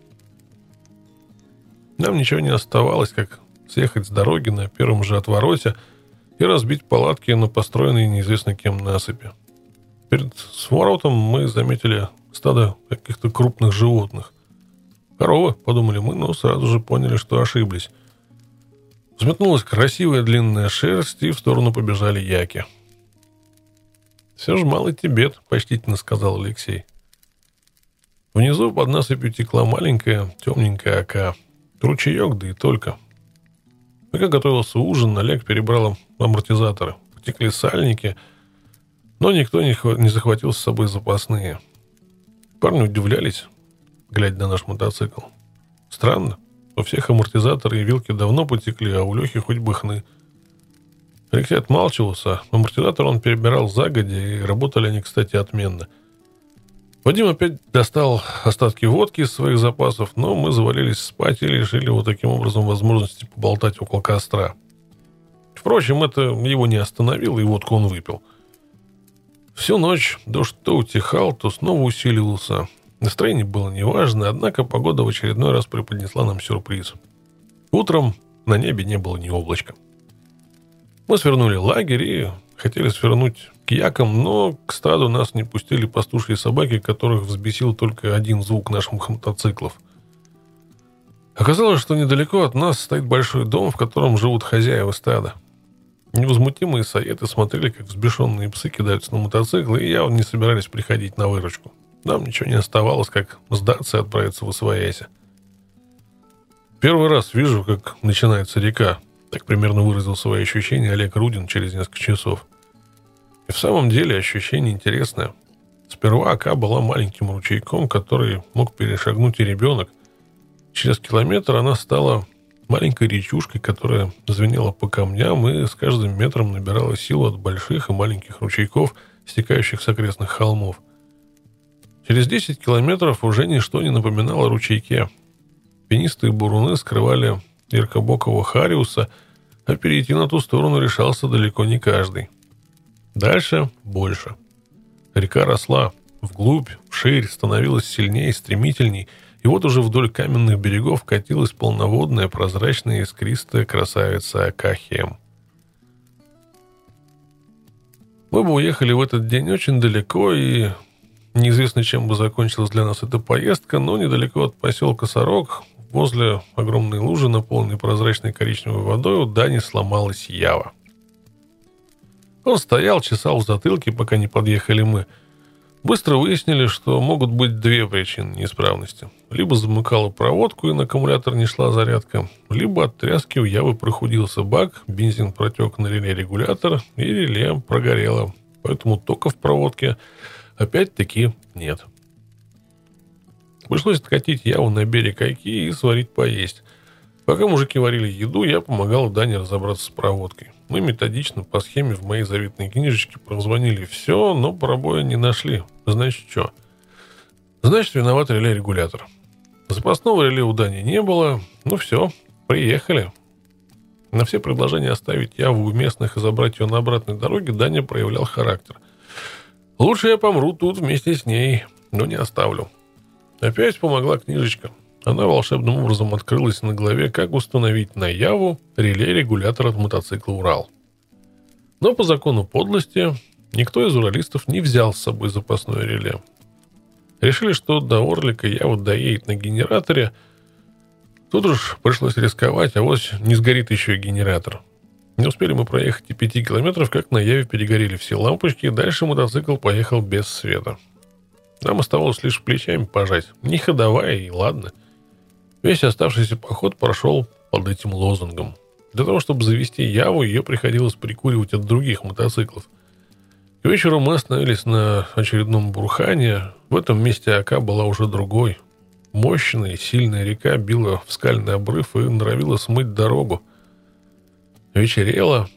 Нам ничего не оставалось, как съехать с дороги на первом же отвороте и разбить палатки на построенной неизвестно кем насыпи. Перед своротом мы заметили стадо каких-то крупных животных. «Коровы», — подумали мы, но сразу же поняли, что ошиблись. Взметнулась красивая длинная шерсть, и в сторону побежали яки. «Все же малый Тибет», — почтительно сказал Алексей. Внизу под насыпью текла маленькая темненькая ока. Ручеек, да и только. Пока готовился ужин, Олег перебрал амортизаторы. Потекли сальники, но никто не, хва- не захватил с собой запасные. Парни удивлялись, глядя на наш мотоцикл. Странно. У всех амортизаторы и вилки давно потекли, а у Лехи хоть бы хны. Алексей отмалчивался. Амортизатор он перебирал загодя, и работали они, кстати, отменно. Вадим опять достал остатки водки из своих запасов, но мы завалились спать и лишили его таким образом возможности поболтать около костра. Впрочем, это его не остановило, и водку он выпил. Всю ночь дождь то утихал, то снова усиливался. Настроение было неважно, однако погода в очередной раз преподнесла нам сюрприз. Утром на небе не было ни облачка. Мы свернули лагерь и хотели свернуть к якам, но к стаду нас не пустили пастушьи собаки, которых взбесил только один звук наших мотоциклов. Оказалось, что недалеко от нас стоит большой дом, в котором живут хозяева стада. Невозмутимые саеты смотрели, как взбешенные псы кидаются на мотоциклы, и явно не собирались приходить на выручку. Нам ничего не оставалось, как сдаться и отправиться в освояси. Первый раз вижу, как начинается река. Так примерно выразил свои ощущения Олег Рудин через несколько часов. И в самом деле ощущение интересное. Сперва Ока была маленьким ручейком, который мог перешагнуть и ребенок. Через километр она стала маленькой речушкой, которая звенела по камням и с каждым метром набирала силу от больших и маленьких ручейков, стекающих с окрестных холмов. Через десять километров уже ничто не напоминало о ручейке. Пенистые буруны скрывали яркобокого хариуса, а перейти на ту сторону решался далеко не каждый. Дальше больше. Река росла вглубь, вширь, становилась сильнее и стремительней, и вот уже вдоль каменных берегов катилась полноводная, прозрачная, искристая красавица Ока-Хем. Мы бы уехали в этот день очень далеко, и неизвестно, чем бы закончилась для нас эта поездка, но недалеко от поселка Сорок, возле огромной лужи, наполненной прозрачной коричневой водой, у Дани сломалась Ява. Он стоял, чесал в затылке, пока не подъехали мы. Быстро выяснили, что могут быть две причины неисправности. Либо замыкала проводку, и на аккумулятор не шла зарядка, либо от тряски у Явы прохудился бак, бензин протек на реле-регулятор, и реле прогорело. Поэтому тока в проводке опять-таки нет. Пришлось откатить Яву на берег Оки и сварить поесть. Пока мужики варили еду, я помогал Дане разобраться с проводкой. Мы методично по схеме в моей заветной книжечке прозвонили все, но пробоя не нашли. Значит, что? Значит, виноват реле-регулятор. Запасного реле у Дани не было. Ну все, приехали. На все предложения оставить Яву у местных и забрать ее на обратной дороге Даня проявлял характер. Лучше я помру тут вместе с ней, но не оставлю. Опять помогла книжечка. Она волшебным образом открылась на главе, как установить на Яву реле-регулятор от мотоцикла «Урал». Но по закону подлости никто из уралистов не взял с собой запасное реле. Решили, что до Орлика Ява доедет на генераторе. Тут уж пришлось рисковать, а вот не сгорит еще и генератор. Не успели мы проехать и пяти километров, как на Яве перегорели все лампочки, и дальше мотоцикл поехал без света. Нам оставалось лишь плечами пожать. Не ходовая, и ладно. Весь оставшийся поход прошел под этим лозунгом. Для того, чтобы завести Яву, ее приходилось прикуривать от других мотоциклов. К вечеру мы остановились на очередном бурхане. В этом месте Ока была уже другой. Мощная, сильная река била в скальный обрыв и норовила смыть дорогу. Вечерело.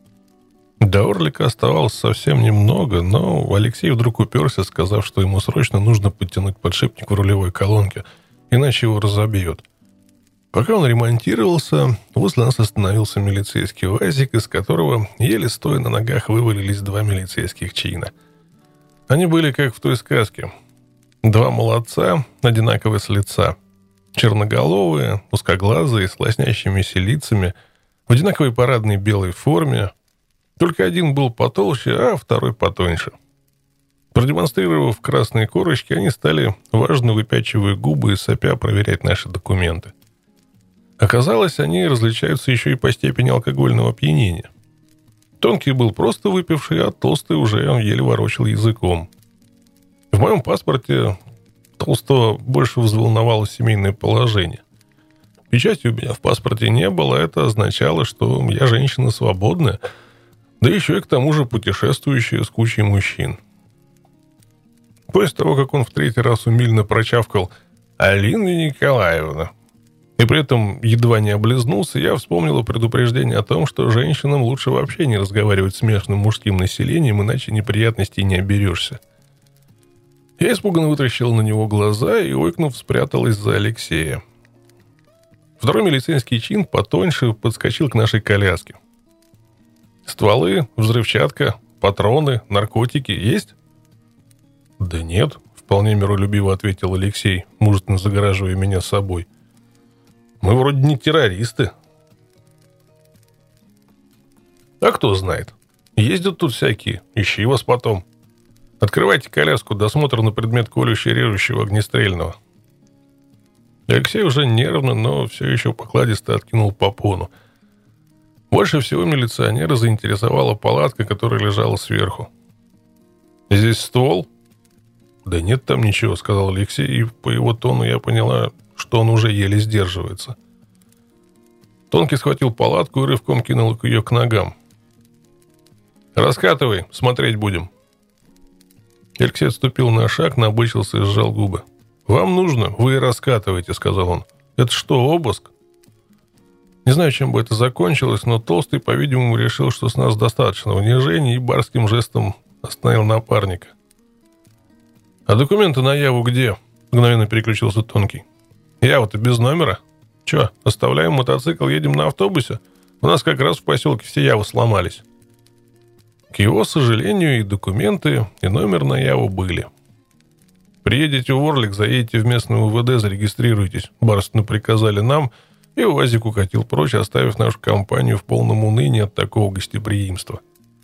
До Орлика оставалось совсем немного, но Алексей вдруг уперся, сказав, что ему срочно нужно подтянуть подшипник в рулевой колонке, иначе его разобьет. Пока он ремонтировался, возле нас остановился милицейский УАЗик, из которого, еле стоя на ногах, вывалились два милицейских чина. Они были как в той сказке. Два молодца, одинаковые с лица. Черноголовые, узкоглазые, с лоснящимися лицами, в одинаковой парадной белой форме. Только один был потолще, а второй потоньше. Продемонстрировав красные корочки, они стали, важно выпячивая губы и сопя, проверять наши документы. Оказалось, они различаются еще и по степени алкогольного опьянения. Тонкий был просто выпивший, а толстый уже еле ворочал языком. В моем паспорте Толстого больше взволновало семейное положение. Печати у меня в паспорте не было, это означало, что я женщина свободная, да еще и к тому же путешествующая с кучей мужчин. После того, как он в третий раз умильно прочавкал «Алина Николаевна», и при этом едва не облизнулся, я вспомнил о предупреждении о том, что женщинам лучше вообще не разговаривать с местным мужским населением, иначе неприятностей не оберешься. Я испуганно вытащил на него глаза и, ойкнув, спряталась за Алексея. Второй милицейский чин потоньше подскочил к нашей коляске. «Стволы, взрывчатка, патроны, наркотики есть?» «Да нет», — вполне миролюбиво ответил Алексей, мужественно загораживая меня собой. «Мы вроде не террористы». А кто знает. Ездят тут всякие. Ищи вас потом. Открывайте коляску, досмотр на предмет колющего-режущего огнестрельного. Алексей уже нервно, но все еще покладисто откинул попону. Больше всего милиционера заинтересовала палатка, которая лежала сверху. «Здесь ствол?» «Да нет там ничего», — сказал Алексей, и по его тону я поняла, что он уже еле сдерживается. Тонкий схватил палатку и рывком кинул ее к ногам. «Раскатывай, смотреть будем». Алексей отступил на шаг, набычился и сжал губы. «Вам нужно, вы и раскатываете», — сказал он. «Это что, обыск?» Не знаю, чем бы это закончилось, но Толстый, по-видимому, решил, что с нас достаточно унижений, и барским жестом остановил напарника. «А документы на Яву где?» — мгновенно переключился Тонкий. «Ява-то без номера? Че, оставляем мотоцикл, едем на автобусе? У нас как раз в поселке все Явы сломались». К его сожалению, и документы, и номер на Яву были. «Приедете в Орлик, заедете в местный УВД, зарегистрируйтесь», — барственно приказали нам, и УАЗик укатил прочь, оставив нашу компанию в полном унынии от такого гостеприимства.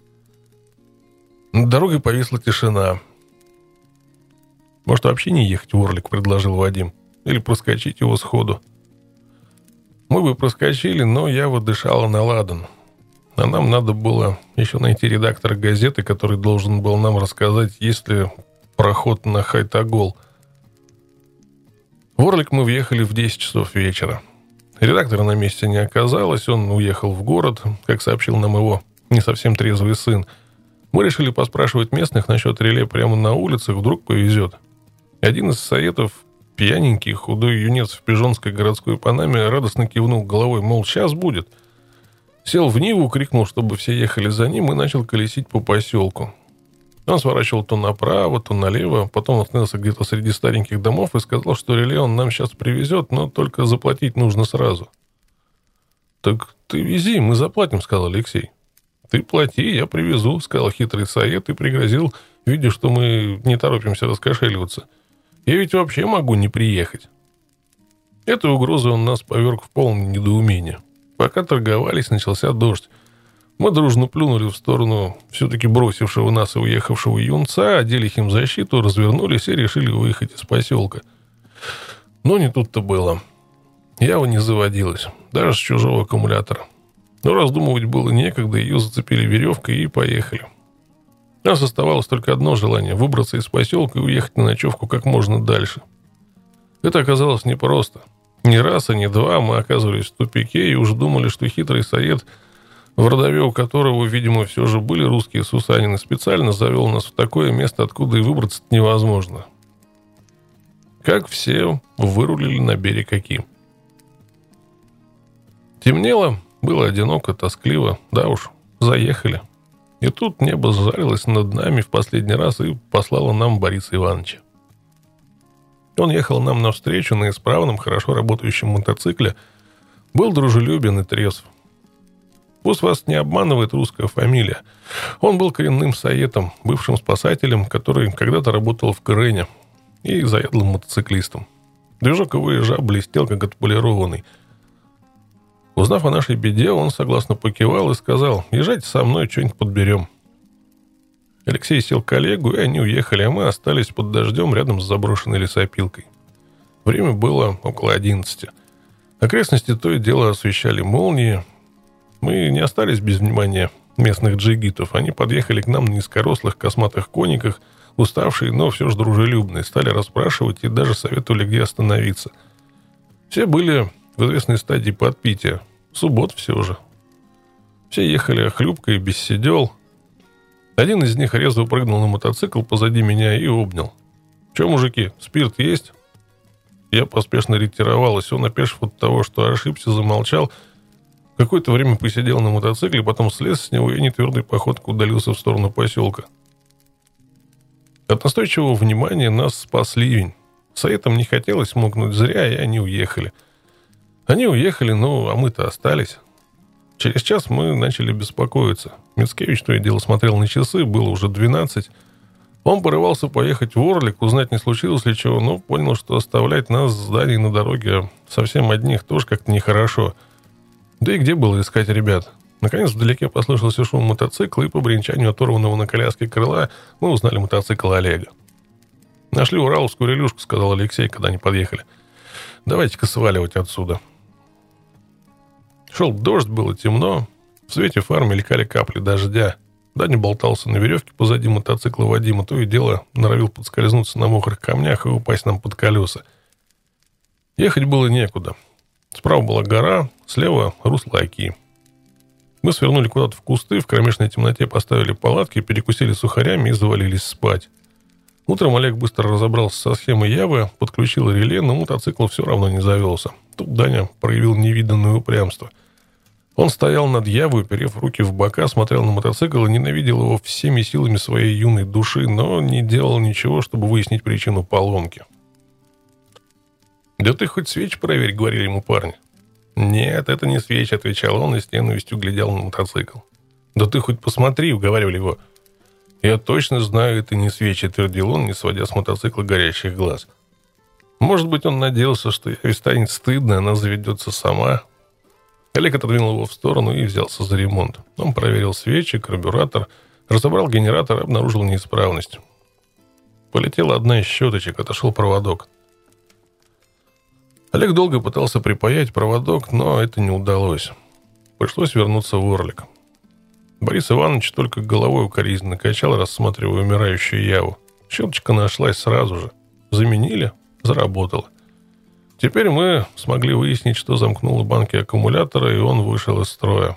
Над дорогой повисла тишина. «Может, вообще не ехать в Орлик», — предложил Вадим, — «или проскочить его сходу». Мы бы проскочили, но Ява дышала на ладан. А нам надо было еще найти редактора газеты, который должен был нам рассказать, есть ли проход на Хайтагол. В Орлик мы въехали в десять часов вечера. Редактора на месте не оказалось, он уехал в город, как сообщил нам его не совсем трезвый сын. Мы решили поспрашивать местных насчет реле прямо на улицах, вдруг повезет. Один из советов, пьяненький, худой юнец в пижонской городской панаме, радостно кивнул головой, мол, сейчас будет. Сел в Ниву, крикнул, чтобы все ехали за ним, и начал колесить по поселку. Он сворачивал то направо, то налево, потом остановился где-то среди стареньких домов и сказал, что реле он нам сейчас привезет, но только заплатить нужно сразу. «Так ты вези, мы заплатим», — сказал Алексей. «Ты плати, я привезу», — сказал хитрый Саед и пригрозил, видя, что мы не торопимся раскошеливаться. «Я ведь вообще могу не приехать». Этой угрозой он нас поверг в полное недоумение. Пока торговались, начался дождь. Мы дружно плюнули в сторону все-таки бросившего нас и уехавшего юнца, одели химзащиту, развернулись и решили выехать из поселка. Но не тут-то было. Ява не заводилась, даже с чужого аккумулятора. Но раздумывать было некогда, ее зацепили веревкой и поехали. У нас оставалось только одно желание — выбраться из поселка и уехать на ночевку как можно дальше. Это оказалось непросто. Ни раз, а ни два мы оказывались в тупике и уже думали, что хитрый Саед, в родове у которого, видимо, все же были русские сусанины, специально завел нас в такое место, откуда и выбраться невозможно. Как все вырулили на берег Оки. Темнело, было одиноко, тоскливо, да уж, заехали. И тут небо сжалилось над нами в последний раз и послало нам Бориса Ивановича. Он ехал нам навстречу на исправном, хорошо работающем мотоцикле, был дружелюбен и трезв. Пусть вас не обманывает русская фамилия. Он был коренным саетом, бывшим спасателем, который когда-то работал в Крыне, и заядлым мотоциклистом. Движок его ежа блестел, как отполированный. Узнав о нашей беде, он согласно покивал и сказал: «Езжайте со мной, что-нибудь подберем». Алексей сел к Олегу, и они уехали, а мы остались под дождем рядом с заброшенной лесопилкой. Время было около одиннадцати. Окрестности то и дело освещали молнии. Мы не остались без внимания местных джигитов. Они подъехали к нам на низкорослых косматых кониках, уставшие, но все же дружелюбные, стали расспрашивать и даже советовали, где остановиться. Все были в известной стадии подпития. Суббот все же. Все ехали охлюбкой, без седел. Один из них резво прыгнул на мотоцикл позади меня и обнял. «Че, мужики, спирт есть?» Я поспешно ретировалась. Он, опешив от того, что ошибся, замолчал. Какое-то время посидел на мотоцикле, потом слез с него и нетвердой походкой удалился в сторону поселка. От настойчивого внимания нас спас ливень. Саетам не хотелось мокнуть зря, и они уехали. Они уехали, ну, а мы-то остались. Через час мы начали беспокоиться. Мицкевич то и дело смотрел на часы, было уже двенадцать. Он порывался поехать в Орлик, узнать, не случилось ли чего, но понял, что оставлять нас в здании на дороге совсем одних тоже как-то нехорошо. Да и где было искать ребят? Наконец, вдалеке послышался шум мотоцикла, и по бренчанию оторванного на коляске крыла мы узнали мотоцикл Олега. «Нашли ураловскую релюшку», — сказал Алексей, когда они подъехали. «Давайте-ка сваливать отсюда». Шел дождь, было темно. В свете фар мелькали капли дождя. Даня болтался на веревке позади мотоцикла Вадима, то и дело норовил подскользнуться на мокрых камнях и упасть нам под колеса. Ехать было некуда. Справа была гора, слева русло Оки. Мы свернули куда-то в кусты, в кромешной темноте поставили палатки, перекусили сухарями и завалились спать. Утром Олег быстро разобрался со схемой Явы, подключил реле, но мотоцикл все равно не завелся. Тут Даня проявил невиданное упрямство. Он стоял над Явой, уперев руки в бока, смотрел на мотоцикл и ненавидел его всеми силами своей юной души, но не делал ничего, чтобы выяснить причину поломки. «Да ты хоть свечи проверь», — говорили ему парни. «Нет, это не свечи», — отвечал он и с ненавистью глядел на мотоцикл. «Да ты хоть посмотри», — уговаривали его. «Я точно знаю, это не свечи», — твердил он, не сводя с мотоцикла горящих глаз. Может быть, он надеялся, что ей станет стыдно, она заведется сама. Олег отодвинул его в сторону и взялся за ремонт. Он проверил свечи, карбюратор, разобрал генератор и обнаружил неисправность. Полетела одна из щеточек, отошел проводок. Олег долго пытался припаять проводок, но это не удалось. Пришлось вернуться в Орлик. Борис Иванович только головой укоризненно качал, рассматривая умирающую Яву. Щеточка нашлась сразу же. Заменили, заработала. Теперь мы смогли выяснить, что замкнуло банки аккумулятора, и он вышел из строя.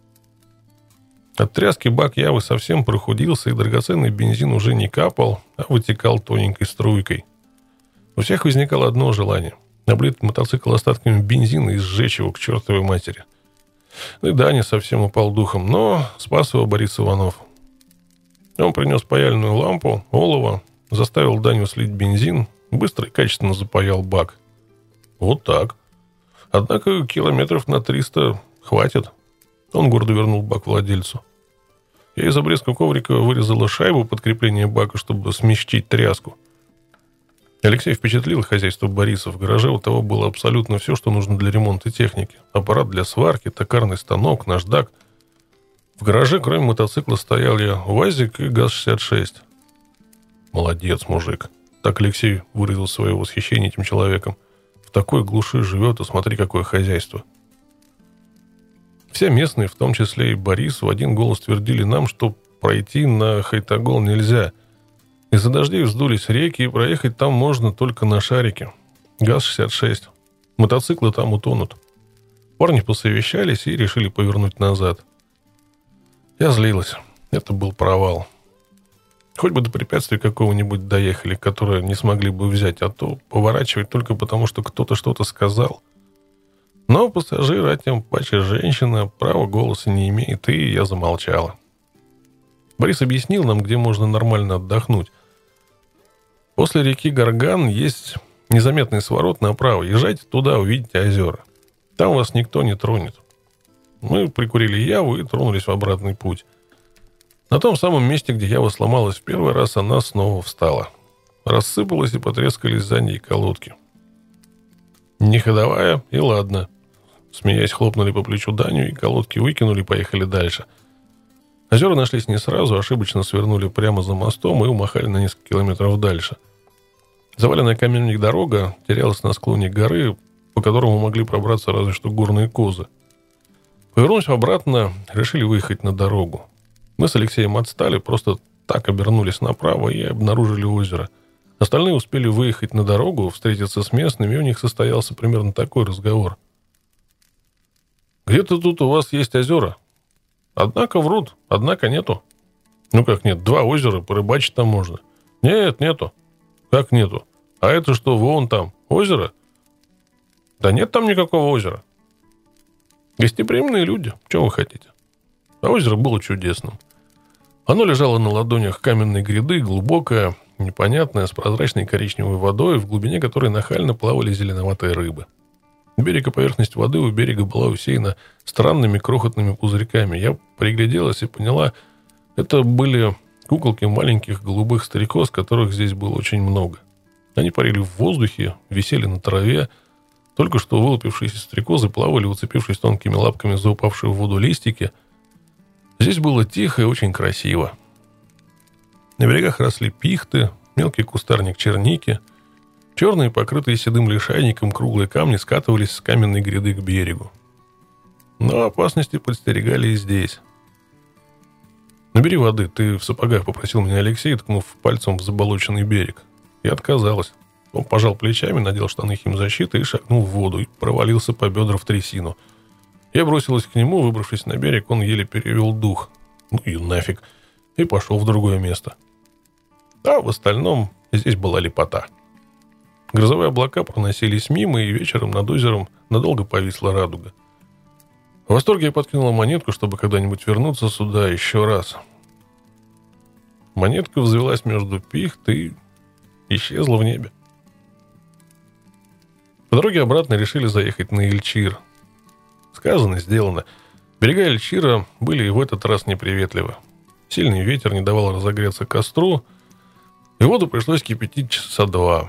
От тряски бак Явы совсем прохудился, и драгоценный бензин уже не капал, а вытекал тоненькой струйкой. У всех возникало одно желание — облить мотоцикл остатками бензина и сжечь его к чертовой матери. И Даня совсем упал духом, но спас его Борис Иванов. Он принес паяльную лампу, олово, заставил Даню слить бензин, быстро и качественно запаял бак. Вот так. Однако километров на триста хватит. Он гордо вернул бак владельцу. Я из обрезка коврика вырезала шайбу под крепление бака, чтобы смягчить тряску. Алексей впечатлил хозяйство Бориса. В гараже у того было абсолютно все, что нужно для ремонта техники. Аппарат для сварки, токарный станок, наждак. В гараже, кроме мотоцикла, стояли УАЗик и ГАЗ шестьдесят шесть. «Молодец, мужик!» Так Алексей выразил свое восхищение этим человеком. В такой глуши живет, и смотри, какое хозяйство. Все местные, в том числе и Борис, в один голос твердили нам, что пройти на Хайтагол нельзя. Из-за дождей вздулись реки, и проехать там можно только на шарике. ГАЗ шестьдесят шесть. Мотоциклы там утонут. Парни посовещались и решили повернуть назад. Я злилась. Это был провал. Хоть бы до препятствия какого-нибудь доехали, которое не смогли бы взять, а то поворачивать только потому, что кто-то что-то сказал. Но пассажир, а тем паче женщина, права голоса не имеет, и я замолчала. Борис объяснил нам, где можно нормально отдохнуть. После реки Горган есть незаметный сворот направо. Езжайте туда, увидите озера. Там вас никто не тронет. Мы прикурили Яву и тронулись в обратный путь. На том самом месте, где Ява сломалась в первый раз, она снова встала. Рассыпалась и потрескались за ней колодки. Не ходовая, и ладно. Смеясь, хлопнули по плечу Даню, и колодки выкинули и поехали дальше. Озера нашлись не сразу, ошибочно свернули прямо за мостом и умахали на несколько километров дальше. Заваленная каменной дорога терялась на склоне горы, по которому могли пробраться разве что горные козы. Повернув обратно, решили выехать на дорогу. Мы с Алексеем отстали, просто так обернулись направо и обнаружили озеро. Остальные успели выехать на дорогу, встретиться с местными, и у них состоялся примерно такой разговор. «Где-то тут у вас есть озера. Однако врут, однако нету». «Ну как нет? Два озера, порыбачить там можно». «Нет, нету». «Как нету? А это что, вон там, озеро?» «Да нет там никакого озера». «Гостеприимные люди, что вы хотите?» А озеро было чудесным. Оно лежало на ладонях каменной гряды, глубокое, непонятное, с прозрачной коричневой водой, в глубине которой нахально плавали зеленоватые рыбы. Берег и поверхность воды у берега была усеяна странными крохотными пузырьками. Я пригляделась и поняла, это были куколки маленьких голубых стрекоз, которых здесь было очень много. Они парили в воздухе, висели на траве. Только что вылупившиеся стрекозы плавали, уцепившись тонкими лапками за упавшие в воду листики, Здесь было тихо и очень красиво. На берегах росли пихты, мелкий кустарник черники. Черные, покрытые седым лишайником, круглые камни скатывались с каменной гряды к берегу. Но опасности подстерегали и здесь. «Набери воды, ты в сапогах», — попросил меня Алексей, ткнув пальцем в заболоченный берег. Я отказалась. Он пожал плечами, надел штаны химзащиты и шагнул в воду, и провалился по бедра в трясину. Я бросилась к нему, выбравшись на берег, он еле перевел дух. Ну и нафиг. И пошел в другое место. А в остальном здесь была лепота. Грозовые облака проносились мимо, и вечером над озером надолго повисла радуга. В восторге я подкинула монетку, чтобы когда-нибудь вернуться сюда еще раз. Монетка взвелась между пихт и исчезла в небе. По дороге обратно решили заехать на Ильчир. Сказано, сделано. Берега Ильчира были и в этот раз неприветливы. Сильный ветер не давал разогреться костру, и воду пришлось кипятить часа два.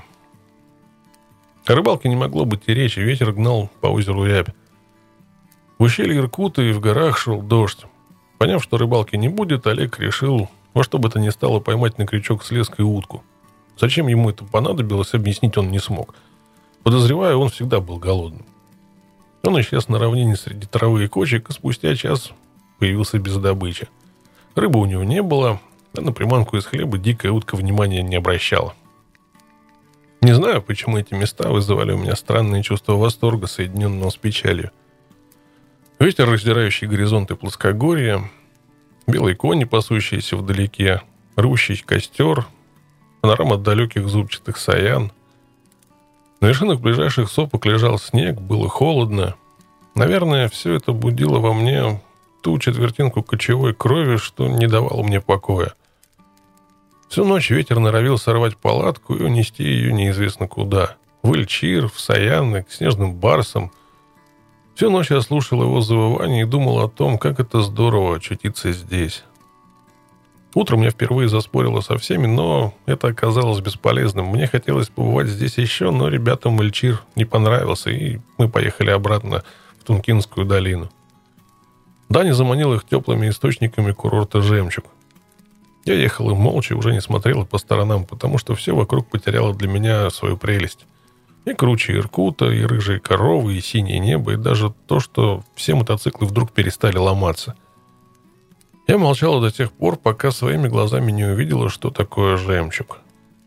О рыбалке не могло быть и речи, ветер гнал по озеру рябь. В ущелье Иркута и в горах шел дождь. Поняв, что рыбалки не будет, Олег решил во что бы то ни стало поймать на крючок с леской утку. Зачем ему это понадобилось, объяснить он не смог. Подозреваю, он всегда был голодным. Он исчез на равнине среди травы и кочек, и спустя час появился без добычи. Рыбы у него не было, а на приманку из хлеба дикая утка внимания не обращала. Не знаю, почему эти места вызывали у меня странное чувство восторга, соединенного с печалью. Ветер, раздирающий горизонты плоскогорья, белые кони, пасущиеся вдалеке, рвущий костер, панорама далеких зубчатых саян. На вершинах ближайших сопок лежал снег, было холодно. Наверное, все это будило во мне ту четвертинку кочевой крови, что не давало мне покоя. Всю ночь ветер норовил сорвать палатку и унести ее неизвестно куда. В Ильчир, в Саяны, к снежным барсам. Всю ночь я слушал его завывание и думал о том, как это здорово очутиться здесь. Утром я впервые заспорила со всеми, но это оказалось бесполезным. Мне хотелось побывать здесь еще, но ребятам Ильчир не понравился, и мы поехали обратно в Тункинскую долину. Даня заманил их теплыми источниками курорта «Жемчуг». Я ехал и молча, уже не смотрел по сторонам, потому что все вокруг потеряло для меня свою прелесть. И круче Иркута, и рыжие коровы, и синее небо, и даже то, что все мотоциклы вдруг перестали ломаться. Я молчала до тех пор, пока своими глазами не увидела, что такое жемчуг.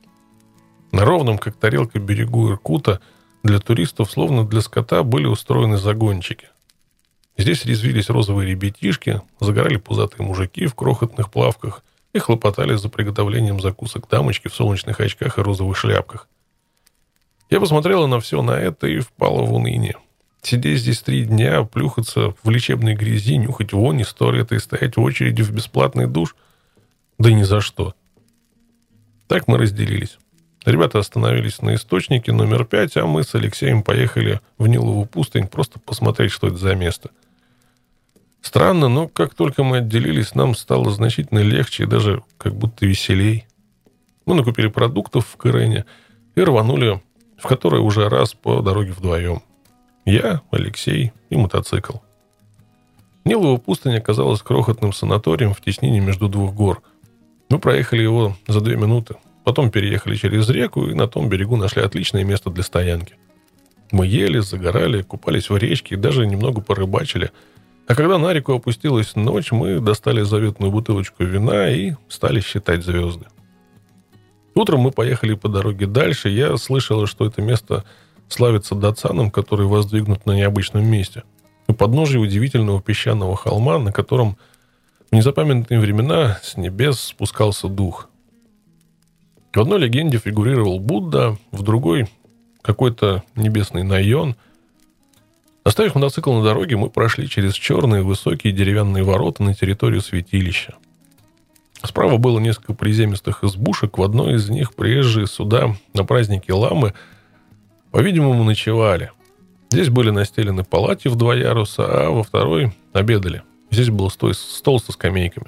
На ровном, как тарелка, берегу Иркута для туристов, словно для скота, были устроены загончики. Здесь резвились розовые ребятишки, загорали пузатые мужики в крохотных плавках и хлопотали за приготовлением закусок дамочки в солнечных очках и розовых шляпках. Я посмотрела на все на это и впала в уныние. Сидеть здесь три дня, плюхаться в лечебной грязи, нюхать вонь из туалета и стоять в очереди в бесплатный душ? Да ни за что. Так мы разделились. Ребята остановились на источнике номер пять, а мы с Алексеем поехали в Нилову пустынь просто посмотреть, что это за место. Странно, но как только мы отделились, нам стало значительно легче и даже как будто веселей. Мы накупили продуктов в Кырене и рванули в который уже раз по дороге вдвоем. Я, Алексей и мотоцикл. Нилова пустынь оказалась крохотным санаторием в теснине между двух гор. Мы проехали его за две минуты. Потом переехали через реку и на том берегу нашли отличное место для стоянки. Мы ели, загорали, купались в речке и даже немного порыбачили. А когда на реку опустилась ночь, мы достали заветную бутылочку вина и стали считать звезды. Утром мы поехали по дороге дальше. Я слышала, что это место славится датсаном, который воздвигнут на необычном месте. У подножия удивительного песчаного холма, на котором в незапамятные времена с небес спускался дух. В одной легенде фигурировал Будда, в другой — какой-то небесный Найон. Оставив мотоцикл на дороге, мы прошли через черные высокие деревянные ворота на территорию святилища. Справа было несколько приземистых избушек. В одной из них приезжие сюда на праздники ламы, по-видимому, ночевали. Здесь были настелены палати в два яруса, а во второй обедали. Здесь был стол со скамейками.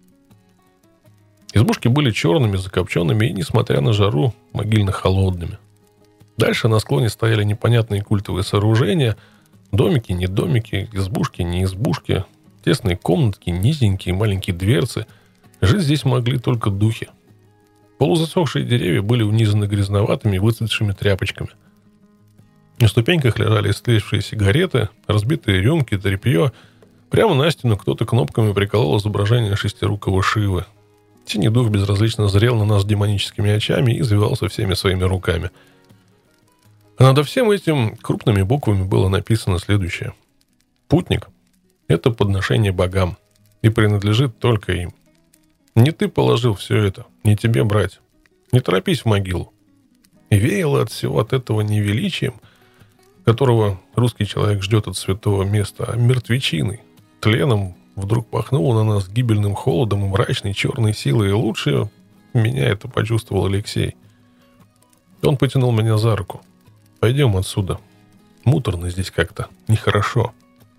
Избушки были черными, закопченными и, несмотря на жару, могильно-холодными. Дальше на склоне стояли непонятные культовые сооружения. Домики, не домики, избушки, не избушки. Тесные комнатки, низенькие маленькие дверцы. Жить здесь могли только духи. Полузасохшие деревья были унизаны грязноватыми, выцветшими тряпочками. На ступеньках лежали истлевшие сигареты, разбитые рюмки, тряпье. Прямо на стену кто-то кнопками приколол изображение шестирукого Шивы. Синий дух безразлично зрел на нас демоническими очами и извивался всеми своими руками. А над всем этим крупными буквами было написано следующее. «Путник — это подношение богам, и принадлежит только им. Не ты положил все это, не тебе брать. Не торопись в могилу». И веяло от всего от этого не величием, которого русский человек ждет от святого места, а мертвечиной, тленом. Вдруг пахнуло на нас гибельным холодом и мрачной черной силой, и лучше меня это почувствовал Алексей. Он потянул меня за руку. «Пойдем отсюда. Муторно здесь как-то, нехорошо».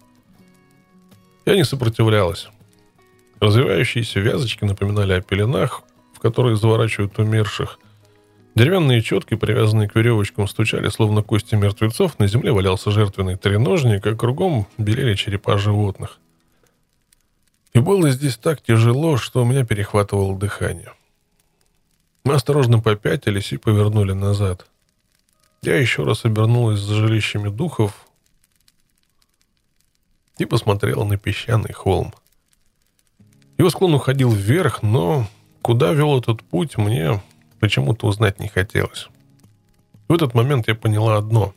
Я не сопротивлялась. Развивающиеся вязочки напоминали о пеленах, в которые заворачивают умерших. Деревянные четки, привязанные к веревочкам, стучали, словно кости мертвецов. На земле валялся жертвенный треножник, а кругом белели черепа животных. И было здесь так тяжело, что у меня перехватывало дыхание. Мы осторожно попятились и повернули назад. Я еще раз обернулась за жилищами духов и посмотрела на песчаный холм. Его склон уходил вверх, но куда вел этот путь, мне почему-то узнать не хотелось. В этот момент я поняла одно.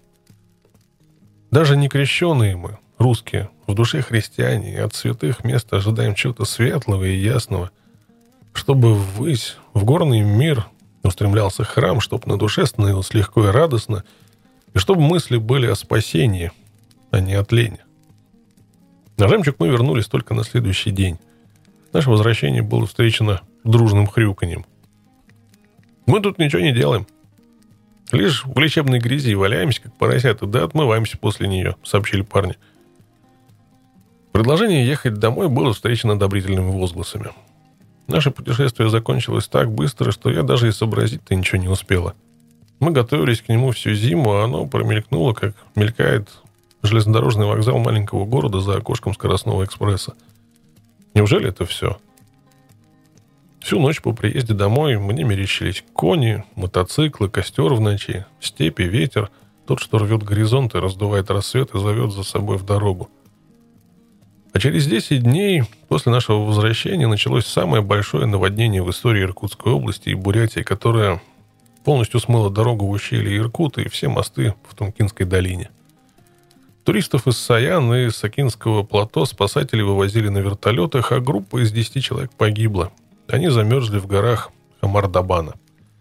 Даже не крещеные мы, русские, в душе христиане, и от святых мест ожидаем чего-то светлого и ясного, чтобы ввысь, в горный мир устремлялся храм, чтобы на душе становилось легко и радостно, и чтобы мысли были о спасении, а не о тлени. На жемчуг мы вернулись только на следующий день. Наше возвращение было встречено дружным хрюканьем. «Мы тут ничего не делаем. Лишь в лечебной грязи валяемся, как поросята, да отмываемся после нее», — сообщили парни. Предложение ехать домой было встречено одобрительными возгласами. Наше путешествие закончилось так быстро, что я даже и сообразить-то ничего не успела. Мы готовились к нему всю зиму, а оно промелькнуло, как мелькает железнодорожный вокзал маленького города за окошком скоростного экспресса. Неужели это все? Всю ночь по приезде домой мне мерещились кони, мотоциклы, костер в ночи, степи, ветер, тот, что рвет горизонт и раздувает рассвет и зовет за собой в дорогу. А через десять дней после нашего возвращения началось самое большое наводнение в истории Иркутской области и Бурятии, которое полностью смыло дорогу в ущелье Иркута и все мосты в Тункинской долине. Туристов из Саян и Сакинского плато спасатели вывозили на вертолетах, а группа из десяти человек погибла. Они замерзли в горах Хамар-Дабана.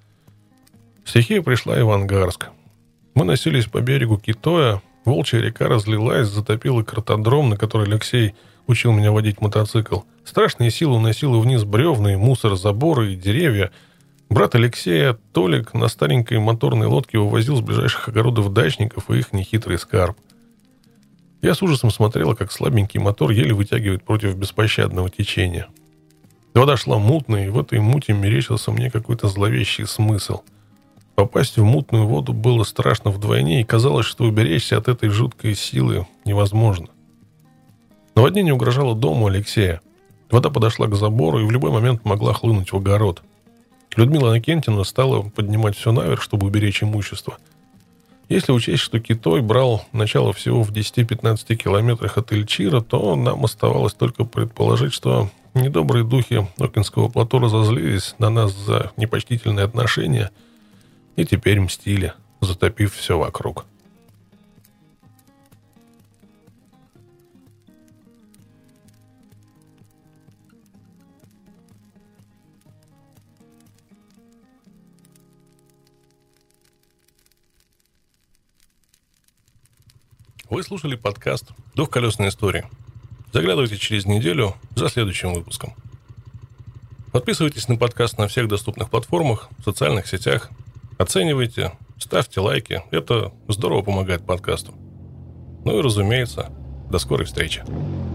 Стихия пришла и в Ангарск. Мы носились по берегу Китоя. Волчья река разлилась, затопила картодром, на который Алексей учил меня водить мотоцикл. Страшная сила уносила вниз бревна и мусор, заборы и деревья. Брат Алексея, Толик, на старенькой моторной лодке вывозил с ближайших огородов дачников и их нехитрый скарб. Я с ужасом смотрела, как слабенький мотор еле вытягивает против беспощадного течения. Вода шла мутная, и в этой муте мерещился мне какой-то зловещий смысл. Попасть в мутную воду было страшно вдвойне, и казалось, что уберечься от этой жуткой силы невозможно. Наводнение угрожало дому Алексея. Вода подошла к забору и в любой момент могла хлынуть в огород. Людмила Анакентьевна стала поднимать все наверх, чтобы уберечь имущество. Если учесть, что Китой брал начало всего в десяти-пятнадцати километрах от Эльчира, то нам оставалось только предположить, что недобрые духи Окинского плато разозлились на нас за непочтительные отношения и теперь мстили, затопив все вокруг. Вы слушали подкаст «Двухколесные истории». Заглядывайте через неделю за следующим выпуском. Подписывайтесь на подкаст на всех доступных платформах, в социальных сетях. Оценивайте, ставьте лайки. Это здорово помогает подкасту. Ну и, разумеется, до скорой встречи.